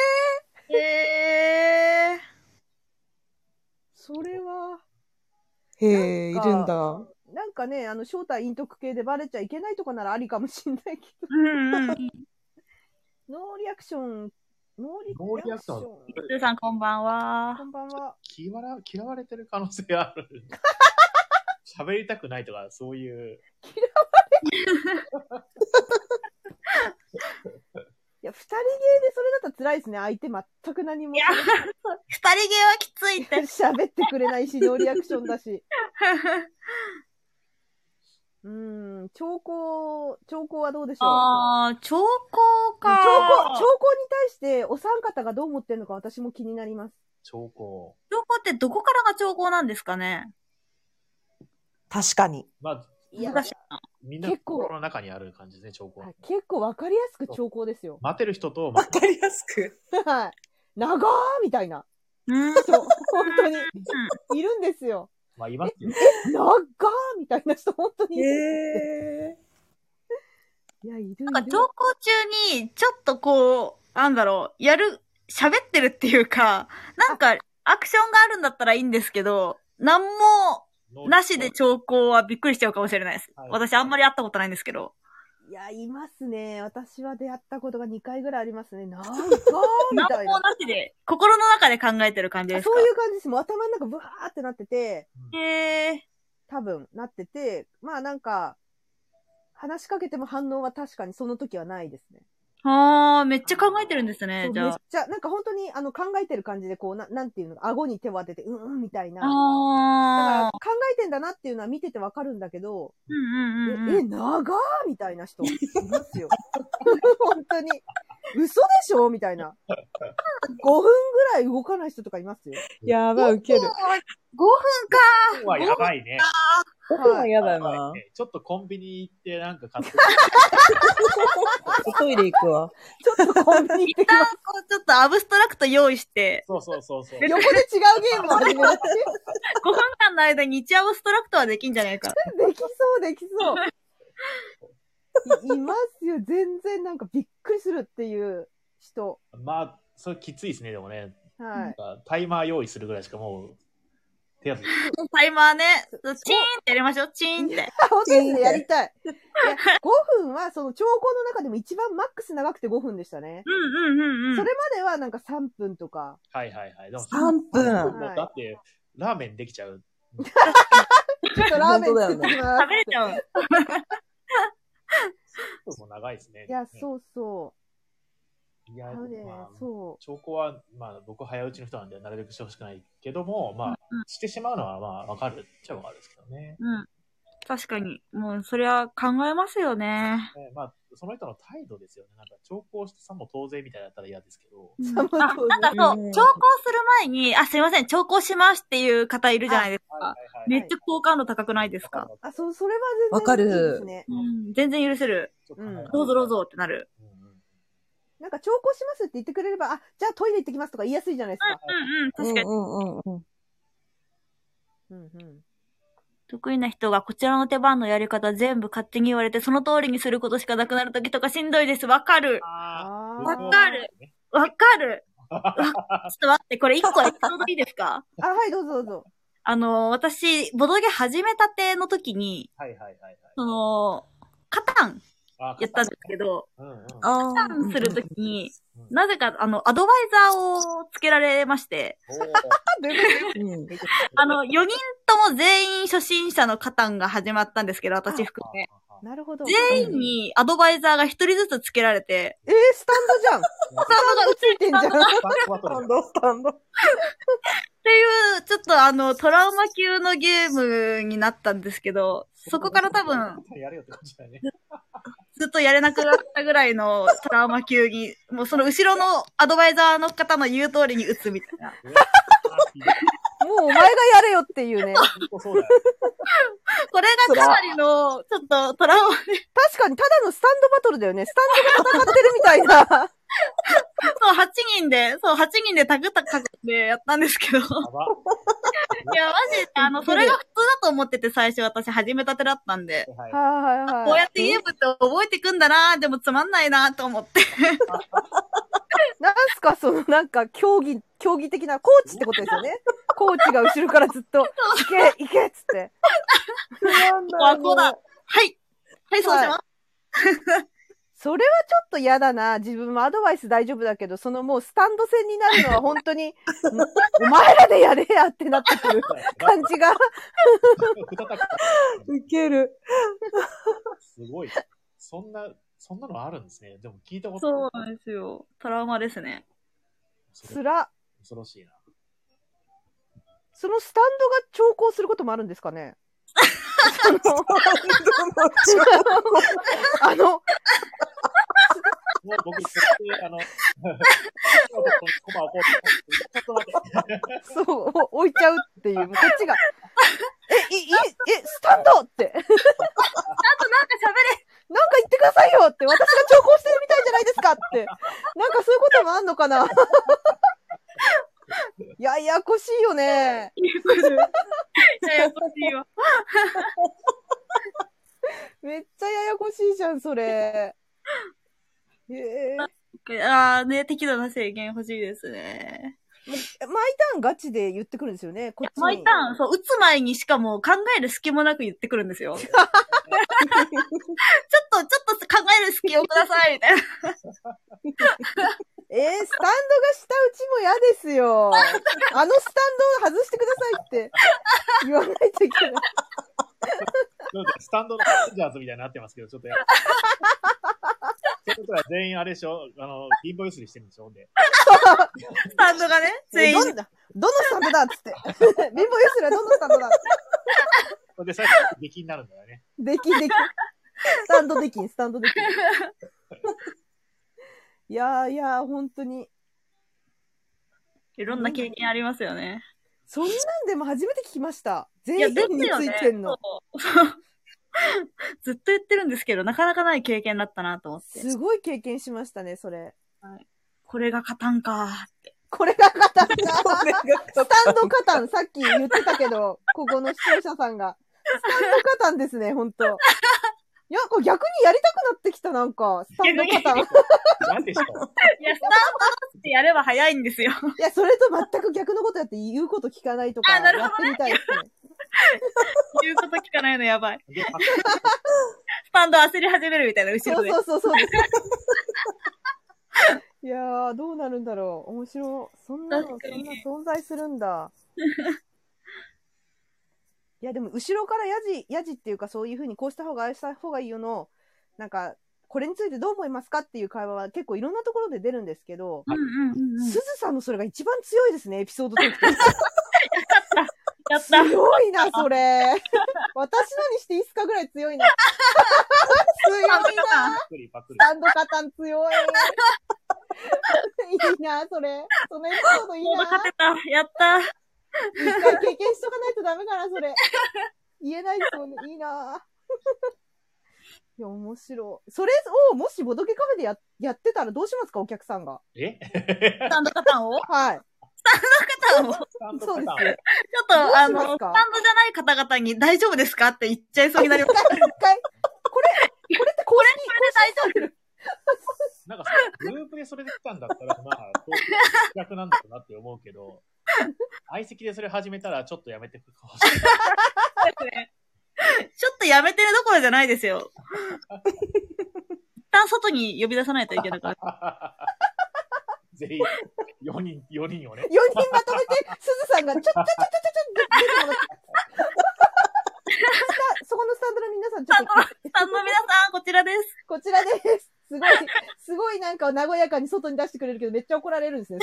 Speaker 3: へー。それは。
Speaker 4: へー、いるんだ。
Speaker 3: なんかね、正体陰徳系でバレちゃいけないとかならありかもしんないけど。ノーリアクション。ノーリアクション。
Speaker 2: ゆうさんこんばんは。
Speaker 3: こんばんは。
Speaker 1: 嫌われてる可能性ある。喋りたくないとか、そういう。嫌
Speaker 3: われてるいや、二人芸でそれだったら辛いですね。相手全く何も。
Speaker 2: いや、二人芸はきついって。
Speaker 3: 喋ってくれないし、ノーリアクションだし。兆候はどうでしょう？
Speaker 2: 兆候か。
Speaker 3: 兆候に対してお三方がどう思ってるのか私も気になります。
Speaker 1: 兆候
Speaker 2: ってどこからが兆候なんですかね？
Speaker 4: 確かに。
Speaker 1: まあ、みんな心の中にある感じですね、兆候。
Speaker 3: 結構わかりやすく兆候ですよ。
Speaker 1: 待てる人と、
Speaker 4: わかりやすく。
Speaker 3: はい。長ーみたいな。本当に。いるんですよ。
Speaker 1: まあ、いますよ。
Speaker 3: 長ーみたいな人、本当にいる。いや、いる。
Speaker 2: なんか、投稿中に、ちょっとこう、喋ってるっていうか、なんか、アクションがあるんだったらいいんですけど、なんも、なしで兆候はびっくりしちゃうかもしれないです。私あんまり会ったことないんですけど。
Speaker 3: いや、いますね。私は出会ったことが2回ぐらいありますね。なんかみたいな。
Speaker 2: なんもなしで、心の中で考えてる感じですか？
Speaker 3: そういう感じです。もう頭の中ブワーってなってて。多分、なってて、まあなんか、話しかけても反応は確かにその時はないですね。
Speaker 2: めっちゃ考えてるんですね、じゃあ。
Speaker 3: めっちゃ、なんか本当に考えてる感じでこう、なんていうの、顎に手を当てて、みたいな。だから考えてんだなっていうのは見ててわかるんだけど、長ーみたいな人いますよ。本当に。嘘でしょみたいな。5分ぐらい動かない人とかいますよ。
Speaker 4: やばい、ウケる。5分
Speaker 2: か
Speaker 1: 5分はやばいね。
Speaker 4: 5分はやだな。
Speaker 1: ちょっとコンビニ行ってなんか買って。
Speaker 4: トイレ行くわ。
Speaker 3: ちょっとコンビニ行ってきます。
Speaker 2: ちょっとアブストラクト用意して。
Speaker 1: そう。
Speaker 3: 横で違うゲームを始める。5
Speaker 2: 分間の間に1アブストラクトはできんじゃないか。
Speaker 3: できそう。いますよ。全然なんかびっくりするっていう人。
Speaker 1: まあ、それきついですね、でもね。
Speaker 3: はい。
Speaker 1: タイマー用意するぐらいしかもう、
Speaker 2: タイマーね、チーンってやりましょう、チーンって。
Speaker 3: 本当ですね、やりたい。いや、5分はその兆候の中でも一番マックス長くて5分でしたね。それまではなんか3分とか。
Speaker 1: はい。
Speaker 4: でも3分。
Speaker 1: だって、ラーメンできちゃう。
Speaker 3: ちょっとラーメン作ってきます。
Speaker 2: 食べれちゃう。
Speaker 1: もう長いですね。
Speaker 3: いや、そう。
Speaker 1: いや、兆候は、まあ、僕早打ちの人なんで、なるべくしてほしくないけども、まあ、してしまうのは、まあ、わかるっちゃわかるですけどね。
Speaker 2: 確かに。もう、それは考えますよね。
Speaker 1: まあ、その人の態度ですよね。なんか、兆候してさも当然みたいだったら嫌ですけど。
Speaker 2: なんかそう、兆候する前に、すいません、兆候しますっていう方いるじゃないですか。めっちゃ好感度高くないですか？
Speaker 3: それは全然いいですね。
Speaker 2: 全然許せる。どうぞどうぞってなる。
Speaker 3: なんか、兆候しますって言ってくれれば、じゃあトイレ行ってきますとか言いやすいじゃないですか。
Speaker 2: 確かに。 得意な人がこちらの手番のやり方全部勝手に言われて、その通りにすることしかなくなるときとかしんどいです。わかる。わかる。わかる。ちょっと待って、これ一個エピソードいいですか？
Speaker 3: はい、どうぞどうぞ。
Speaker 2: 私、ボドゲ始めたての時に、カタンやったんですけど、カタンするときに、なぜか、アドバイザーをつけられまして、4人とも全員初心者のカタンが始まったんですけど、私含め。
Speaker 3: なるほど。
Speaker 2: 全員にアドバイザーが一人ずつつけられて。
Speaker 3: スタンドじゃん。スタンドがついてんじゃん。
Speaker 4: スタンド。
Speaker 2: っていう、ちょっとトラウマ級のゲームになったんですけど、そこから多分、ずっとやれなくなったぐらいのトラウマ級に、もうその後ろのアドバイザーの方の言う通りに打つみたいな。
Speaker 3: もうお前がやれよっていうね。
Speaker 2: これがかなりの、ちょっとトラウマで。
Speaker 3: 確かにただのスタンドバトルだよね。スタンドが戦ってるみたいな。
Speaker 2: そう、8人でタグタグでやったんですけど。いや、マジで、それが普通だと思ってて最初私始めたてだったんで。こうやってゲームって覚えてくんだな、でもつまんないなと思って。
Speaker 3: なんすか、なんか、競技的な、コーチってことですよね。コーチが後ろからずっと、行けっつって。
Speaker 2: こうだ。はい、そうします。
Speaker 3: それはちょっと嫌だな。自分もアドバイス大丈夫だけど、もうスタンド戦になるのは本当に、お前らでやれやってなってくる感じが。
Speaker 4: ウケる。
Speaker 1: すごい。そんなのあるんですね。でも聞いたことない。
Speaker 2: そうなんですよ。トラウマですね。
Speaker 1: 恐ろしいな。
Speaker 3: そのスタンドが調校することもあるんですかね？
Speaker 1: もう僕、
Speaker 3: そう、置いちゃうっていう、こっちが、スタンドって。なんか喋れ。なんか言ってくださいよって、私が調校してるみたいじゃないですかって。なんかそういうこともあんのかな。ややこしいよね。
Speaker 2: ややこしいわ。
Speaker 3: めっちゃややこしいじゃん、それ。
Speaker 2: 適度な制限欲しいですね。
Speaker 3: 毎ターンガチで言ってくるんですよね、こっちに。
Speaker 2: 毎ターン、そう、打つ前にしかも考える隙もなく言ってくるんですよ。ちょっと考える隙をください、みたいな。
Speaker 3: スタンドが下打ちも嫌ですよ。スタンドを外してくださいって言わないといけない。
Speaker 1: スタンドのレンジャーズみたいになってますけど、ちょっとそういうことは全員あれでしょ、貧乏ゆすりしてるんでしょ、で。
Speaker 2: スタンドがね、全員。
Speaker 3: どのスタンドだっつって。貧乏ゆすりはどのスタンドだ
Speaker 1: で、最初、出禁になるんだよね。
Speaker 3: スタンド出禁。いや、本当に。
Speaker 2: いろんな経験ありますよね。
Speaker 3: そんなんでも初めて聞きました。全員についてんの。
Speaker 2: ずっと言ってるんですけど、なかなかない経験だったなと思って。
Speaker 3: すごい経験しましたね、それ。
Speaker 2: はい、これがカタンかーって。
Speaker 3: これがカタンかスタンドカタン、さっき言ってたけど、ここの視聴者さんが。スタンドカタンですね、ほんと。いや、これ逆にやりたくなってきた、なんか、スタンドカタン。
Speaker 1: なんでしょう。
Speaker 2: いや、スタンドってやれば早いんですよ。
Speaker 3: いや、それと全く逆のことやって言うこと聞かないとか、やってみたいですね。
Speaker 2: 言うこと聞かないのやばい。スタンド焦り始めるみたいな、後ろで。
Speaker 3: そう。いやー、どうなるんだろう。面白い。そんな存在するんだ。いや、でも、後ろからヤジっていうか、そういうふうにこうした方が、ああした方がいいよの、なんか、これについてどう思いますかっていう会話は結構いろんなところで出るんですけど、すずさんのそれが一番強いですね、エピソードトーク。
Speaker 2: やった。
Speaker 3: 強いな、それ。私のにしていいっすかぐらい強いな。強いな。スタンドカタン強い。いいな、それ。そのエピソードいいな。
Speaker 2: 勝てた。やった。
Speaker 3: 一回経験しとかないとダメかな、それ。言えないですもんね。いいな。いや、面白い。それを、もしボドゲカフェでやってたらどうしますか、お客さんが。
Speaker 2: スタンドカタンを
Speaker 3: はい。
Speaker 2: タンドの方も、
Speaker 1: スタンド
Speaker 3: そうです
Speaker 1: パターン。
Speaker 2: ちょっと、
Speaker 3: どうしますか
Speaker 2: スタンドじゃない方々に大丈夫ですかって言っちゃいそうになります。
Speaker 3: 一回、これって公式、
Speaker 2: 大丈夫
Speaker 1: なんかさ、グループでそれで来たんだったら、まあ、逆なんだろうなって思うけど、相席でそれ始めたらちょっとやめてほしい。
Speaker 2: ですね。ちょっとやめてるどころじゃないですよ。一旦外に呼び出さないといけなかった。
Speaker 1: 全員、4人をね。
Speaker 3: 4人まとめて、すずさんが出てもらって。そこのスタンドの皆さん、ちょっと。
Speaker 2: スタンドの皆さん、こちらです。
Speaker 3: こちらです。すごいなんか和やかに外に出してくれるけど、めっちゃ怒られるんですね、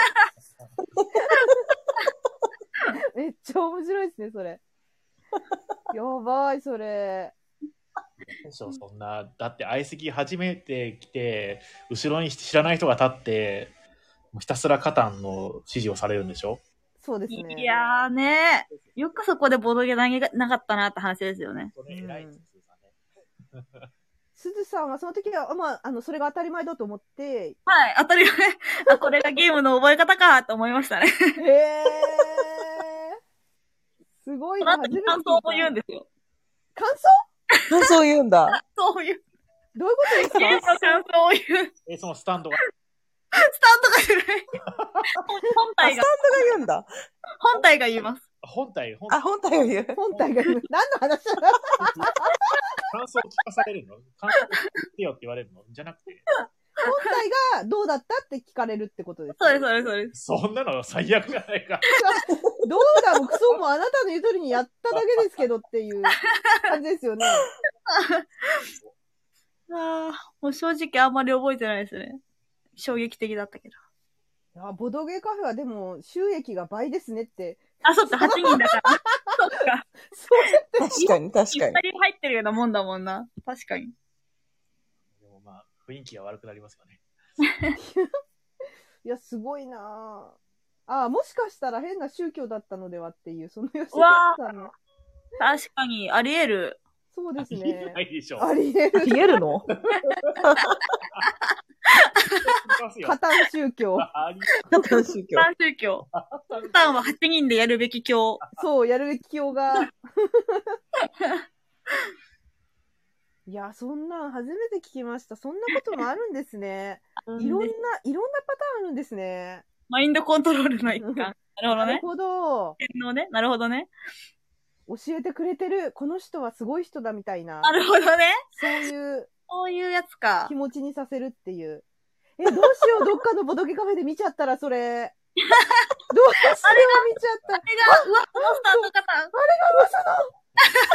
Speaker 3: めっちゃ面白いですね、それ。やばい、それ。
Speaker 1: そんな、だって相席初めて来て、後ろに知らない人が立って、ひたすらカタンの指示をされるんでしょ？
Speaker 3: そうですね。
Speaker 2: いやーね、よくそこでボドゲ投げがなかったなって話ですよね。
Speaker 1: 偉いですね。
Speaker 3: すずさんはその時は、まあ、それが当たり前だと思って、
Speaker 2: はい、当たり前。あ、これがゲームの覚え方かと思いましたね。
Speaker 3: へー。すごいな。
Speaker 2: その後に感想を言うんですよ。
Speaker 3: 感
Speaker 4: 感想言うんだ。
Speaker 2: そういう。
Speaker 3: どういうことですか？
Speaker 2: ゲームの感想を言う。
Speaker 1: そのスタンドが。
Speaker 2: スタンドがじゃない。本体が。
Speaker 4: スタンドが言うんだ。
Speaker 2: 本体が言います。
Speaker 1: 本体
Speaker 4: が言う。
Speaker 3: 本体が言う。何の話だ
Speaker 1: 感想を聞かされるの？感想を聞いてよって言われるの？じゃなくて。
Speaker 3: 本体がどうだったって聞かれるってことです。
Speaker 2: そうです、そうです、そうです。
Speaker 1: そんなの最悪じゃないか。
Speaker 3: どうだもクソもあなたの言う通りにやっただけですけどっていう感じですよね。
Speaker 2: もう正直あんまり覚えてないですね。衝撃的だったけど。
Speaker 3: いや、ボドゲカフェはでも収益が倍ですねって。
Speaker 2: あ、そっか、8人だから。そっか。
Speaker 4: 確かに、確かに。
Speaker 2: 2人入ってるようなもんだもんな。確かに。
Speaker 1: でもまあ、雰囲気が悪くなりますよね。
Speaker 3: いや、すごいなぁ。もしかしたら変な宗教だったのではっていう、その吉田さんの。
Speaker 2: 確かに、あり得る。
Speaker 3: そうですね。
Speaker 1: ありえないでしょ。
Speaker 3: あり得る。
Speaker 4: あり得るの？
Speaker 3: 加担宗教。
Speaker 4: 加担宗教。
Speaker 2: 加担宗教。加担は8人でやるべき教。
Speaker 3: そう、やるべき教が。いや、そんなん初めて聞きました。そんなこともあるんですね。いろんなパターンあるんですね。
Speaker 2: マインドコントロールの一環。なるほどね。
Speaker 3: なるほど。
Speaker 2: なるほどね。
Speaker 3: 教えてくれてる、この人はすごい人だみたいな。
Speaker 2: なるほどね。
Speaker 3: そう
Speaker 2: いうやつか。
Speaker 3: 気持ちにさせるっていう。どうしよう、どっかのボドゲカフェで見ちゃったら、それ。どうしよう、見ちゃった。
Speaker 2: あれが噂のスタンドカタン。
Speaker 3: あれが噂の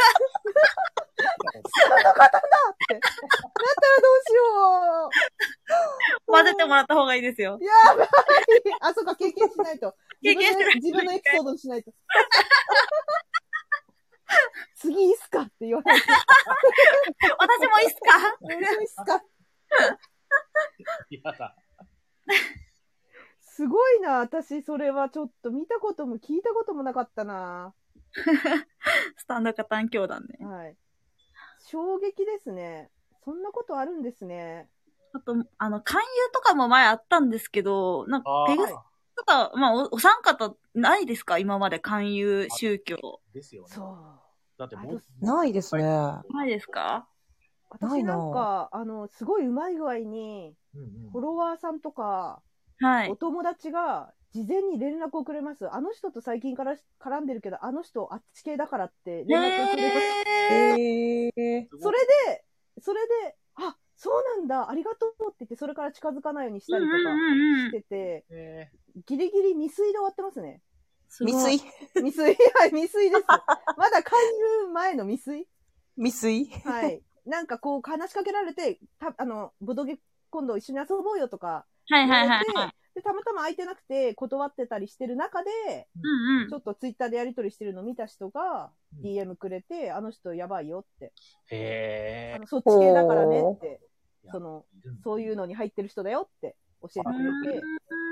Speaker 3: スタンドカタンだって。なったらどうしよ
Speaker 2: う。混ぜてもらった方がいいですよ。
Speaker 3: やばい。あ、そうか、経験しないと。
Speaker 2: 経験しないと。
Speaker 3: 自分のエピソードにしないと。次いいっすかって言われて。
Speaker 2: 私もいいっすか？
Speaker 3: 私もいいっすか？
Speaker 1: やだ。
Speaker 3: すごいな、私、それはちょっと見たことも聞いたこともなかったな。
Speaker 2: スタンドカタン教団ね。
Speaker 3: はい。衝撃ですね。そんなことあるんですね。
Speaker 2: あと、勧誘とかも前あったんですけど、なんか、ペグスとか、まあ、お三方ないですか？今まで勧誘宗教。
Speaker 1: ですよね。
Speaker 3: そう。
Speaker 1: だってもう、
Speaker 4: ないですね。
Speaker 2: ないですか？
Speaker 3: 私なんか、すごいうまい具合に、フォロワーさんとか、
Speaker 2: はい。
Speaker 3: お友達が、事前に連絡をくれます。あの人と最近から絡んでるけど、あの人あっち系だからって連絡をくれます。それで、あ、そうなんだ、ありがとうって言って、それから近づかないようにしたりとかしてて、ギリギリ未遂で終わってますね。
Speaker 4: 未遂
Speaker 3: はい、未遂です。まだ勧誘前の未遂
Speaker 4: 未遂
Speaker 3: はい。なんかこう、話しかけられて、ボドゲ今度一緒に遊ぼうよとか、で、たまたま空いてなくて断ってたりしてる中で、ちょっとツイッターでやり取りしてるのを見た人が DM くれて、あの人やばいよって。そっち系だからねって、そういうのに入ってる人だよって教えてくれて、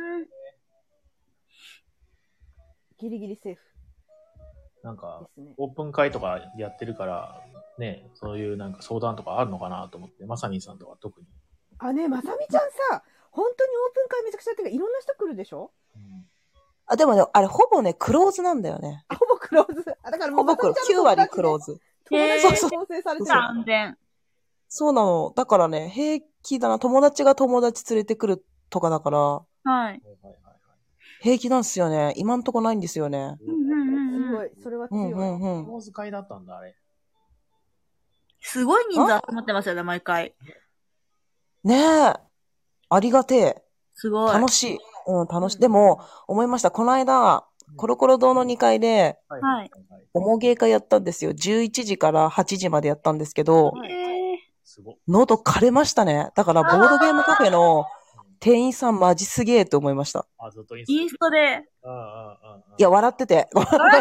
Speaker 3: ギリギリセーフ。
Speaker 1: なんか、オープン会とかやってるから、ね、そういうなんか相談とかあるのかなと思って、まさみさんとか特に。
Speaker 3: まさみちゃんさ、本当にオープン会めちゃくちゃやってるから、いろんな人来るでしょ？
Speaker 4: あ、でもね、あれほぼね、クローズなんだよね。
Speaker 3: ほぼクローズ。だからもう、
Speaker 4: ほぼクローズ。9割クローズ。
Speaker 3: 友達で構成されてる。
Speaker 2: 安全。
Speaker 4: そうなの。だからね、平気だな。友達が友達連れてくるとかだから。
Speaker 2: はい。
Speaker 4: 平気なんですよね。今んとこないんですよね。
Speaker 3: すごい。それは強い。
Speaker 1: クローズ会だったんだ、あれ。
Speaker 2: すごい人数集まってますよね、毎回。
Speaker 4: ねえ。ありがてえ。
Speaker 2: すごい。
Speaker 4: 楽しい。楽しい。でも、思いました。この間、コロコロ堂の2階で、
Speaker 2: はい。
Speaker 4: おもげ会やったんですよ。11時から8時までやったんですけど、喉枯れましたね。だから、ボードゲームカフェの店員さんマジすげえと思いました。
Speaker 2: インストで。
Speaker 4: いや、笑ってて。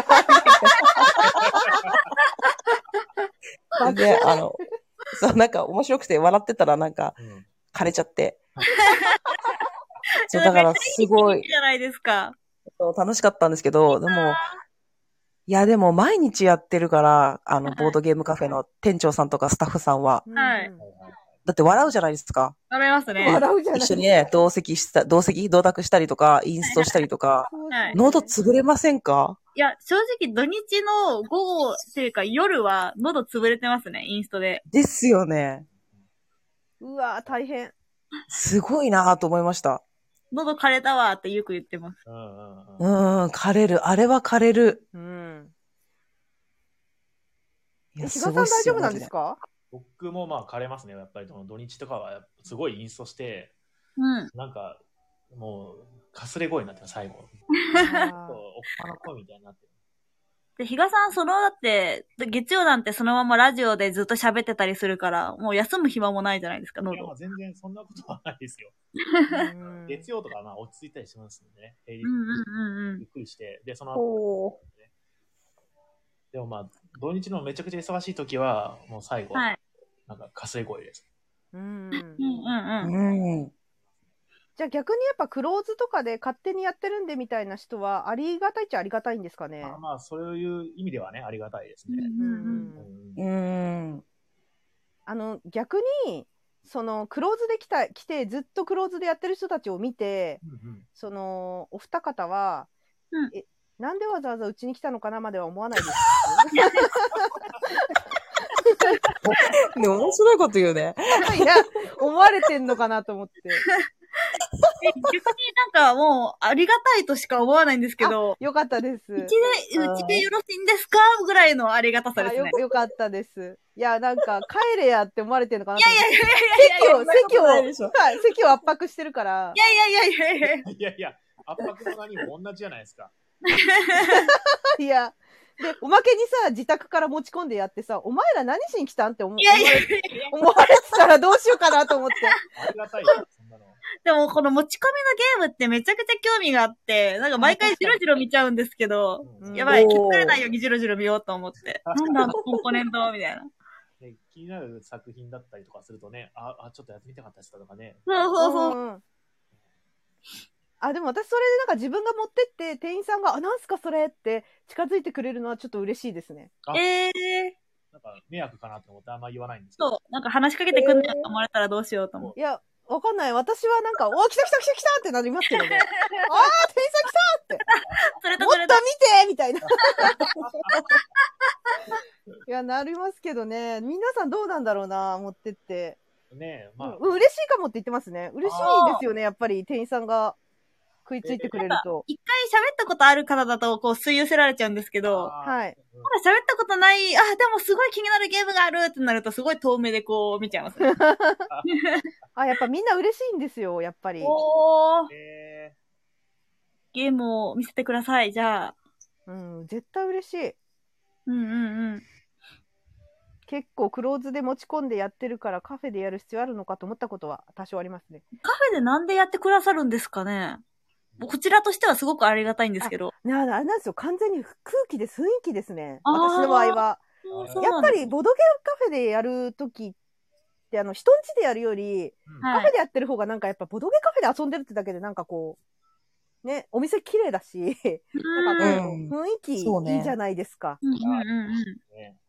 Speaker 4: で、そう、なんか面白くて笑ってたらなんか、枯れちゃって。そう、だからすごい。
Speaker 2: じゃないですか。
Speaker 4: そう、楽しかったんですけど、でも、いや、でも毎日やってるから、ボードゲームカフェの店長さんとかスタッフさんは。
Speaker 2: はい。
Speaker 4: だって笑うじゃないですか。
Speaker 2: 笑いますね。
Speaker 3: 笑うじゃない。
Speaker 4: 一緒にね、同卓したりとか、インストしたりとか、喉潰れませんか？
Speaker 2: いや、正直土日の午後っていうか夜は喉潰れてますね、インストで。
Speaker 4: ですよね。
Speaker 3: うわぁ、大変。
Speaker 4: すごいなぁと思いました。
Speaker 2: 喉枯れたわってよく言ってます。
Speaker 4: 枯れる。あれは枯れる。
Speaker 3: 比嘉さん大丈夫なんですか？
Speaker 1: 僕もまあ枯れますね。やっぱり土日とかはすごいインストして、なんかもうかすれ声になって最後。おっぱの声みたいになってる。
Speaker 2: で、比嘉さん、だって、月曜なんてそのままラジオでずっと喋ってたりするから、もう休む暇もないじゃないですか、喉。
Speaker 1: いや、まあ全然そんなことはないですよ。月曜とかまあ落ち着いたりしますんでね。平日ゆっくりして、で、その後、でもまあ、土日のめちゃくちゃ忙しい時は、もう最後、なんかかすれ声です。
Speaker 3: じゃあ逆にやっぱクローズとかで勝手にやってるんでみたいな人はありがたいっちゃありがたいんですかね。
Speaker 1: まあそういう意味ではね、ありがたいですね。
Speaker 3: 逆に、クローズで来て、ずっとクローズでやってる人たちを見て、お二方は、なんでわざわざうちに来たのかなまでは思わないです
Speaker 4: ね、面白いこと言うね。
Speaker 3: いや、思われてんのかなと思って。
Speaker 2: 逆になんかもう、ありがたいとしか思わないんですけど。
Speaker 3: よかったです。
Speaker 2: うちでよろしいんですかぐらいのありがたさですね。
Speaker 3: よかったです。いや、なんか、帰れやって思われてるのかなと思って。席を圧迫してるから。
Speaker 1: いや、圧迫も何も同じじゃないですか。
Speaker 3: いや。で、おまけにさ、自宅から持ち込んでやってさ、お前ら何しに来たんって思われてたらどうしようかなと思って。
Speaker 1: ありがたいよ、そんなの。
Speaker 2: でも、この持ち込みのゲームってめちゃくちゃ興味があって、なんか毎回ジロジロ見ちゃうんですけど、やばい、気づかれないようにジロジロ見ようと思って。なんだ、コンポーネントみたいな。
Speaker 1: 気になる作品だったりとかするとね、ちょっとやってみたかったですとかね。
Speaker 2: そう。
Speaker 3: でも私それでなんか自分が持ってって店員さんがなんすかそれって近づいてくれるのはちょっと嬉しいですね。
Speaker 1: なんか迷惑かなと思ってあんま言わないんですけど。
Speaker 2: そう、なんか話しかけてくんねんと思われたらどうしようと思う。
Speaker 3: いや、わかんない。私はなんか、来たってなりますけどね。店員さん来たって。もっと見てみたいな。いや、なりますけどね。皆さんどうなんだろうな、持ってって。
Speaker 1: ねえ、まあ。
Speaker 3: 嬉しいかもって言ってますね。嬉しいですよね、やっぱり店員さんが。食いついてくれると。
Speaker 2: 一回喋ったことある方だと、こう、吸い寄せられちゃうんですけど、
Speaker 3: はい。
Speaker 2: まだ喋ったことない、でもすごい気になるゲームがあるってなると、すごい遠目でこう、見ちゃいますね。
Speaker 3: やっぱみんな嬉しいんですよ、やっぱり。
Speaker 2: ゲームを見せてください、じゃあ。
Speaker 3: 絶対嬉しい。
Speaker 2: うん。
Speaker 3: 結構クローズで持ち込んでやってるからカフェでやる必要あるのかと思ったことは多少ありますね。
Speaker 2: カフェでなんでやってくださるんですかね？こちらとしてはすごくありがたいんですけど。
Speaker 3: あれなんですよ。完全に空気で雰囲気ですね。私の場合は。やっぱりボドゲカフェでやるときって、人ん家でやるより、カフェでやってる方がなんかやっぱボドゲカフェで遊んでるってだけでなんかこう、ね、お店綺麗だし、なんかこう、雰囲気いいじゃないですか。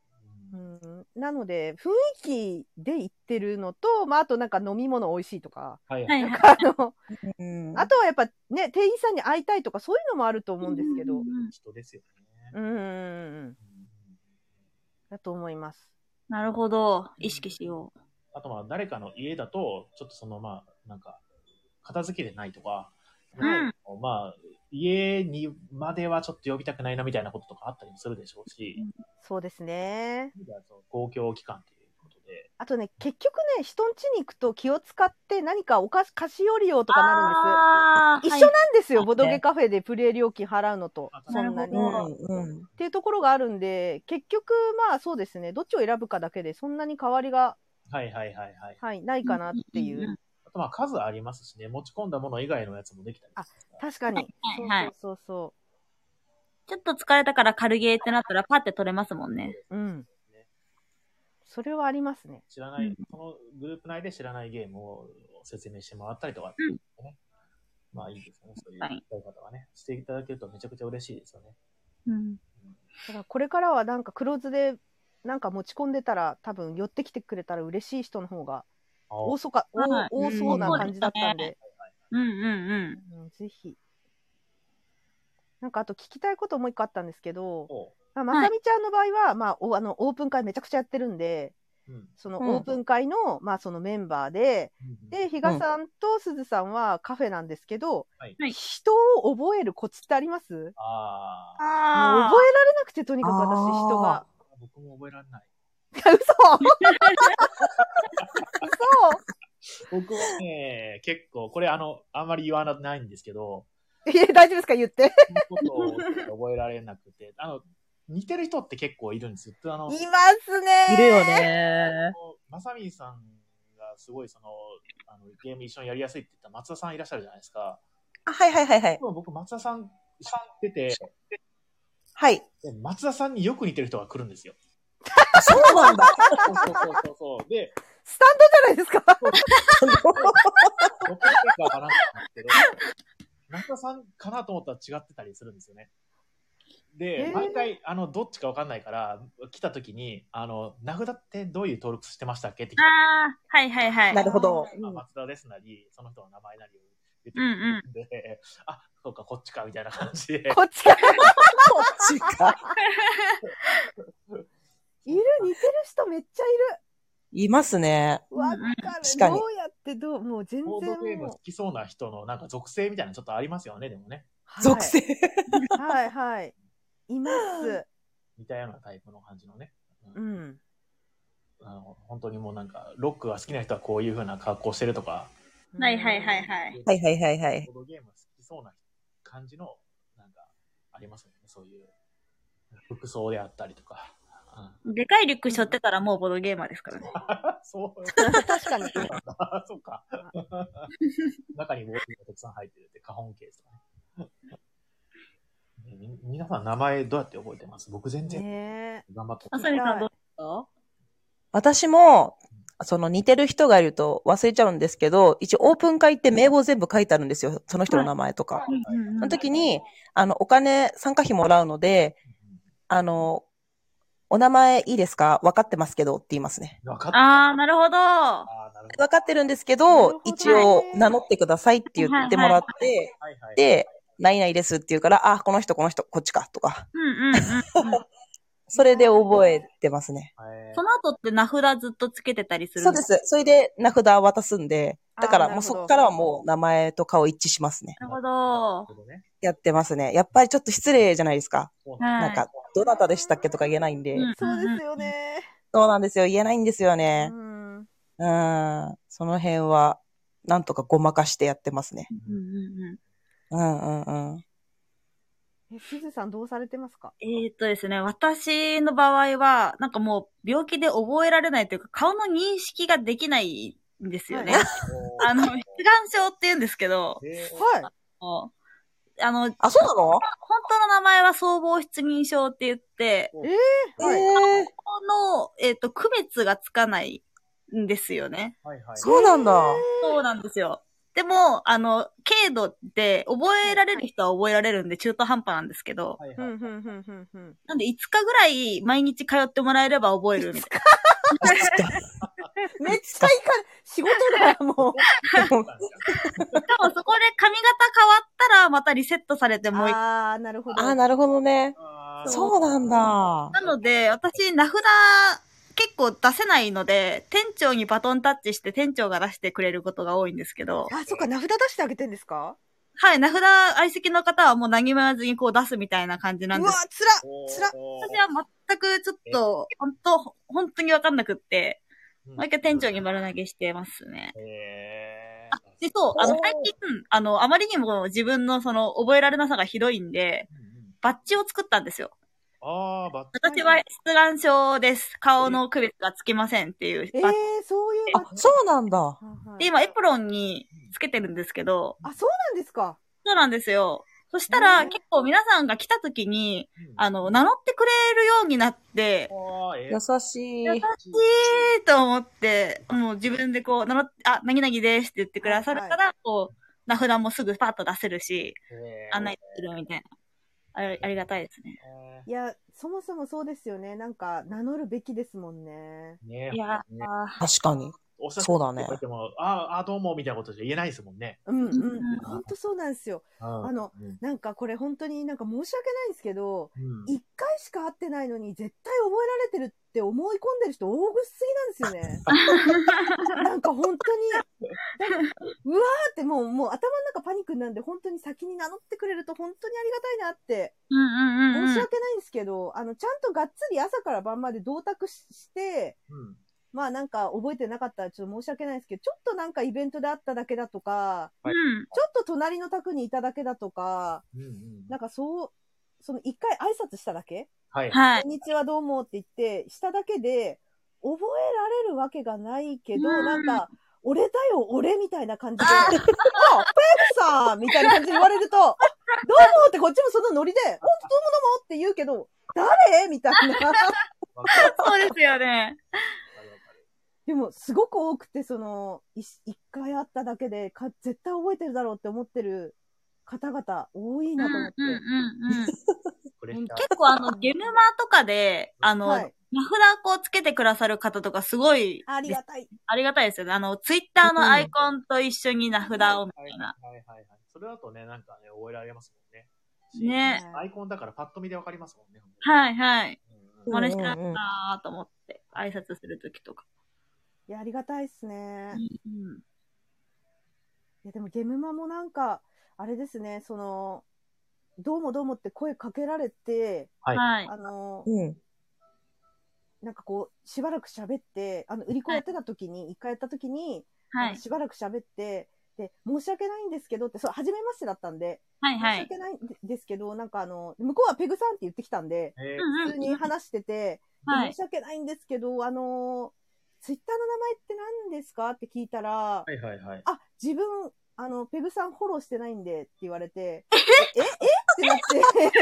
Speaker 3: なので、雰囲気で行ってるのと、まあ、あとなんか飲み物美味しいとか。
Speaker 1: はい。
Speaker 3: なんかあとはやっぱね、店員さんに会いたいとか、そういうのもあると思うんですけど。
Speaker 1: 人ですよね。
Speaker 3: だと思います。
Speaker 2: なるほど。意識しよう。
Speaker 1: あとまあ、誰かの家だと、ちょっとそのまあ、なんか、片付けでないとか、まあ、家にまではちょっと呼びたくないなみたいなこととかあったりもするでしょうし。
Speaker 3: そうですね。
Speaker 1: 公共機関っていうことで。
Speaker 3: あとね、結局ね、人ん家に行くと気を使って何か貸し寄りようとかなるんです。一緒なんですよ、ボドゲカフェでプレイ料金払うのと。そんなに。っていうところがあるんで、結局まあそうですね、どっちを選ぶかだけでそんなに変わりが、ないかなっていう。
Speaker 1: あとまあ数ありますしね、持ち込んだもの以外のやつもできたり。
Speaker 3: 確かに。そう。
Speaker 2: ちょっと疲れたから軽ゲーってなったらパッて取れますもんね。
Speaker 3: それはありますね。
Speaker 1: 知らない、このグループ内で知らないゲームを説明してもらったりとか、まあいいですよね。そういう使い方はね、していただけるとめちゃくちゃ嬉しいですよね。
Speaker 3: だからこれからはなんかクローズでなんか持ち込んでたら多分寄ってきてくれたら嬉しい人の方が多そうな感じだったんで。ぜひ。なんかあと聞きたいこともう一個あったんですけど、まさみちゃんの場合は、まあ、オープン会めちゃくちゃやってるんで、そのオープン会の、まあ、そのメンバーで、比嘉さんとすずさんはカフェなんですけど、人を覚えるコツってあります？もう覚えられなくて、とにかく私、人が。
Speaker 1: 僕も覚えられない。
Speaker 3: 嘘
Speaker 1: 僕はね、結構、これあんまり言わないんですけど、
Speaker 3: 大丈夫ですか言って。
Speaker 1: ことを覚えられなくて、似てる人って結構いるんですよ。
Speaker 3: いますね。
Speaker 4: いるよね。
Speaker 1: まさみさんがすごいゲーム一緒にやりやすいって言った松田さんいらっしゃるじゃないですか。
Speaker 4: はい。
Speaker 1: 僕、松田さん出て、
Speaker 4: はい。
Speaker 1: 松田さんによく似てる人が来るんですよ。
Speaker 4: そうなんだ。
Speaker 1: そう。で、
Speaker 3: スタンドじゃないですか。
Speaker 1: 松田さんかなと思ったら違ってたりするんですよね。で、毎回、どっちかわかんないから、来た時に、名札ってどういう登録してましたっけって聞いて。
Speaker 2: はい。
Speaker 4: なるほど。
Speaker 1: 松田ですなり、その人の名前なりを言ってくるんで、そうか、こっちか、みたいな感じで。
Speaker 3: こっちか。いる、似てる人めっちゃいる。
Speaker 4: いますね。
Speaker 3: わかる。
Speaker 4: 確かに。
Speaker 3: どうやってもう全然。
Speaker 1: ボードゲーム好きそうな人のなんか属性みたいなのちょっとありますよね、でもね。
Speaker 4: 属性。
Speaker 3: はい。います。
Speaker 1: 似たようなタイプの感じのね。本当にもうなんか、ロックが好きな人はこういう風な格好してるとか。
Speaker 2: はい。
Speaker 1: ボードゲーム好きそうな感じの、なんか、ありますよね。そういう服装であったりとか。
Speaker 2: でかいリュック背負ってたらもうボードゲーマーですからね。
Speaker 3: 確かに。
Speaker 1: そうか。中にボードゲームがたくさん入ってるって、カホンケースとかね。皆さん名前どうやって覚えてます？僕全然頑張ってます。
Speaker 2: あさみさんどうですか？
Speaker 4: 私も、似てる人がいると忘れちゃうんですけど、一応オープン会って名簿全部書いてあるんですよ。その人の名前とか。その時に、お金、参加費もらうので、お名前いいですか？分かってますけどって言いますね。
Speaker 2: なるほど。
Speaker 4: 分かってるんですけど、一応名乗ってくださいって言ってもらって、で、何々ですって言うから、この人、こっちかとか。それで覚えてますね。
Speaker 2: その後って名札ずっとつけてたりする
Speaker 4: んですか？そうです。それで名札渡すんで、だからもうそこからはもう名前と顔一致しますね。
Speaker 2: なるほど。
Speaker 4: やってますね。やっぱりちょっと失礼じゃないですか。なんか、どなたでしたっけとか言えないんで。
Speaker 3: そうですよね。
Speaker 4: そうなんですよ。言えないんですよね。その辺は、なんとかごまかしてやってますね。
Speaker 3: すずさんどうされてますか？
Speaker 2: ですね、私の場合は、なんかもう病気で覚えられないというか、顔の認識ができないんですよね。出願症って言うんですけど、
Speaker 3: はい。
Speaker 4: そうなの？
Speaker 2: 本当の名前は総合失認症って言って、顔の、区別がつかないんですよね。
Speaker 4: そうなんだ。
Speaker 2: そうなんですよ。 でも、軽度で覚えられる人は覚えられるんで中途半端なんですけど、
Speaker 1: はいはい。
Speaker 2: なんで5日ぐらい毎日通ってもらえれば覚えるみたいな。
Speaker 3: めっちゃ仕事だよ、もう。
Speaker 2: でもそこで髪型変わったらまたリセットされてもう一回。
Speaker 3: あー、なるほど。
Speaker 4: あー、なるほどね。そうなんだ。
Speaker 2: なので、私、名札結構出せないので、店長にバトンタッチして店長が出してくれることが多いんですけど。
Speaker 3: あ、そっか、名札出してあげてんですか？
Speaker 2: はい、名札相席の方はもう何も言わずにこう出すみたいな感じなんです。
Speaker 3: うわ、つら。
Speaker 2: 私は全くちょっと、本当にわかんなくって、毎回店長に丸投げしてますね。で、そう、最近、あまりにも自分の覚えられなさがひどいんで、バッジを作ったんですよ。
Speaker 1: バッジ。
Speaker 2: 私は出願症です。顔の区別がつきませんっていう。
Speaker 3: そういう。
Speaker 4: あ、そうなんだ。
Speaker 2: で、今エプロンにつけてるんですけど。
Speaker 3: あ、そうなんですか。
Speaker 2: そうなんですよ。そしたら、結構皆さんが来た時に、名乗ってくれるようになって、
Speaker 4: 優しい。
Speaker 2: 優しいと思って、もう自分でこう、何々ですって言ってくださるから、こう、名札もすぐパッと出せるし、案内するみたいな。ありがたいですね。
Speaker 3: いや、そもそもそうですよね。なんか、名乗るべきですもんね。
Speaker 2: いや、
Speaker 4: 確かに。そうだね。
Speaker 1: どうもみたいなことじゃ言えないですもんね。
Speaker 3: 本当そうなんですよ。なんかこれ本当になんか申し訳ないんですけど、一回しか会ってないのに絶対覚えられてるって思い込んでる人大ぐっすぎなんですよね。なんか本当に、うわーってもう頭の中パニックなんで本当に先に名乗ってくれると本当にありがたいなって、申し訳ないんですけど、ちゃんとがっつり朝から晩まで同卓して、まあなんか覚えてなかったらちょっと申し訳ないですけど、ちょっとなんかイベントであっただけだとか、ちょっと隣の卓にいただけだとか、なんかその一回挨拶しただけ、こんにちはどうもって言ってしただけで覚えられるわけがないけど、なんか俺だよ俺みたいな感じで、あ、ペグさんみたいな感じで言われると、どうもってこっちもそのノリで、どうもって言うけど、誰みたいな。
Speaker 2: そうですよね。
Speaker 3: でも、すごく多くて、一回会っただけで絶対覚えてるだろうって思ってる方々多いなと思って。
Speaker 2: 結構ゲムマとかで、名札こうつけてくださる方とかすごい、
Speaker 3: ありがたい。
Speaker 2: ありがたいですよね。ツイッターのアイコンと一緒に名札をみたいな。
Speaker 1: それだとね、なんかね、覚えられますもんね。
Speaker 2: ね。
Speaker 1: アイコンだからパッと見でわかりますもんね。
Speaker 2: はいはい。真似しなかったと思って、挨拶するときとか。
Speaker 3: いや、ありがたいっすね。いや、でもゲムマもなんか、あれですね、どうもどうもって声かけられて、なんかこう、しばらく喋って、売り子やってた時に、一回やった時に、しばらく喋って、で、申し訳ないんですけどって、初めましてだったんで、申し訳ないんですけど、なんか向こうはペグさんって言ってきたんで、普通に話してて、申し訳ないんですけど、ツイッターの名前って何ですかって聞いたら、自分、ペグさんフォローしてないんでって言われて、えってなって。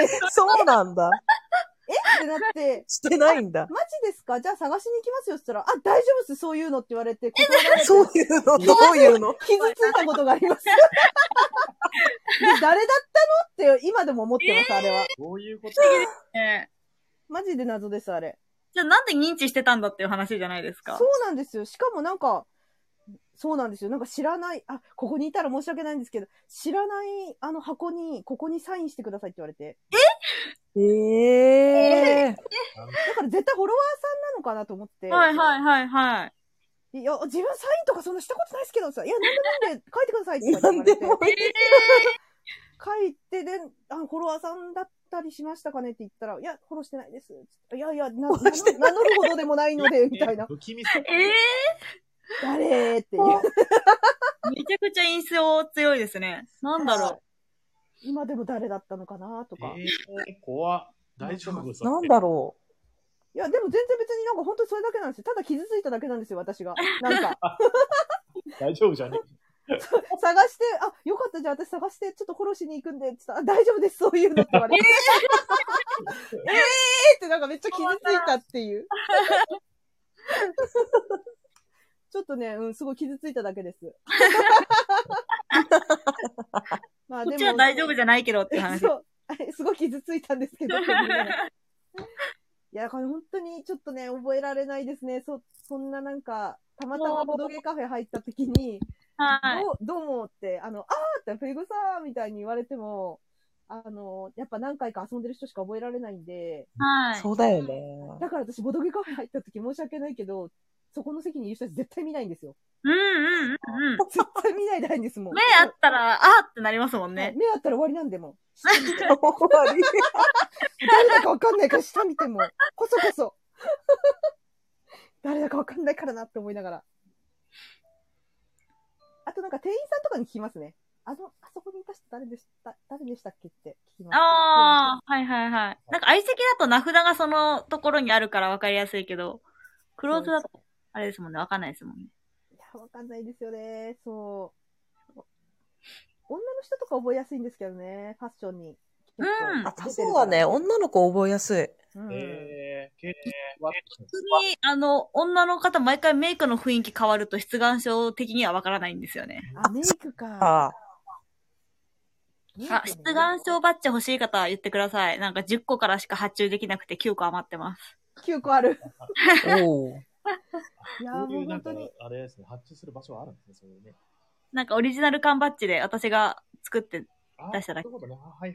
Speaker 4: そうなんだ。
Speaker 3: ってなって。
Speaker 4: してないんだ。
Speaker 3: マジですか？じゃあ探しに行きますよって言ったら、大丈夫です、そういうのって言われて。
Speaker 4: そういうのどういうの
Speaker 3: 傷ついたことがあります。誰だったのって今でも思ってます、あれは。
Speaker 1: どういうこと
Speaker 3: マジで謎です、あれ。
Speaker 2: じゃあなんで認知してたんだっていう話じゃないですか。
Speaker 3: そうなんですよ。しかもなんか、そうなんですよ。なんか知らない、ここにいたら申し訳ないんですけど、知らない箱に、ここにサインしてくださいって言われて。だから絶対フォロワーさんなのかなと思って。いや、自分サインとかそんなしたことないですけどさ、いや、なんで書いてくださいって言われて。書いてで、フォロワーさんだったりしましたかねって言ったら、いや、フォローしてないです。いや、名乗るほどでもないので、みたいな。誰っていう。
Speaker 2: めちゃくちゃ印象強いですね。なんだろう。
Speaker 3: 今でも誰だったのかなとか。
Speaker 1: 怖っ。大丈夫？
Speaker 4: なんだろ
Speaker 3: う。いや、でも全然別になんか本当にそれだけなんですよ。ただ傷ついただけなんですよ、私が。なんか。
Speaker 1: 大丈夫じゃね
Speaker 3: 探して、よかった、じゃあ私探して、ちょっとフォローしに行くんで、って言ったら、大丈夫です、そういうのって言われて。ってなんかめっちゃ傷ついたっていう。ちょっとね、すごい傷ついただけです。 まあ
Speaker 2: こっちは大丈夫じゃないけどって話。
Speaker 3: そう。すごい傷ついたんですけど。いや、これ本当にちょっとね、覚えられないですね。そんななんか、たまたまボドゲカフェ入った時に、
Speaker 2: はい。
Speaker 3: どうもって、あーってペグさーみたいに言われても、やっぱ何回か遊んでる人しか覚えられないんで。
Speaker 2: はい。
Speaker 4: そうだよね。
Speaker 3: だから私、ボドゲカフェ入った時申し訳ないけど、そこの席にいる人たち絶対見ないんですよ。絶対見ないでないんですもん。
Speaker 2: 目あったら、ってなりますもんね。
Speaker 3: 目あったら終わりなんでも。終わり。誰だかわかんないから下見ても、こそこそ。誰だかわかんないからなって思いながら。あとなんか店員さんとかに聞きますね。あそこにいた人誰でしたっけって聞きます。
Speaker 2: はいはいはい。なんか相席だと名札がそのところにあるからわかりやすいけど、クローズだと、あれですもんね、わかんないですもんね。
Speaker 3: いや、わかんないですよね。そう。女の人とか覚えやすいんですけどね、ファッションに。
Speaker 4: そうだね。女の子覚えやすい。
Speaker 2: 普通に、女の方、毎回メイクの雰囲気変わると、出願症的にはわからないんですよね。
Speaker 3: メイクか。
Speaker 2: 出願症バッジ欲しい方は言ってください。なんか10個からしか発注できなくて9個余ってます。
Speaker 3: 9個ある。
Speaker 4: お
Speaker 3: いやー、もう本当に。
Speaker 1: あれですね、発注する場所はあるんですね、そういうね。
Speaker 2: なんかオリジナル缶バッジで私が作って出しただけ。
Speaker 1: そういうことね。はい。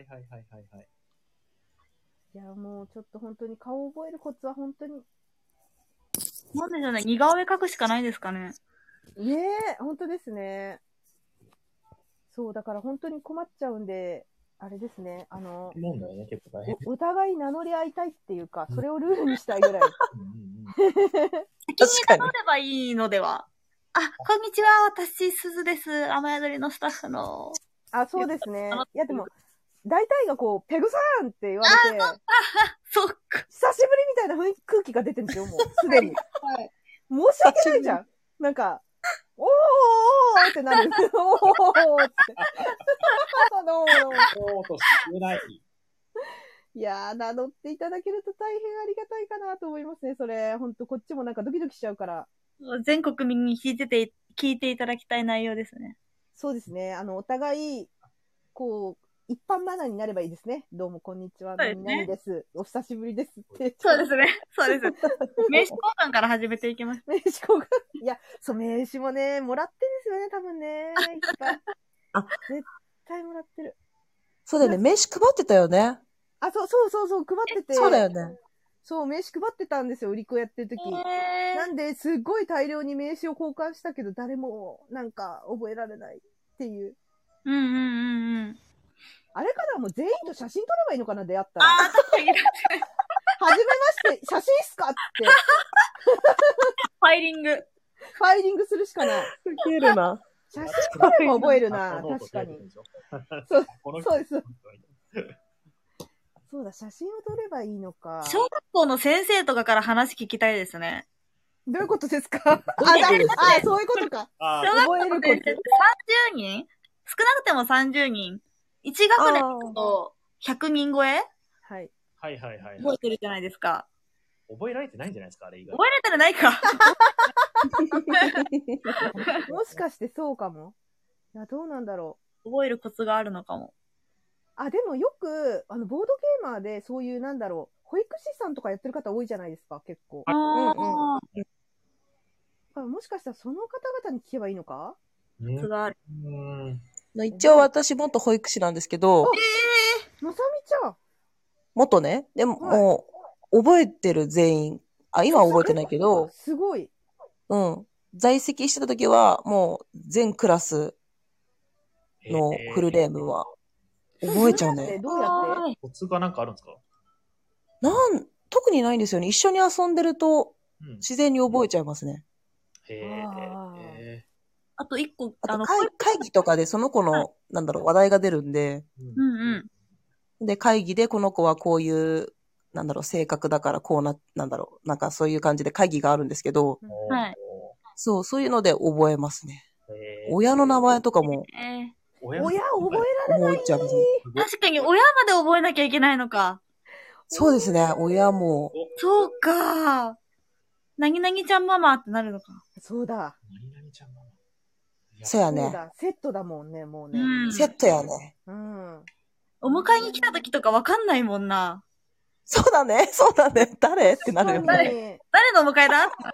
Speaker 3: いや、もうちょっと本当に顔を覚えるコツは本当に。
Speaker 2: なんでしょうね。似顔絵描くしかないですかね。
Speaker 3: ねえ、本当ですね。そう、だから本当に困っちゃうんで、あれですね、
Speaker 1: 問題ね、結構大変。
Speaker 3: お互い名乗り合いたいっていうか、それをルールにしたいぐらい。
Speaker 2: 先に名乗ればいいのでは。こんにちは、私、鈴です。雨宿りのスタッフの。
Speaker 3: そうですね。いや、でも、大体がこう、ペグさんって言われて、
Speaker 2: そっか。
Speaker 3: 久しぶりみたいな空気が出てるんですよ、もう、すでに。はい。申し訳ないじゃん。なんか、おーってなる。おーって。
Speaker 1: おーと言えない。
Speaker 3: いやー、名乗っていただけると大変ありがたいかなと思いますね、それ。ほんと、こっちもなんかドキドキしちゃうから。
Speaker 2: 全国民に聞いていただきたい内容ですね。
Speaker 3: そうですね。お互い、こう、一般マナーになればいいですね。どうも、こんにちは。何々です。お久しぶりですって。
Speaker 2: そうですね。そうです。名刺交換から始めていきます。
Speaker 3: 名刺交換。いや、そう、名刺もね、もらってるんですよね、多分ね。いっぱい。絶対もらってる。
Speaker 4: そうだよね。名刺配ってたよね。
Speaker 3: そう、配ってて。
Speaker 4: そうだよね。
Speaker 3: そう、名刺配ってたんですよ、売り子やってる時。なんで、すっごい大量に名刺を交換したけど、誰も、なんか、覚えられないっていう。あれかな、もう全員と写真撮ればいいのかな、出会ったら。
Speaker 2: 確かに。
Speaker 3: はじめまして、写真っすかって。
Speaker 2: ファイリング
Speaker 3: するしかない。
Speaker 4: すげえるな。
Speaker 3: 写真撮れば覚えるな、確かに。そうです。そうだ、写真を撮ればいいのか。
Speaker 2: 小学校の先生とかから話聞きたいですね。
Speaker 3: どういうことですか？そういうことか。
Speaker 2: 小学校の先生って30人？少なくても30人。1学年だと100人超え？
Speaker 3: はい。
Speaker 2: 覚えてるじゃないですか。
Speaker 1: 覚えられてないんじゃないですか、あれ以外。
Speaker 2: 覚えられてないか。
Speaker 3: もしかしてそうかも。いや、どうなんだろ
Speaker 2: う。覚えるコツがあるのかも。
Speaker 3: でもよく、ボードゲーマーでそういう、なんだろう、保育士さんとかやってる方多いじゃないですか、結構。もしかしたらその方々に聞けばいいのか？
Speaker 2: コツがある。
Speaker 4: 一応私元保育士なんですけど。
Speaker 3: まさみちゃん。
Speaker 4: 元ね。でも、もう、覚えてる全員。今は覚えてないけど。
Speaker 3: すごい。
Speaker 4: 在籍してた時は、もう、全クラスのフルネームは、覚えちゃうね。
Speaker 3: どうやって？
Speaker 1: コツがなんかあるんですか？
Speaker 4: 特にないんですよね。一緒に遊んでると、自然に覚えちゃいますね。
Speaker 2: あと一個、
Speaker 4: 会議とかでその子の、話題が出るんで、で、会議でこの子はこういう、性格だからこうなんかそういう感じで会議があるんですけど、そういうので覚えますね。親の名前とかも。
Speaker 3: 親覚えられない。
Speaker 2: 確かに親まで覚えなきゃいけないのか。
Speaker 4: そうですね、親も。
Speaker 2: そうか。なぎなぎちゃんママってなるのか。
Speaker 3: そうだ。
Speaker 1: なぎなぎちゃんママ。
Speaker 4: そうやね。
Speaker 3: セットだもんね、もうね。
Speaker 4: セットやね。
Speaker 3: うん。
Speaker 2: お迎えに来た時とかわかんないもんな。
Speaker 4: そうだね。誰ってなるよね。
Speaker 2: 誰のお迎えだ
Speaker 3: 確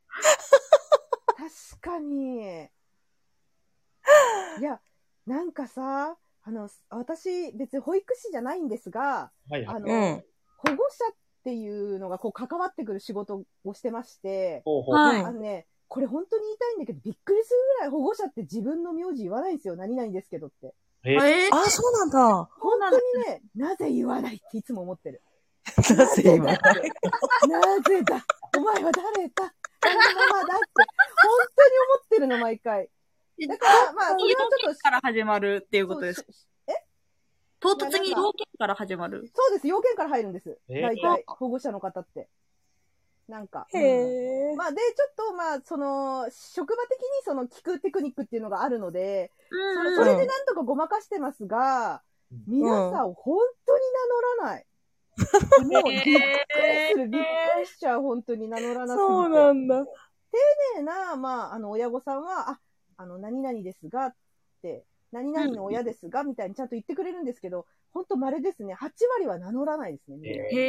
Speaker 3: かに。いや、なんかさ、私、別に保育士じゃないんですが、保護者っていうのがこう関わってくる仕事をしてまして、これ本当に言いたいんだけど、びっくりするぐらい保護者って自分の名字言わないんですよ。何々ですけどって。
Speaker 4: あ、そうなんだ。
Speaker 3: 本当にね、なぜ言わないっていつも思ってる。
Speaker 4: なぜ言わない
Speaker 3: なぜだお前は誰だ誰のママだって、本当に思ってるの、毎回。だから、まあ、それはちょっと。
Speaker 2: から始まるっていうことです。唐突に要件から始まる。
Speaker 3: そうです、要件から入るんです。大体、保護者の方って。なんか。まあ、で、ちょっと、まあ、職場的に聞くテクニックっていうのがあるので、それでなんとかごまかしてますが、皆さん、本当に名乗らない。もう、びっくりしちゃう、本当に名乗らなすぎて。
Speaker 4: そうなんだ。
Speaker 3: 丁寧な、まあ、親御さんは、何々ですが、って、何々の親ですが、みたいにちゃんと言ってくれるんですけど、本当稀ですね。8割は名乗らないですね。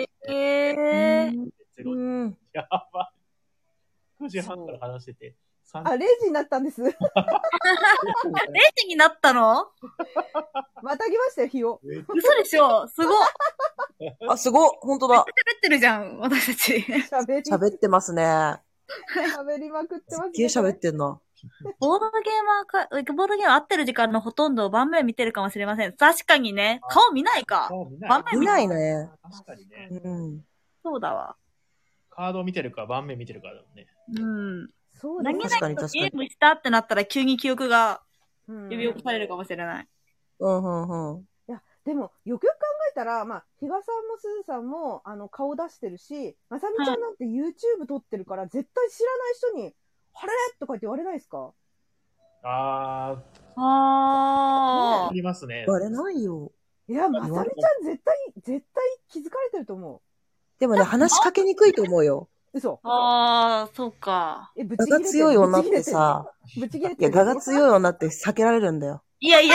Speaker 1: やばい。9時半から話してて。
Speaker 3: 0時になったんです。0
Speaker 2: 時になったの
Speaker 3: またぎましたよ、日を。
Speaker 2: 嘘でしょすごっ。
Speaker 4: あ、すごっ。ほんとだ。
Speaker 2: 喋ってるじゃん、私たち。
Speaker 4: 喋ってますね。
Speaker 3: 喋りまくってますね。
Speaker 4: すげえ喋ってんな。
Speaker 2: ボードゲーム合ってる時間のほとんどを盤面見てるかもしれません。確かにね。顔見ないか。
Speaker 4: 盤面見ないね。
Speaker 1: 確かにね。
Speaker 2: そうだわ。
Speaker 1: カードを見てるか、盤面見てるかだもんね。
Speaker 3: そう
Speaker 2: だね。何々とゲームしたってなったら急に記憶が呼び起こされるかもしれない。
Speaker 3: いや、でも、よくよく考えたら、まあ、比嘉さんもすずさんも、顔出してるし、まさみちゃんなんて YouTube 撮ってるから、絶対知らない人に、あれとか言って言われないですか？
Speaker 1: ありますね。
Speaker 4: 言われないよ。
Speaker 3: いや、まさみちゃん絶対気づかれてると思う。
Speaker 4: でもね、話しかけにくいと思うよ。
Speaker 3: 嘘。
Speaker 2: そうか。
Speaker 4: 我が強い女ってさ、我が強い女って避けられるんだよ。
Speaker 2: いや。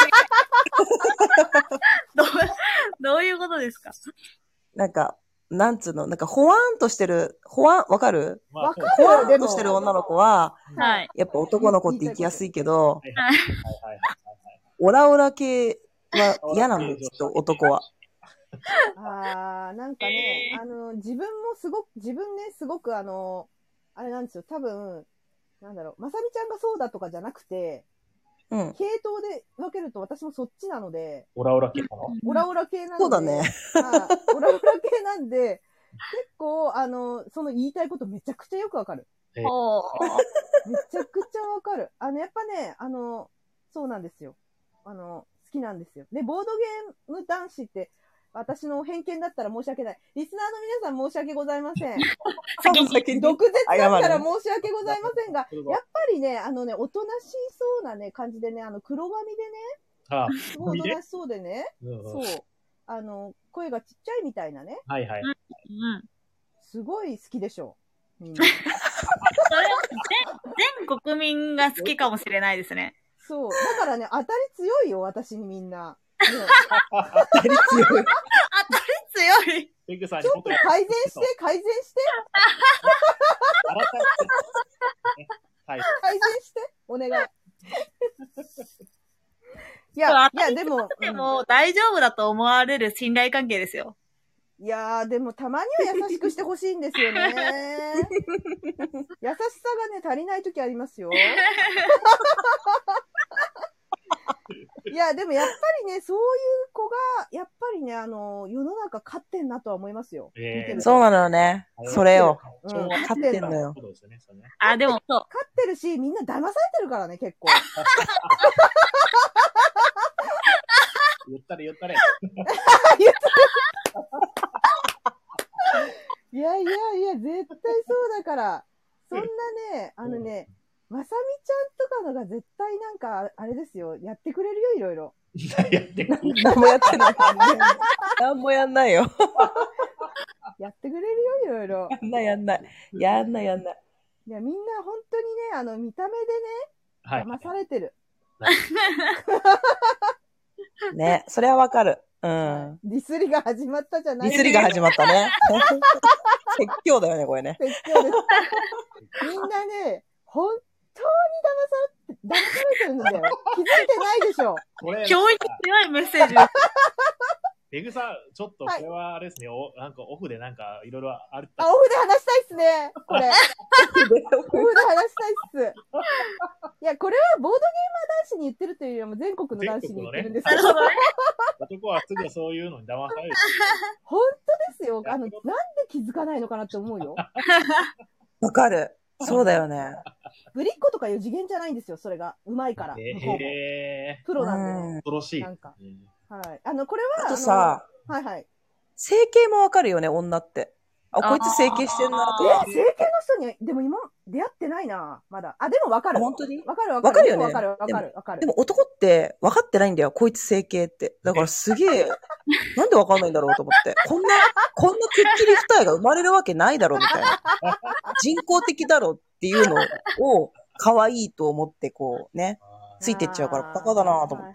Speaker 2: どういうことですか？
Speaker 4: なんか、なんつうの、なんか、ほわーんとしてる、わかる？
Speaker 3: わかる。
Speaker 4: ほわーんとしてる女の子は、
Speaker 2: はい。
Speaker 4: やっぱ男の子って行きやすいけど、オラオラ系は嫌なんですよ、男は。
Speaker 3: なんかね、自分ね、すごくあれなんですよ、多分、なんだろう、まさみちゃんがそうだとかじゃなくて、系統で分けると私もそっちなので。
Speaker 1: オラオラ系かな？
Speaker 3: オラオラ系なので。
Speaker 4: そうだね。
Speaker 3: オラオラ系なんで、結構、その言いたいことめちゃくちゃよくわかる。めちゃくちゃわかる。やっぱね、そうなんですよ。好きなんですよ。で、ボードゲーム男子って、私の偏見だったら申し訳ない。リスナーの皆さん申し訳ございません。毒舌だったら申し訳ございませんが、やっぱりね、おとなしそうなね、感じでね、黒髪でね、すごいおとなしそうでね、そう、声がちっちゃいみたいなね。すごい好きでしょ。みんな。それ
Speaker 2: は全国民が好きかもしれないですね。
Speaker 3: そう。だからね、当たり強いよ、私にみんな。
Speaker 4: 当たり強い。
Speaker 3: ちょっと改善して。改善して、お願い。いや、でも。
Speaker 2: でも大丈夫だと思われる信頼関係ですよ。
Speaker 3: いやでもたまには優しくしてほしいんですよね。優しさがね、足りないときありますよ。いや、でもやっぱりね、そういう子が、やっぱりね、世の中勝ってんなとは思いますよ。
Speaker 4: そうなのよね。それよ。勝ってんのよ。
Speaker 2: でもそう。
Speaker 3: 勝ってるし、みんな騙されてるからね、結構。
Speaker 1: 言ったれ。
Speaker 3: いや、絶対そうだから。そんなね、まさみちゃんとかのが絶対なんか、あれですよ。やってくれるよ、いろいろ。
Speaker 4: 何もやってない。何もやんないよ。
Speaker 3: やってくれるよ、いろいろ。
Speaker 4: やんない。
Speaker 3: いや、みんな本当にね、見た目でね、 騙されてる。
Speaker 4: ね、それはわかる。うん。
Speaker 3: ディスりが始まったじゃない
Speaker 4: ディスりが始まったね。説教だよね、これね。
Speaker 3: 説教です。みんなね、本当に騙されてるんだよ。気づいてないでしょ。
Speaker 2: 教育強いメッセージ。
Speaker 1: ペグさん、ちょっとこれはあれですね、なんかオフでなんかいろいろある。
Speaker 3: オフで話したいっすね、これ。オフで話したいっす。いや、これはボードゲーマー男子に言ってるというよりも全国の男子に言ってるんですけど。
Speaker 1: 男はすぐそういうのに騙される。
Speaker 3: 本当ですよ。なんで気づかないのかなって思うよ。
Speaker 4: わかる。そうだよね。
Speaker 3: ぶりっ子とかいう次元じゃないんですよ、それが。うまいから。プロなんで。
Speaker 1: 恐ろしい。
Speaker 3: なんか。はい。これは。
Speaker 4: あとさ、
Speaker 3: はいはい。
Speaker 4: 整形もわかるよね、女って。あ、こいつ整形してんなとか。
Speaker 3: 整形の人に、でも今、出会ってないな、まだ。でもわかる。
Speaker 4: 本当に
Speaker 3: わかるよね。わかる。
Speaker 4: でも男って分かってないんだよ、こいつ整形って。だからすげえ、なんでわかんないんだろうと思って。こんなくっきり二重が生まれるわけないだろうみたいな。人工的だろうっていうのを、可愛いと思ってこうね、ついてっちゃうからバカだなと思って。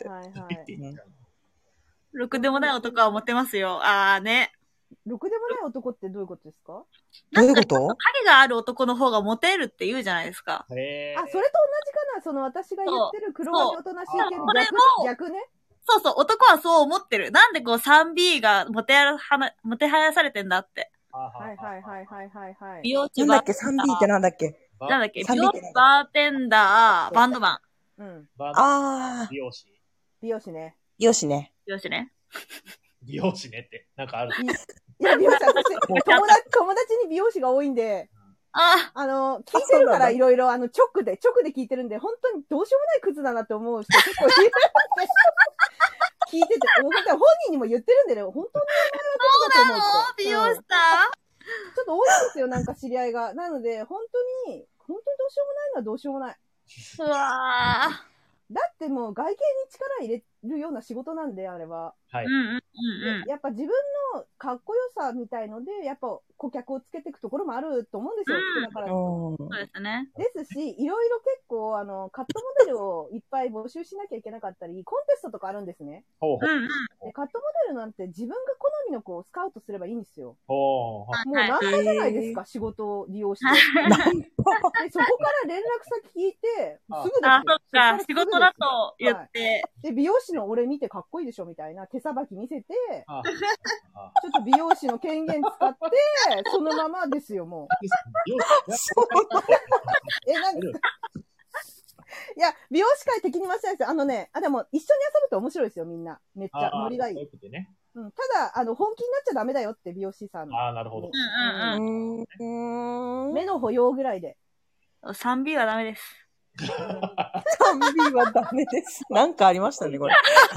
Speaker 2: ろくでもない男はモテますよ。ね。
Speaker 3: ろくでもない男ってどういうことですか？
Speaker 4: どういうこと？
Speaker 2: 影がある男の方がモテるって言うじゃないですか。
Speaker 3: それと同じかな、その私が言ってる黒髪おとなしい系の逆ね。
Speaker 2: そうそう、男はそう思ってる。なんでこう 3B がもてはやされてんだって。
Speaker 3: はい。
Speaker 2: 美容師
Speaker 4: なんだっけ 3B ってなんだっけ
Speaker 2: 美容師、バーテンダー、バンドマン。
Speaker 3: うん。
Speaker 1: 美容師。
Speaker 3: 美容師ね。
Speaker 2: 美容師
Speaker 1: ねって、なんかある。
Speaker 3: いや、美容師、私、友達に美容師が多いんで、聞いてるからいろいろ、直で聞いてるんで、本当にどうしようもないクズだなって思う人結構いるんで、聞いてて、本人にも言ってるんでね、本当に
Speaker 2: そうなの美容師さん、
Speaker 3: ちょっと多いんですよ、なんか知り合いが。なので、本当にどうしようもないのはどうしようもない。
Speaker 2: うわー。
Speaker 3: だってもう外見に力入れるような仕事なんで、あれは。
Speaker 1: はい。
Speaker 3: やっぱ自分のかっこよさみたいので、やっぱ顧客をつけていくところもあると思うんですよ。だから。
Speaker 2: そうですね。
Speaker 3: ですし、いろいろ結構、カットモデルをいっぱい募集しなきゃいけなかったり、コンテストとかあるんですね。でカットモデルなんて自分が好みの子をスカウトすればいいんですよ。もうナンパじゃないですか、仕事を利用して。でそこから連絡先聞いて、すぐですよ。
Speaker 2: そっか、仕事だと言って。
Speaker 3: で、美容師の俺見てかっこいいでしょみたいな手さばき見せて、ちょっと美容師の権限使って、そのままですよ、もう。何いや、美容師界敵に回してないですよ。でも、一緒に遊ぶと面白いですよ、みんな。めっちゃ、ノリがいい。ただ、本気になっちゃダメだよって、美容師さんの。
Speaker 1: なるほど。
Speaker 3: 目の保養ぐらいで。
Speaker 2: 3B はダメです。
Speaker 4: 3B はダメです。なんかありましたね、これ。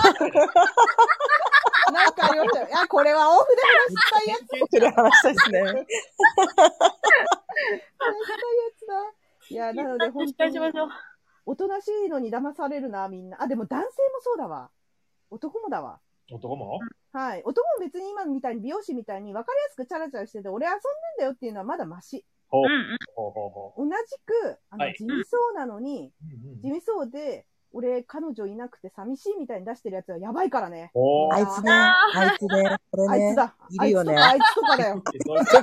Speaker 3: なんかありましたよ。いや、これはオフで話したいやつ。
Speaker 4: オフで話したいですね。話したいや
Speaker 3: つだ。いや、なので、本当に、おとなしいのに騙されるな、みんな。でも男性もそうだわ。男もだわ。
Speaker 1: 男も？
Speaker 3: はい。男も別に今みたいに美容師みたいに分かりやすくチャラチャラしてて、俺遊んでんだよっていうのはまだマシ。同じく、地味そうなのに、地味そうで、俺、彼女いなくて寂しいみたいに出してるやつはやばいからね。
Speaker 4: あいつね。これね。
Speaker 3: あいつだ。
Speaker 4: いるよね。
Speaker 3: あいつとかだよ。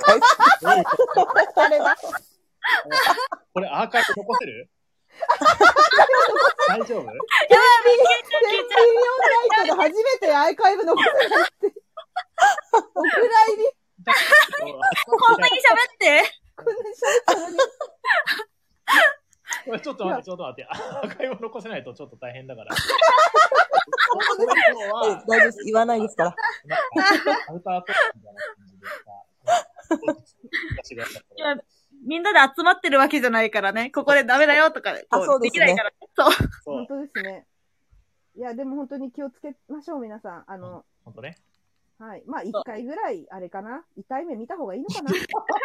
Speaker 3: あれだ。
Speaker 1: これアーカイブ残せる？大丈夫？
Speaker 3: テンビリオンナイトで初めてアーカイブ残せないって。お蔵入り。
Speaker 2: こんなに喋って。
Speaker 3: こんなに喋ったのに。
Speaker 1: これちょっと待って。アーカイブ残せないとちょっと大変だから。
Speaker 4: 大丈夫です。言わないですから。
Speaker 1: アウタートークみたいな感じでさ。
Speaker 2: みんなで集まってるわけじゃないからね。ここでダメだよとかできないから。そう。
Speaker 3: 本当ですね。いや、でも本当に気をつけましょう、皆さん。
Speaker 1: 本当ね。
Speaker 3: はい。まあ、一回ぐらい、あれかな。痛い目見た方がいいのかな。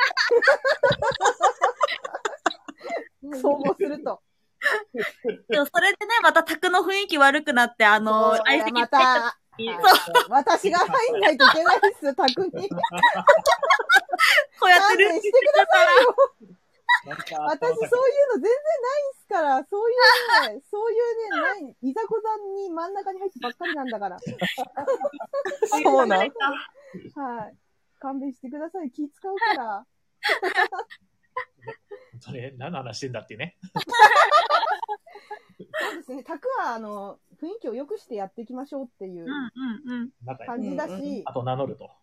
Speaker 3: そう思すると。
Speaker 2: でもそれでね、また宅の雰囲気悪くなって、相席
Speaker 3: また、私が入んないといけないですよ、宅に。
Speaker 2: こうやってる。
Speaker 3: してくださいよ。 私そういうの全然ないんすから、そういうね、いざこざに真ん中に入ってばっかりなんだから。
Speaker 4: そうなん。
Speaker 3: はい。勘弁してください。気使うから。
Speaker 1: それ、何の話してんだってね。
Speaker 3: そうですね。タクは、雰囲気を良くしてやっていきましょうっていう感じだし、
Speaker 1: あと名乗ってほ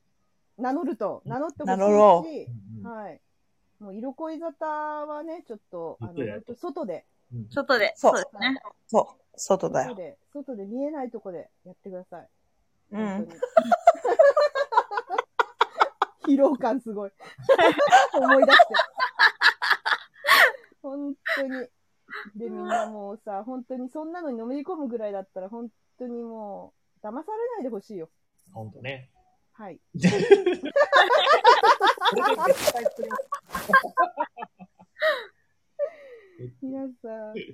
Speaker 3: しいし、はい。もう色恋沙汰はね、ちょっと、外で。
Speaker 2: そうですね。
Speaker 4: そう、外だよ。
Speaker 3: 外で見えないとこでやってください。本当に。疲労感すごい。思い出して。本当に。で、みんなもうさ、本当にそんなのにのめり込むぐらいだったら、本当にもう、騙されないでほしいよ。
Speaker 1: 本当ね。
Speaker 3: はい。皆さん。い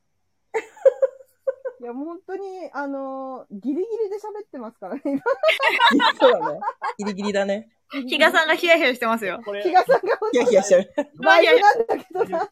Speaker 3: や、もう本当に、ギリギリで喋ってますからね、今。
Speaker 4: そうだね。ギリギリだね。
Speaker 2: 比嘉さんがヒヤヒヤしてますよ。
Speaker 3: 比嘉さんが
Speaker 4: ヒヤヒヤしてる。
Speaker 3: ライブなんだけどな。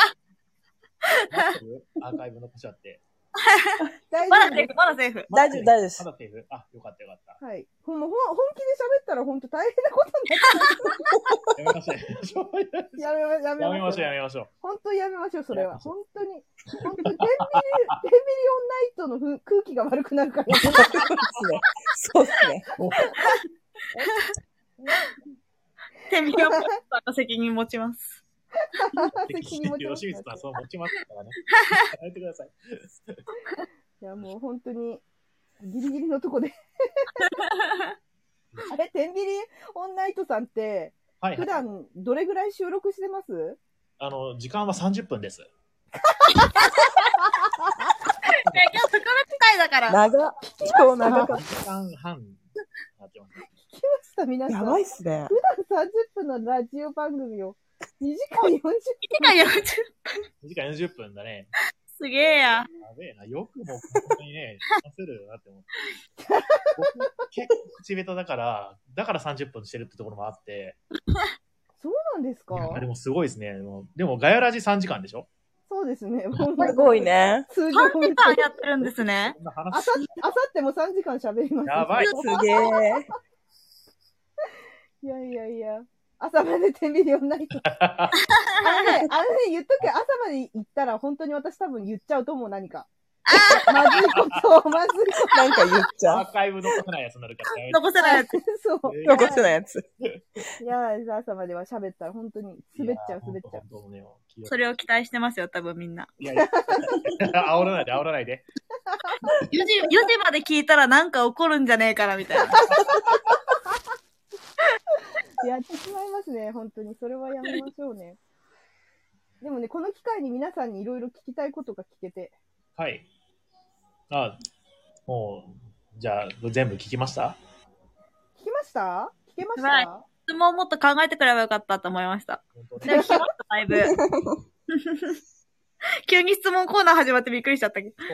Speaker 1: アーカイブ残しちゃって。
Speaker 2: まだセーフ。
Speaker 4: 大丈夫、大丈夫です。
Speaker 1: まだセーフ。あ、よかったよかった。
Speaker 3: はい。本気で喋ったら本当大変なことになっちゃう。やめましょう。本当にやめましょう、それは。本当に。テンビリオンナイトの空気が悪くなるからやめましょう。
Speaker 4: そうですね。
Speaker 2: テンビリオンナイトの責任持ちます。
Speaker 3: 責任持ちます。
Speaker 1: 吉光さん、そう持ちますからね。やめてください。
Speaker 3: いや、もう本当に、ギリギリのとこで。あれ、テンビリオンナイトさんって、普段どれぐらい収録してます？
Speaker 1: 時間は30分です。
Speaker 2: 今日特別会だから。
Speaker 4: 今日長かった。
Speaker 1: 1時間半なってます。
Speaker 3: 聞きました、皆さん。
Speaker 4: やばいっすね。
Speaker 3: 普段30分のラジオ番組を2時間40分。
Speaker 1: 2時間40分だね。
Speaker 2: すげえや。
Speaker 1: やべえな。よくも本当にね、話せるなって思って。僕結構口下手だから30分してるってところもあって。
Speaker 3: そうなんですか？
Speaker 1: でもすごいですね。でもガヤラジ3時間でしょ？
Speaker 3: そうですね。
Speaker 4: すごいね。
Speaker 2: 3時間やってるんですね。
Speaker 3: あさっても3時間喋ります。
Speaker 1: やばい。
Speaker 4: すげえ。
Speaker 3: いや。朝までテンビリオンナイト。あのね、言っとけ、朝まで行ったら本当に私多分言っちゃうと思う、何か。まずいこと。
Speaker 4: なんか言っちゃう。
Speaker 1: アーカイブ残せないやつになるから。
Speaker 2: 残せないやつ。
Speaker 3: そう。
Speaker 4: 残せないやつ。
Speaker 3: いや、朝までは喋ったら本当に滑っちゃう。
Speaker 2: それを期待してますよ、多分みんな。
Speaker 1: いや煽らないで。
Speaker 2: 4時まで聞いたらなんか起こるんじゃねえからみたいな。
Speaker 3: やってしまいますね、本当に。それはやめましょうね。でもね、この機会に皆さんにいろいろ聞きたいことが聞けて。
Speaker 1: はい。もう、じゃあ、全部聞きました？
Speaker 3: 聞けました？
Speaker 2: 質問をもっと考えてくればよかったと思いました。でも聞きました、だいぶ。急に質問コーナー始まってびっくりしちゃったけど。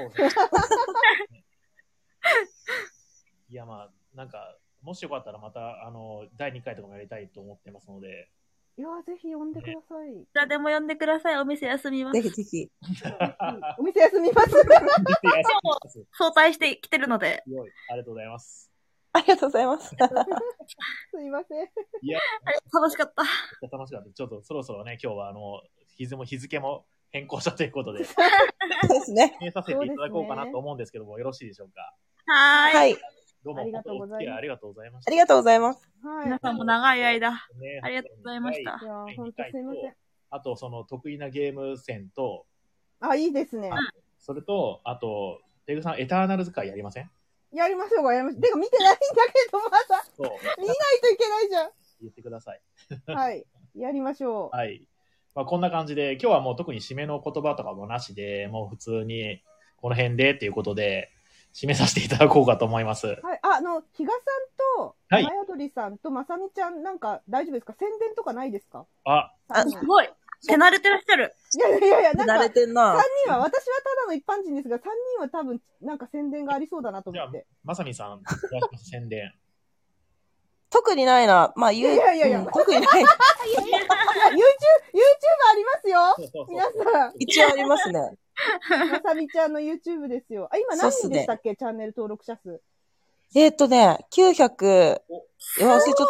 Speaker 1: いや、なんか、もしよかったらまた、第2回とかもやりたいと思ってますので。
Speaker 3: いや、ぜひ呼んでください。
Speaker 2: いつでも呼んでください。お店休みます。
Speaker 4: ぜひ。
Speaker 3: お店休みます。
Speaker 2: 早退してきてるので。
Speaker 1: ありがとうございます。
Speaker 4: ありがとうございます。
Speaker 3: すいません。
Speaker 1: いや、
Speaker 2: 楽しかった。
Speaker 1: 楽しかった。ちょっとそろそろね、今日は日付も変更したということで。
Speaker 4: そうですね。
Speaker 1: させていただこうかなと思うんですけども、よろしいでしょうか。
Speaker 2: はい。
Speaker 1: どうも、ありがとうございました。
Speaker 4: ありがとうございます。
Speaker 3: はい。
Speaker 2: 皆さんも長い間、ありがとうございました。
Speaker 3: いや、本当すいません。
Speaker 1: あと、その得意なゲーム戦と、
Speaker 3: いいですね。
Speaker 1: それと、あと、テグさん、エターナルズ会やりません？
Speaker 3: やりましょうか、てか見てないんだけど、まだ。見ないといけないじゃん。
Speaker 1: 言ってください。
Speaker 3: はい。やりましょう。
Speaker 1: はい。こんな感じで、今日はもう特に締めの言葉とかもなしで、もう普通に、この辺でっていうことで、締めさせていただこうかと思います。はい。
Speaker 3: 比嘉さんと、まやどりさんとまさみちゃん、なんか大丈夫ですか？宣伝とかないですか？
Speaker 2: すごい。手慣れてらっしゃる。
Speaker 3: いや、なんか、
Speaker 4: 慣れてんな。
Speaker 3: 3人は、私はただの一般人ですが、3人は多分、なんか宣伝がありそうだなと思って。
Speaker 1: じゃあ、まさみさん、宣伝。
Speaker 4: 特にないな。
Speaker 3: いや、
Speaker 4: 特にない。
Speaker 3: YouTube ありますよ。皆さん。
Speaker 4: 一応ありますね。
Speaker 3: まさみちゃんの YouTube ですよ。あ、今何人でしたっけ、チャンネル登録者数。
Speaker 4: 900、忘れちゃった。
Speaker 3: もうすぐ。す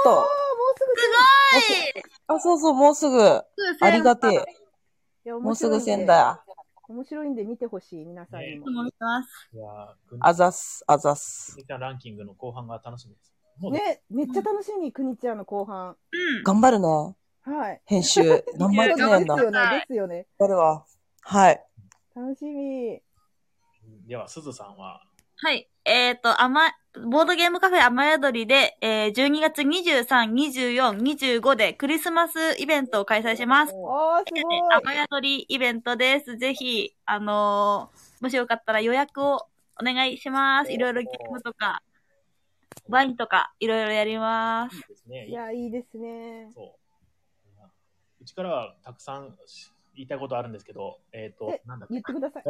Speaker 2: ごい。
Speaker 4: あ、そうそう、もうすぐ。ありがてえ。もうすぐ1000だ。
Speaker 3: 面白いんで見てほしい、皆さんにも。
Speaker 4: あざす、あざす。
Speaker 1: くにちゃんランキングの後半が楽しみです。
Speaker 3: ね、めっちゃ楽しみ、くにちゃんの後半。
Speaker 4: 頑張るね。
Speaker 3: はい。
Speaker 4: 編集。頑張ってねんだ。
Speaker 3: ですよね、ですよね。
Speaker 4: 頑張るわ。はい。
Speaker 3: 楽しみ。
Speaker 1: では、すずさんは
Speaker 2: はい。ボードゲームカフェ雨宿りで、12月23、24、25でクリスマスイベントを開催します。
Speaker 3: すごい。
Speaker 2: 雨宿りイベントです。ぜひ、もしよかったら予約をお願いします。いろいろゲームとか、ワインとか、いろいろやります。
Speaker 1: いいですね。
Speaker 3: いや、いいですね。
Speaker 1: そう。うちからはたくさん言いたいことあるんですけど、なんだっけ。
Speaker 3: 言ってください。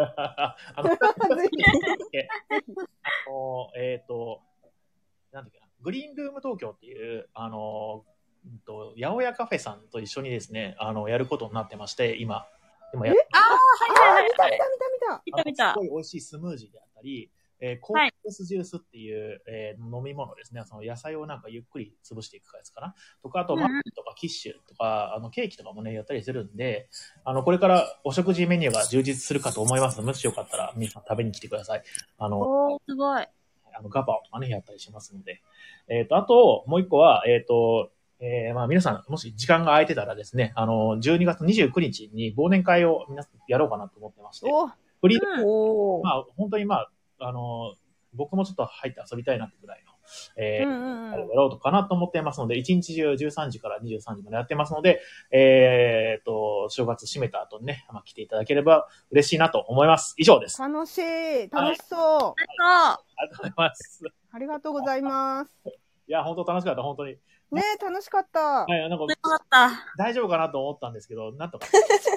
Speaker 1: なんだっけな、グリーンルーム東京っていう、八百屋カフェさんと一緒にですね、やることになってまして、今。
Speaker 3: でもはいはいはい。
Speaker 2: 見た。
Speaker 1: すごい美味しいスムージーであったり、コークスジュースっていう、飲み物ですね。その野菜をなんかゆっくり潰していくやつかな。とか、あとマックとかキッシュとか、ケーキとかもね、やったりするんで、これからお食事メニューが充実するかと思いますので、もしよかったら皆さん食べに来てください。
Speaker 2: すごい。
Speaker 1: ガパオがね、やったりしますので。あと、もう一個は、皆さん、もし時間が空いてたらですね、12月29日に忘年会を皆さんやろうかなと思ってまして。フリー本当に僕もちょっと入って遊びたいなってぐらいの、やろうかなと思ってますので、1日中13時から23時までやってますので、正月閉めた後にね、来ていただければ嬉しいなと思います。以上です。
Speaker 3: 楽しい。楽しそう。
Speaker 1: ありがとうございます。
Speaker 3: ありがとうございます。
Speaker 1: いや、本当楽しかった、本当に。
Speaker 3: ねえ、楽しかった。はい、
Speaker 1: なんか大丈夫かなと思ったんですけど、なんとか。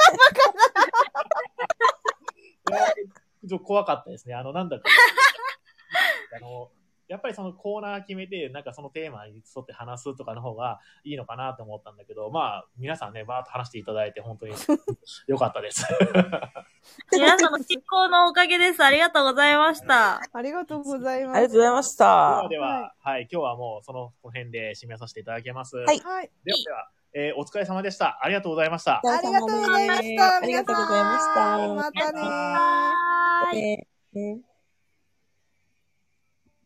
Speaker 1: ちょっと怖かったですね。なんだか。やっぱりそのコーナー決めて、なんかそのテーマに沿って話すとかの方がいいのかなと思ったんだけど、皆さんね、バーッと話していただいて本当に良かったです。
Speaker 2: 皆さんの進行のおかげです。ありがとうございました。
Speaker 3: ありがとうございます。
Speaker 4: ありがとうございました。
Speaker 1: では、はい、今日はもうその辺で締めさせていただきます。
Speaker 4: はい。
Speaker 1: では、お疲れ様でした。ありがとうございました。
Speaker 3: ありがとうございました。
Speaker 4: ありがとうございました。
Speaker 3: またねー。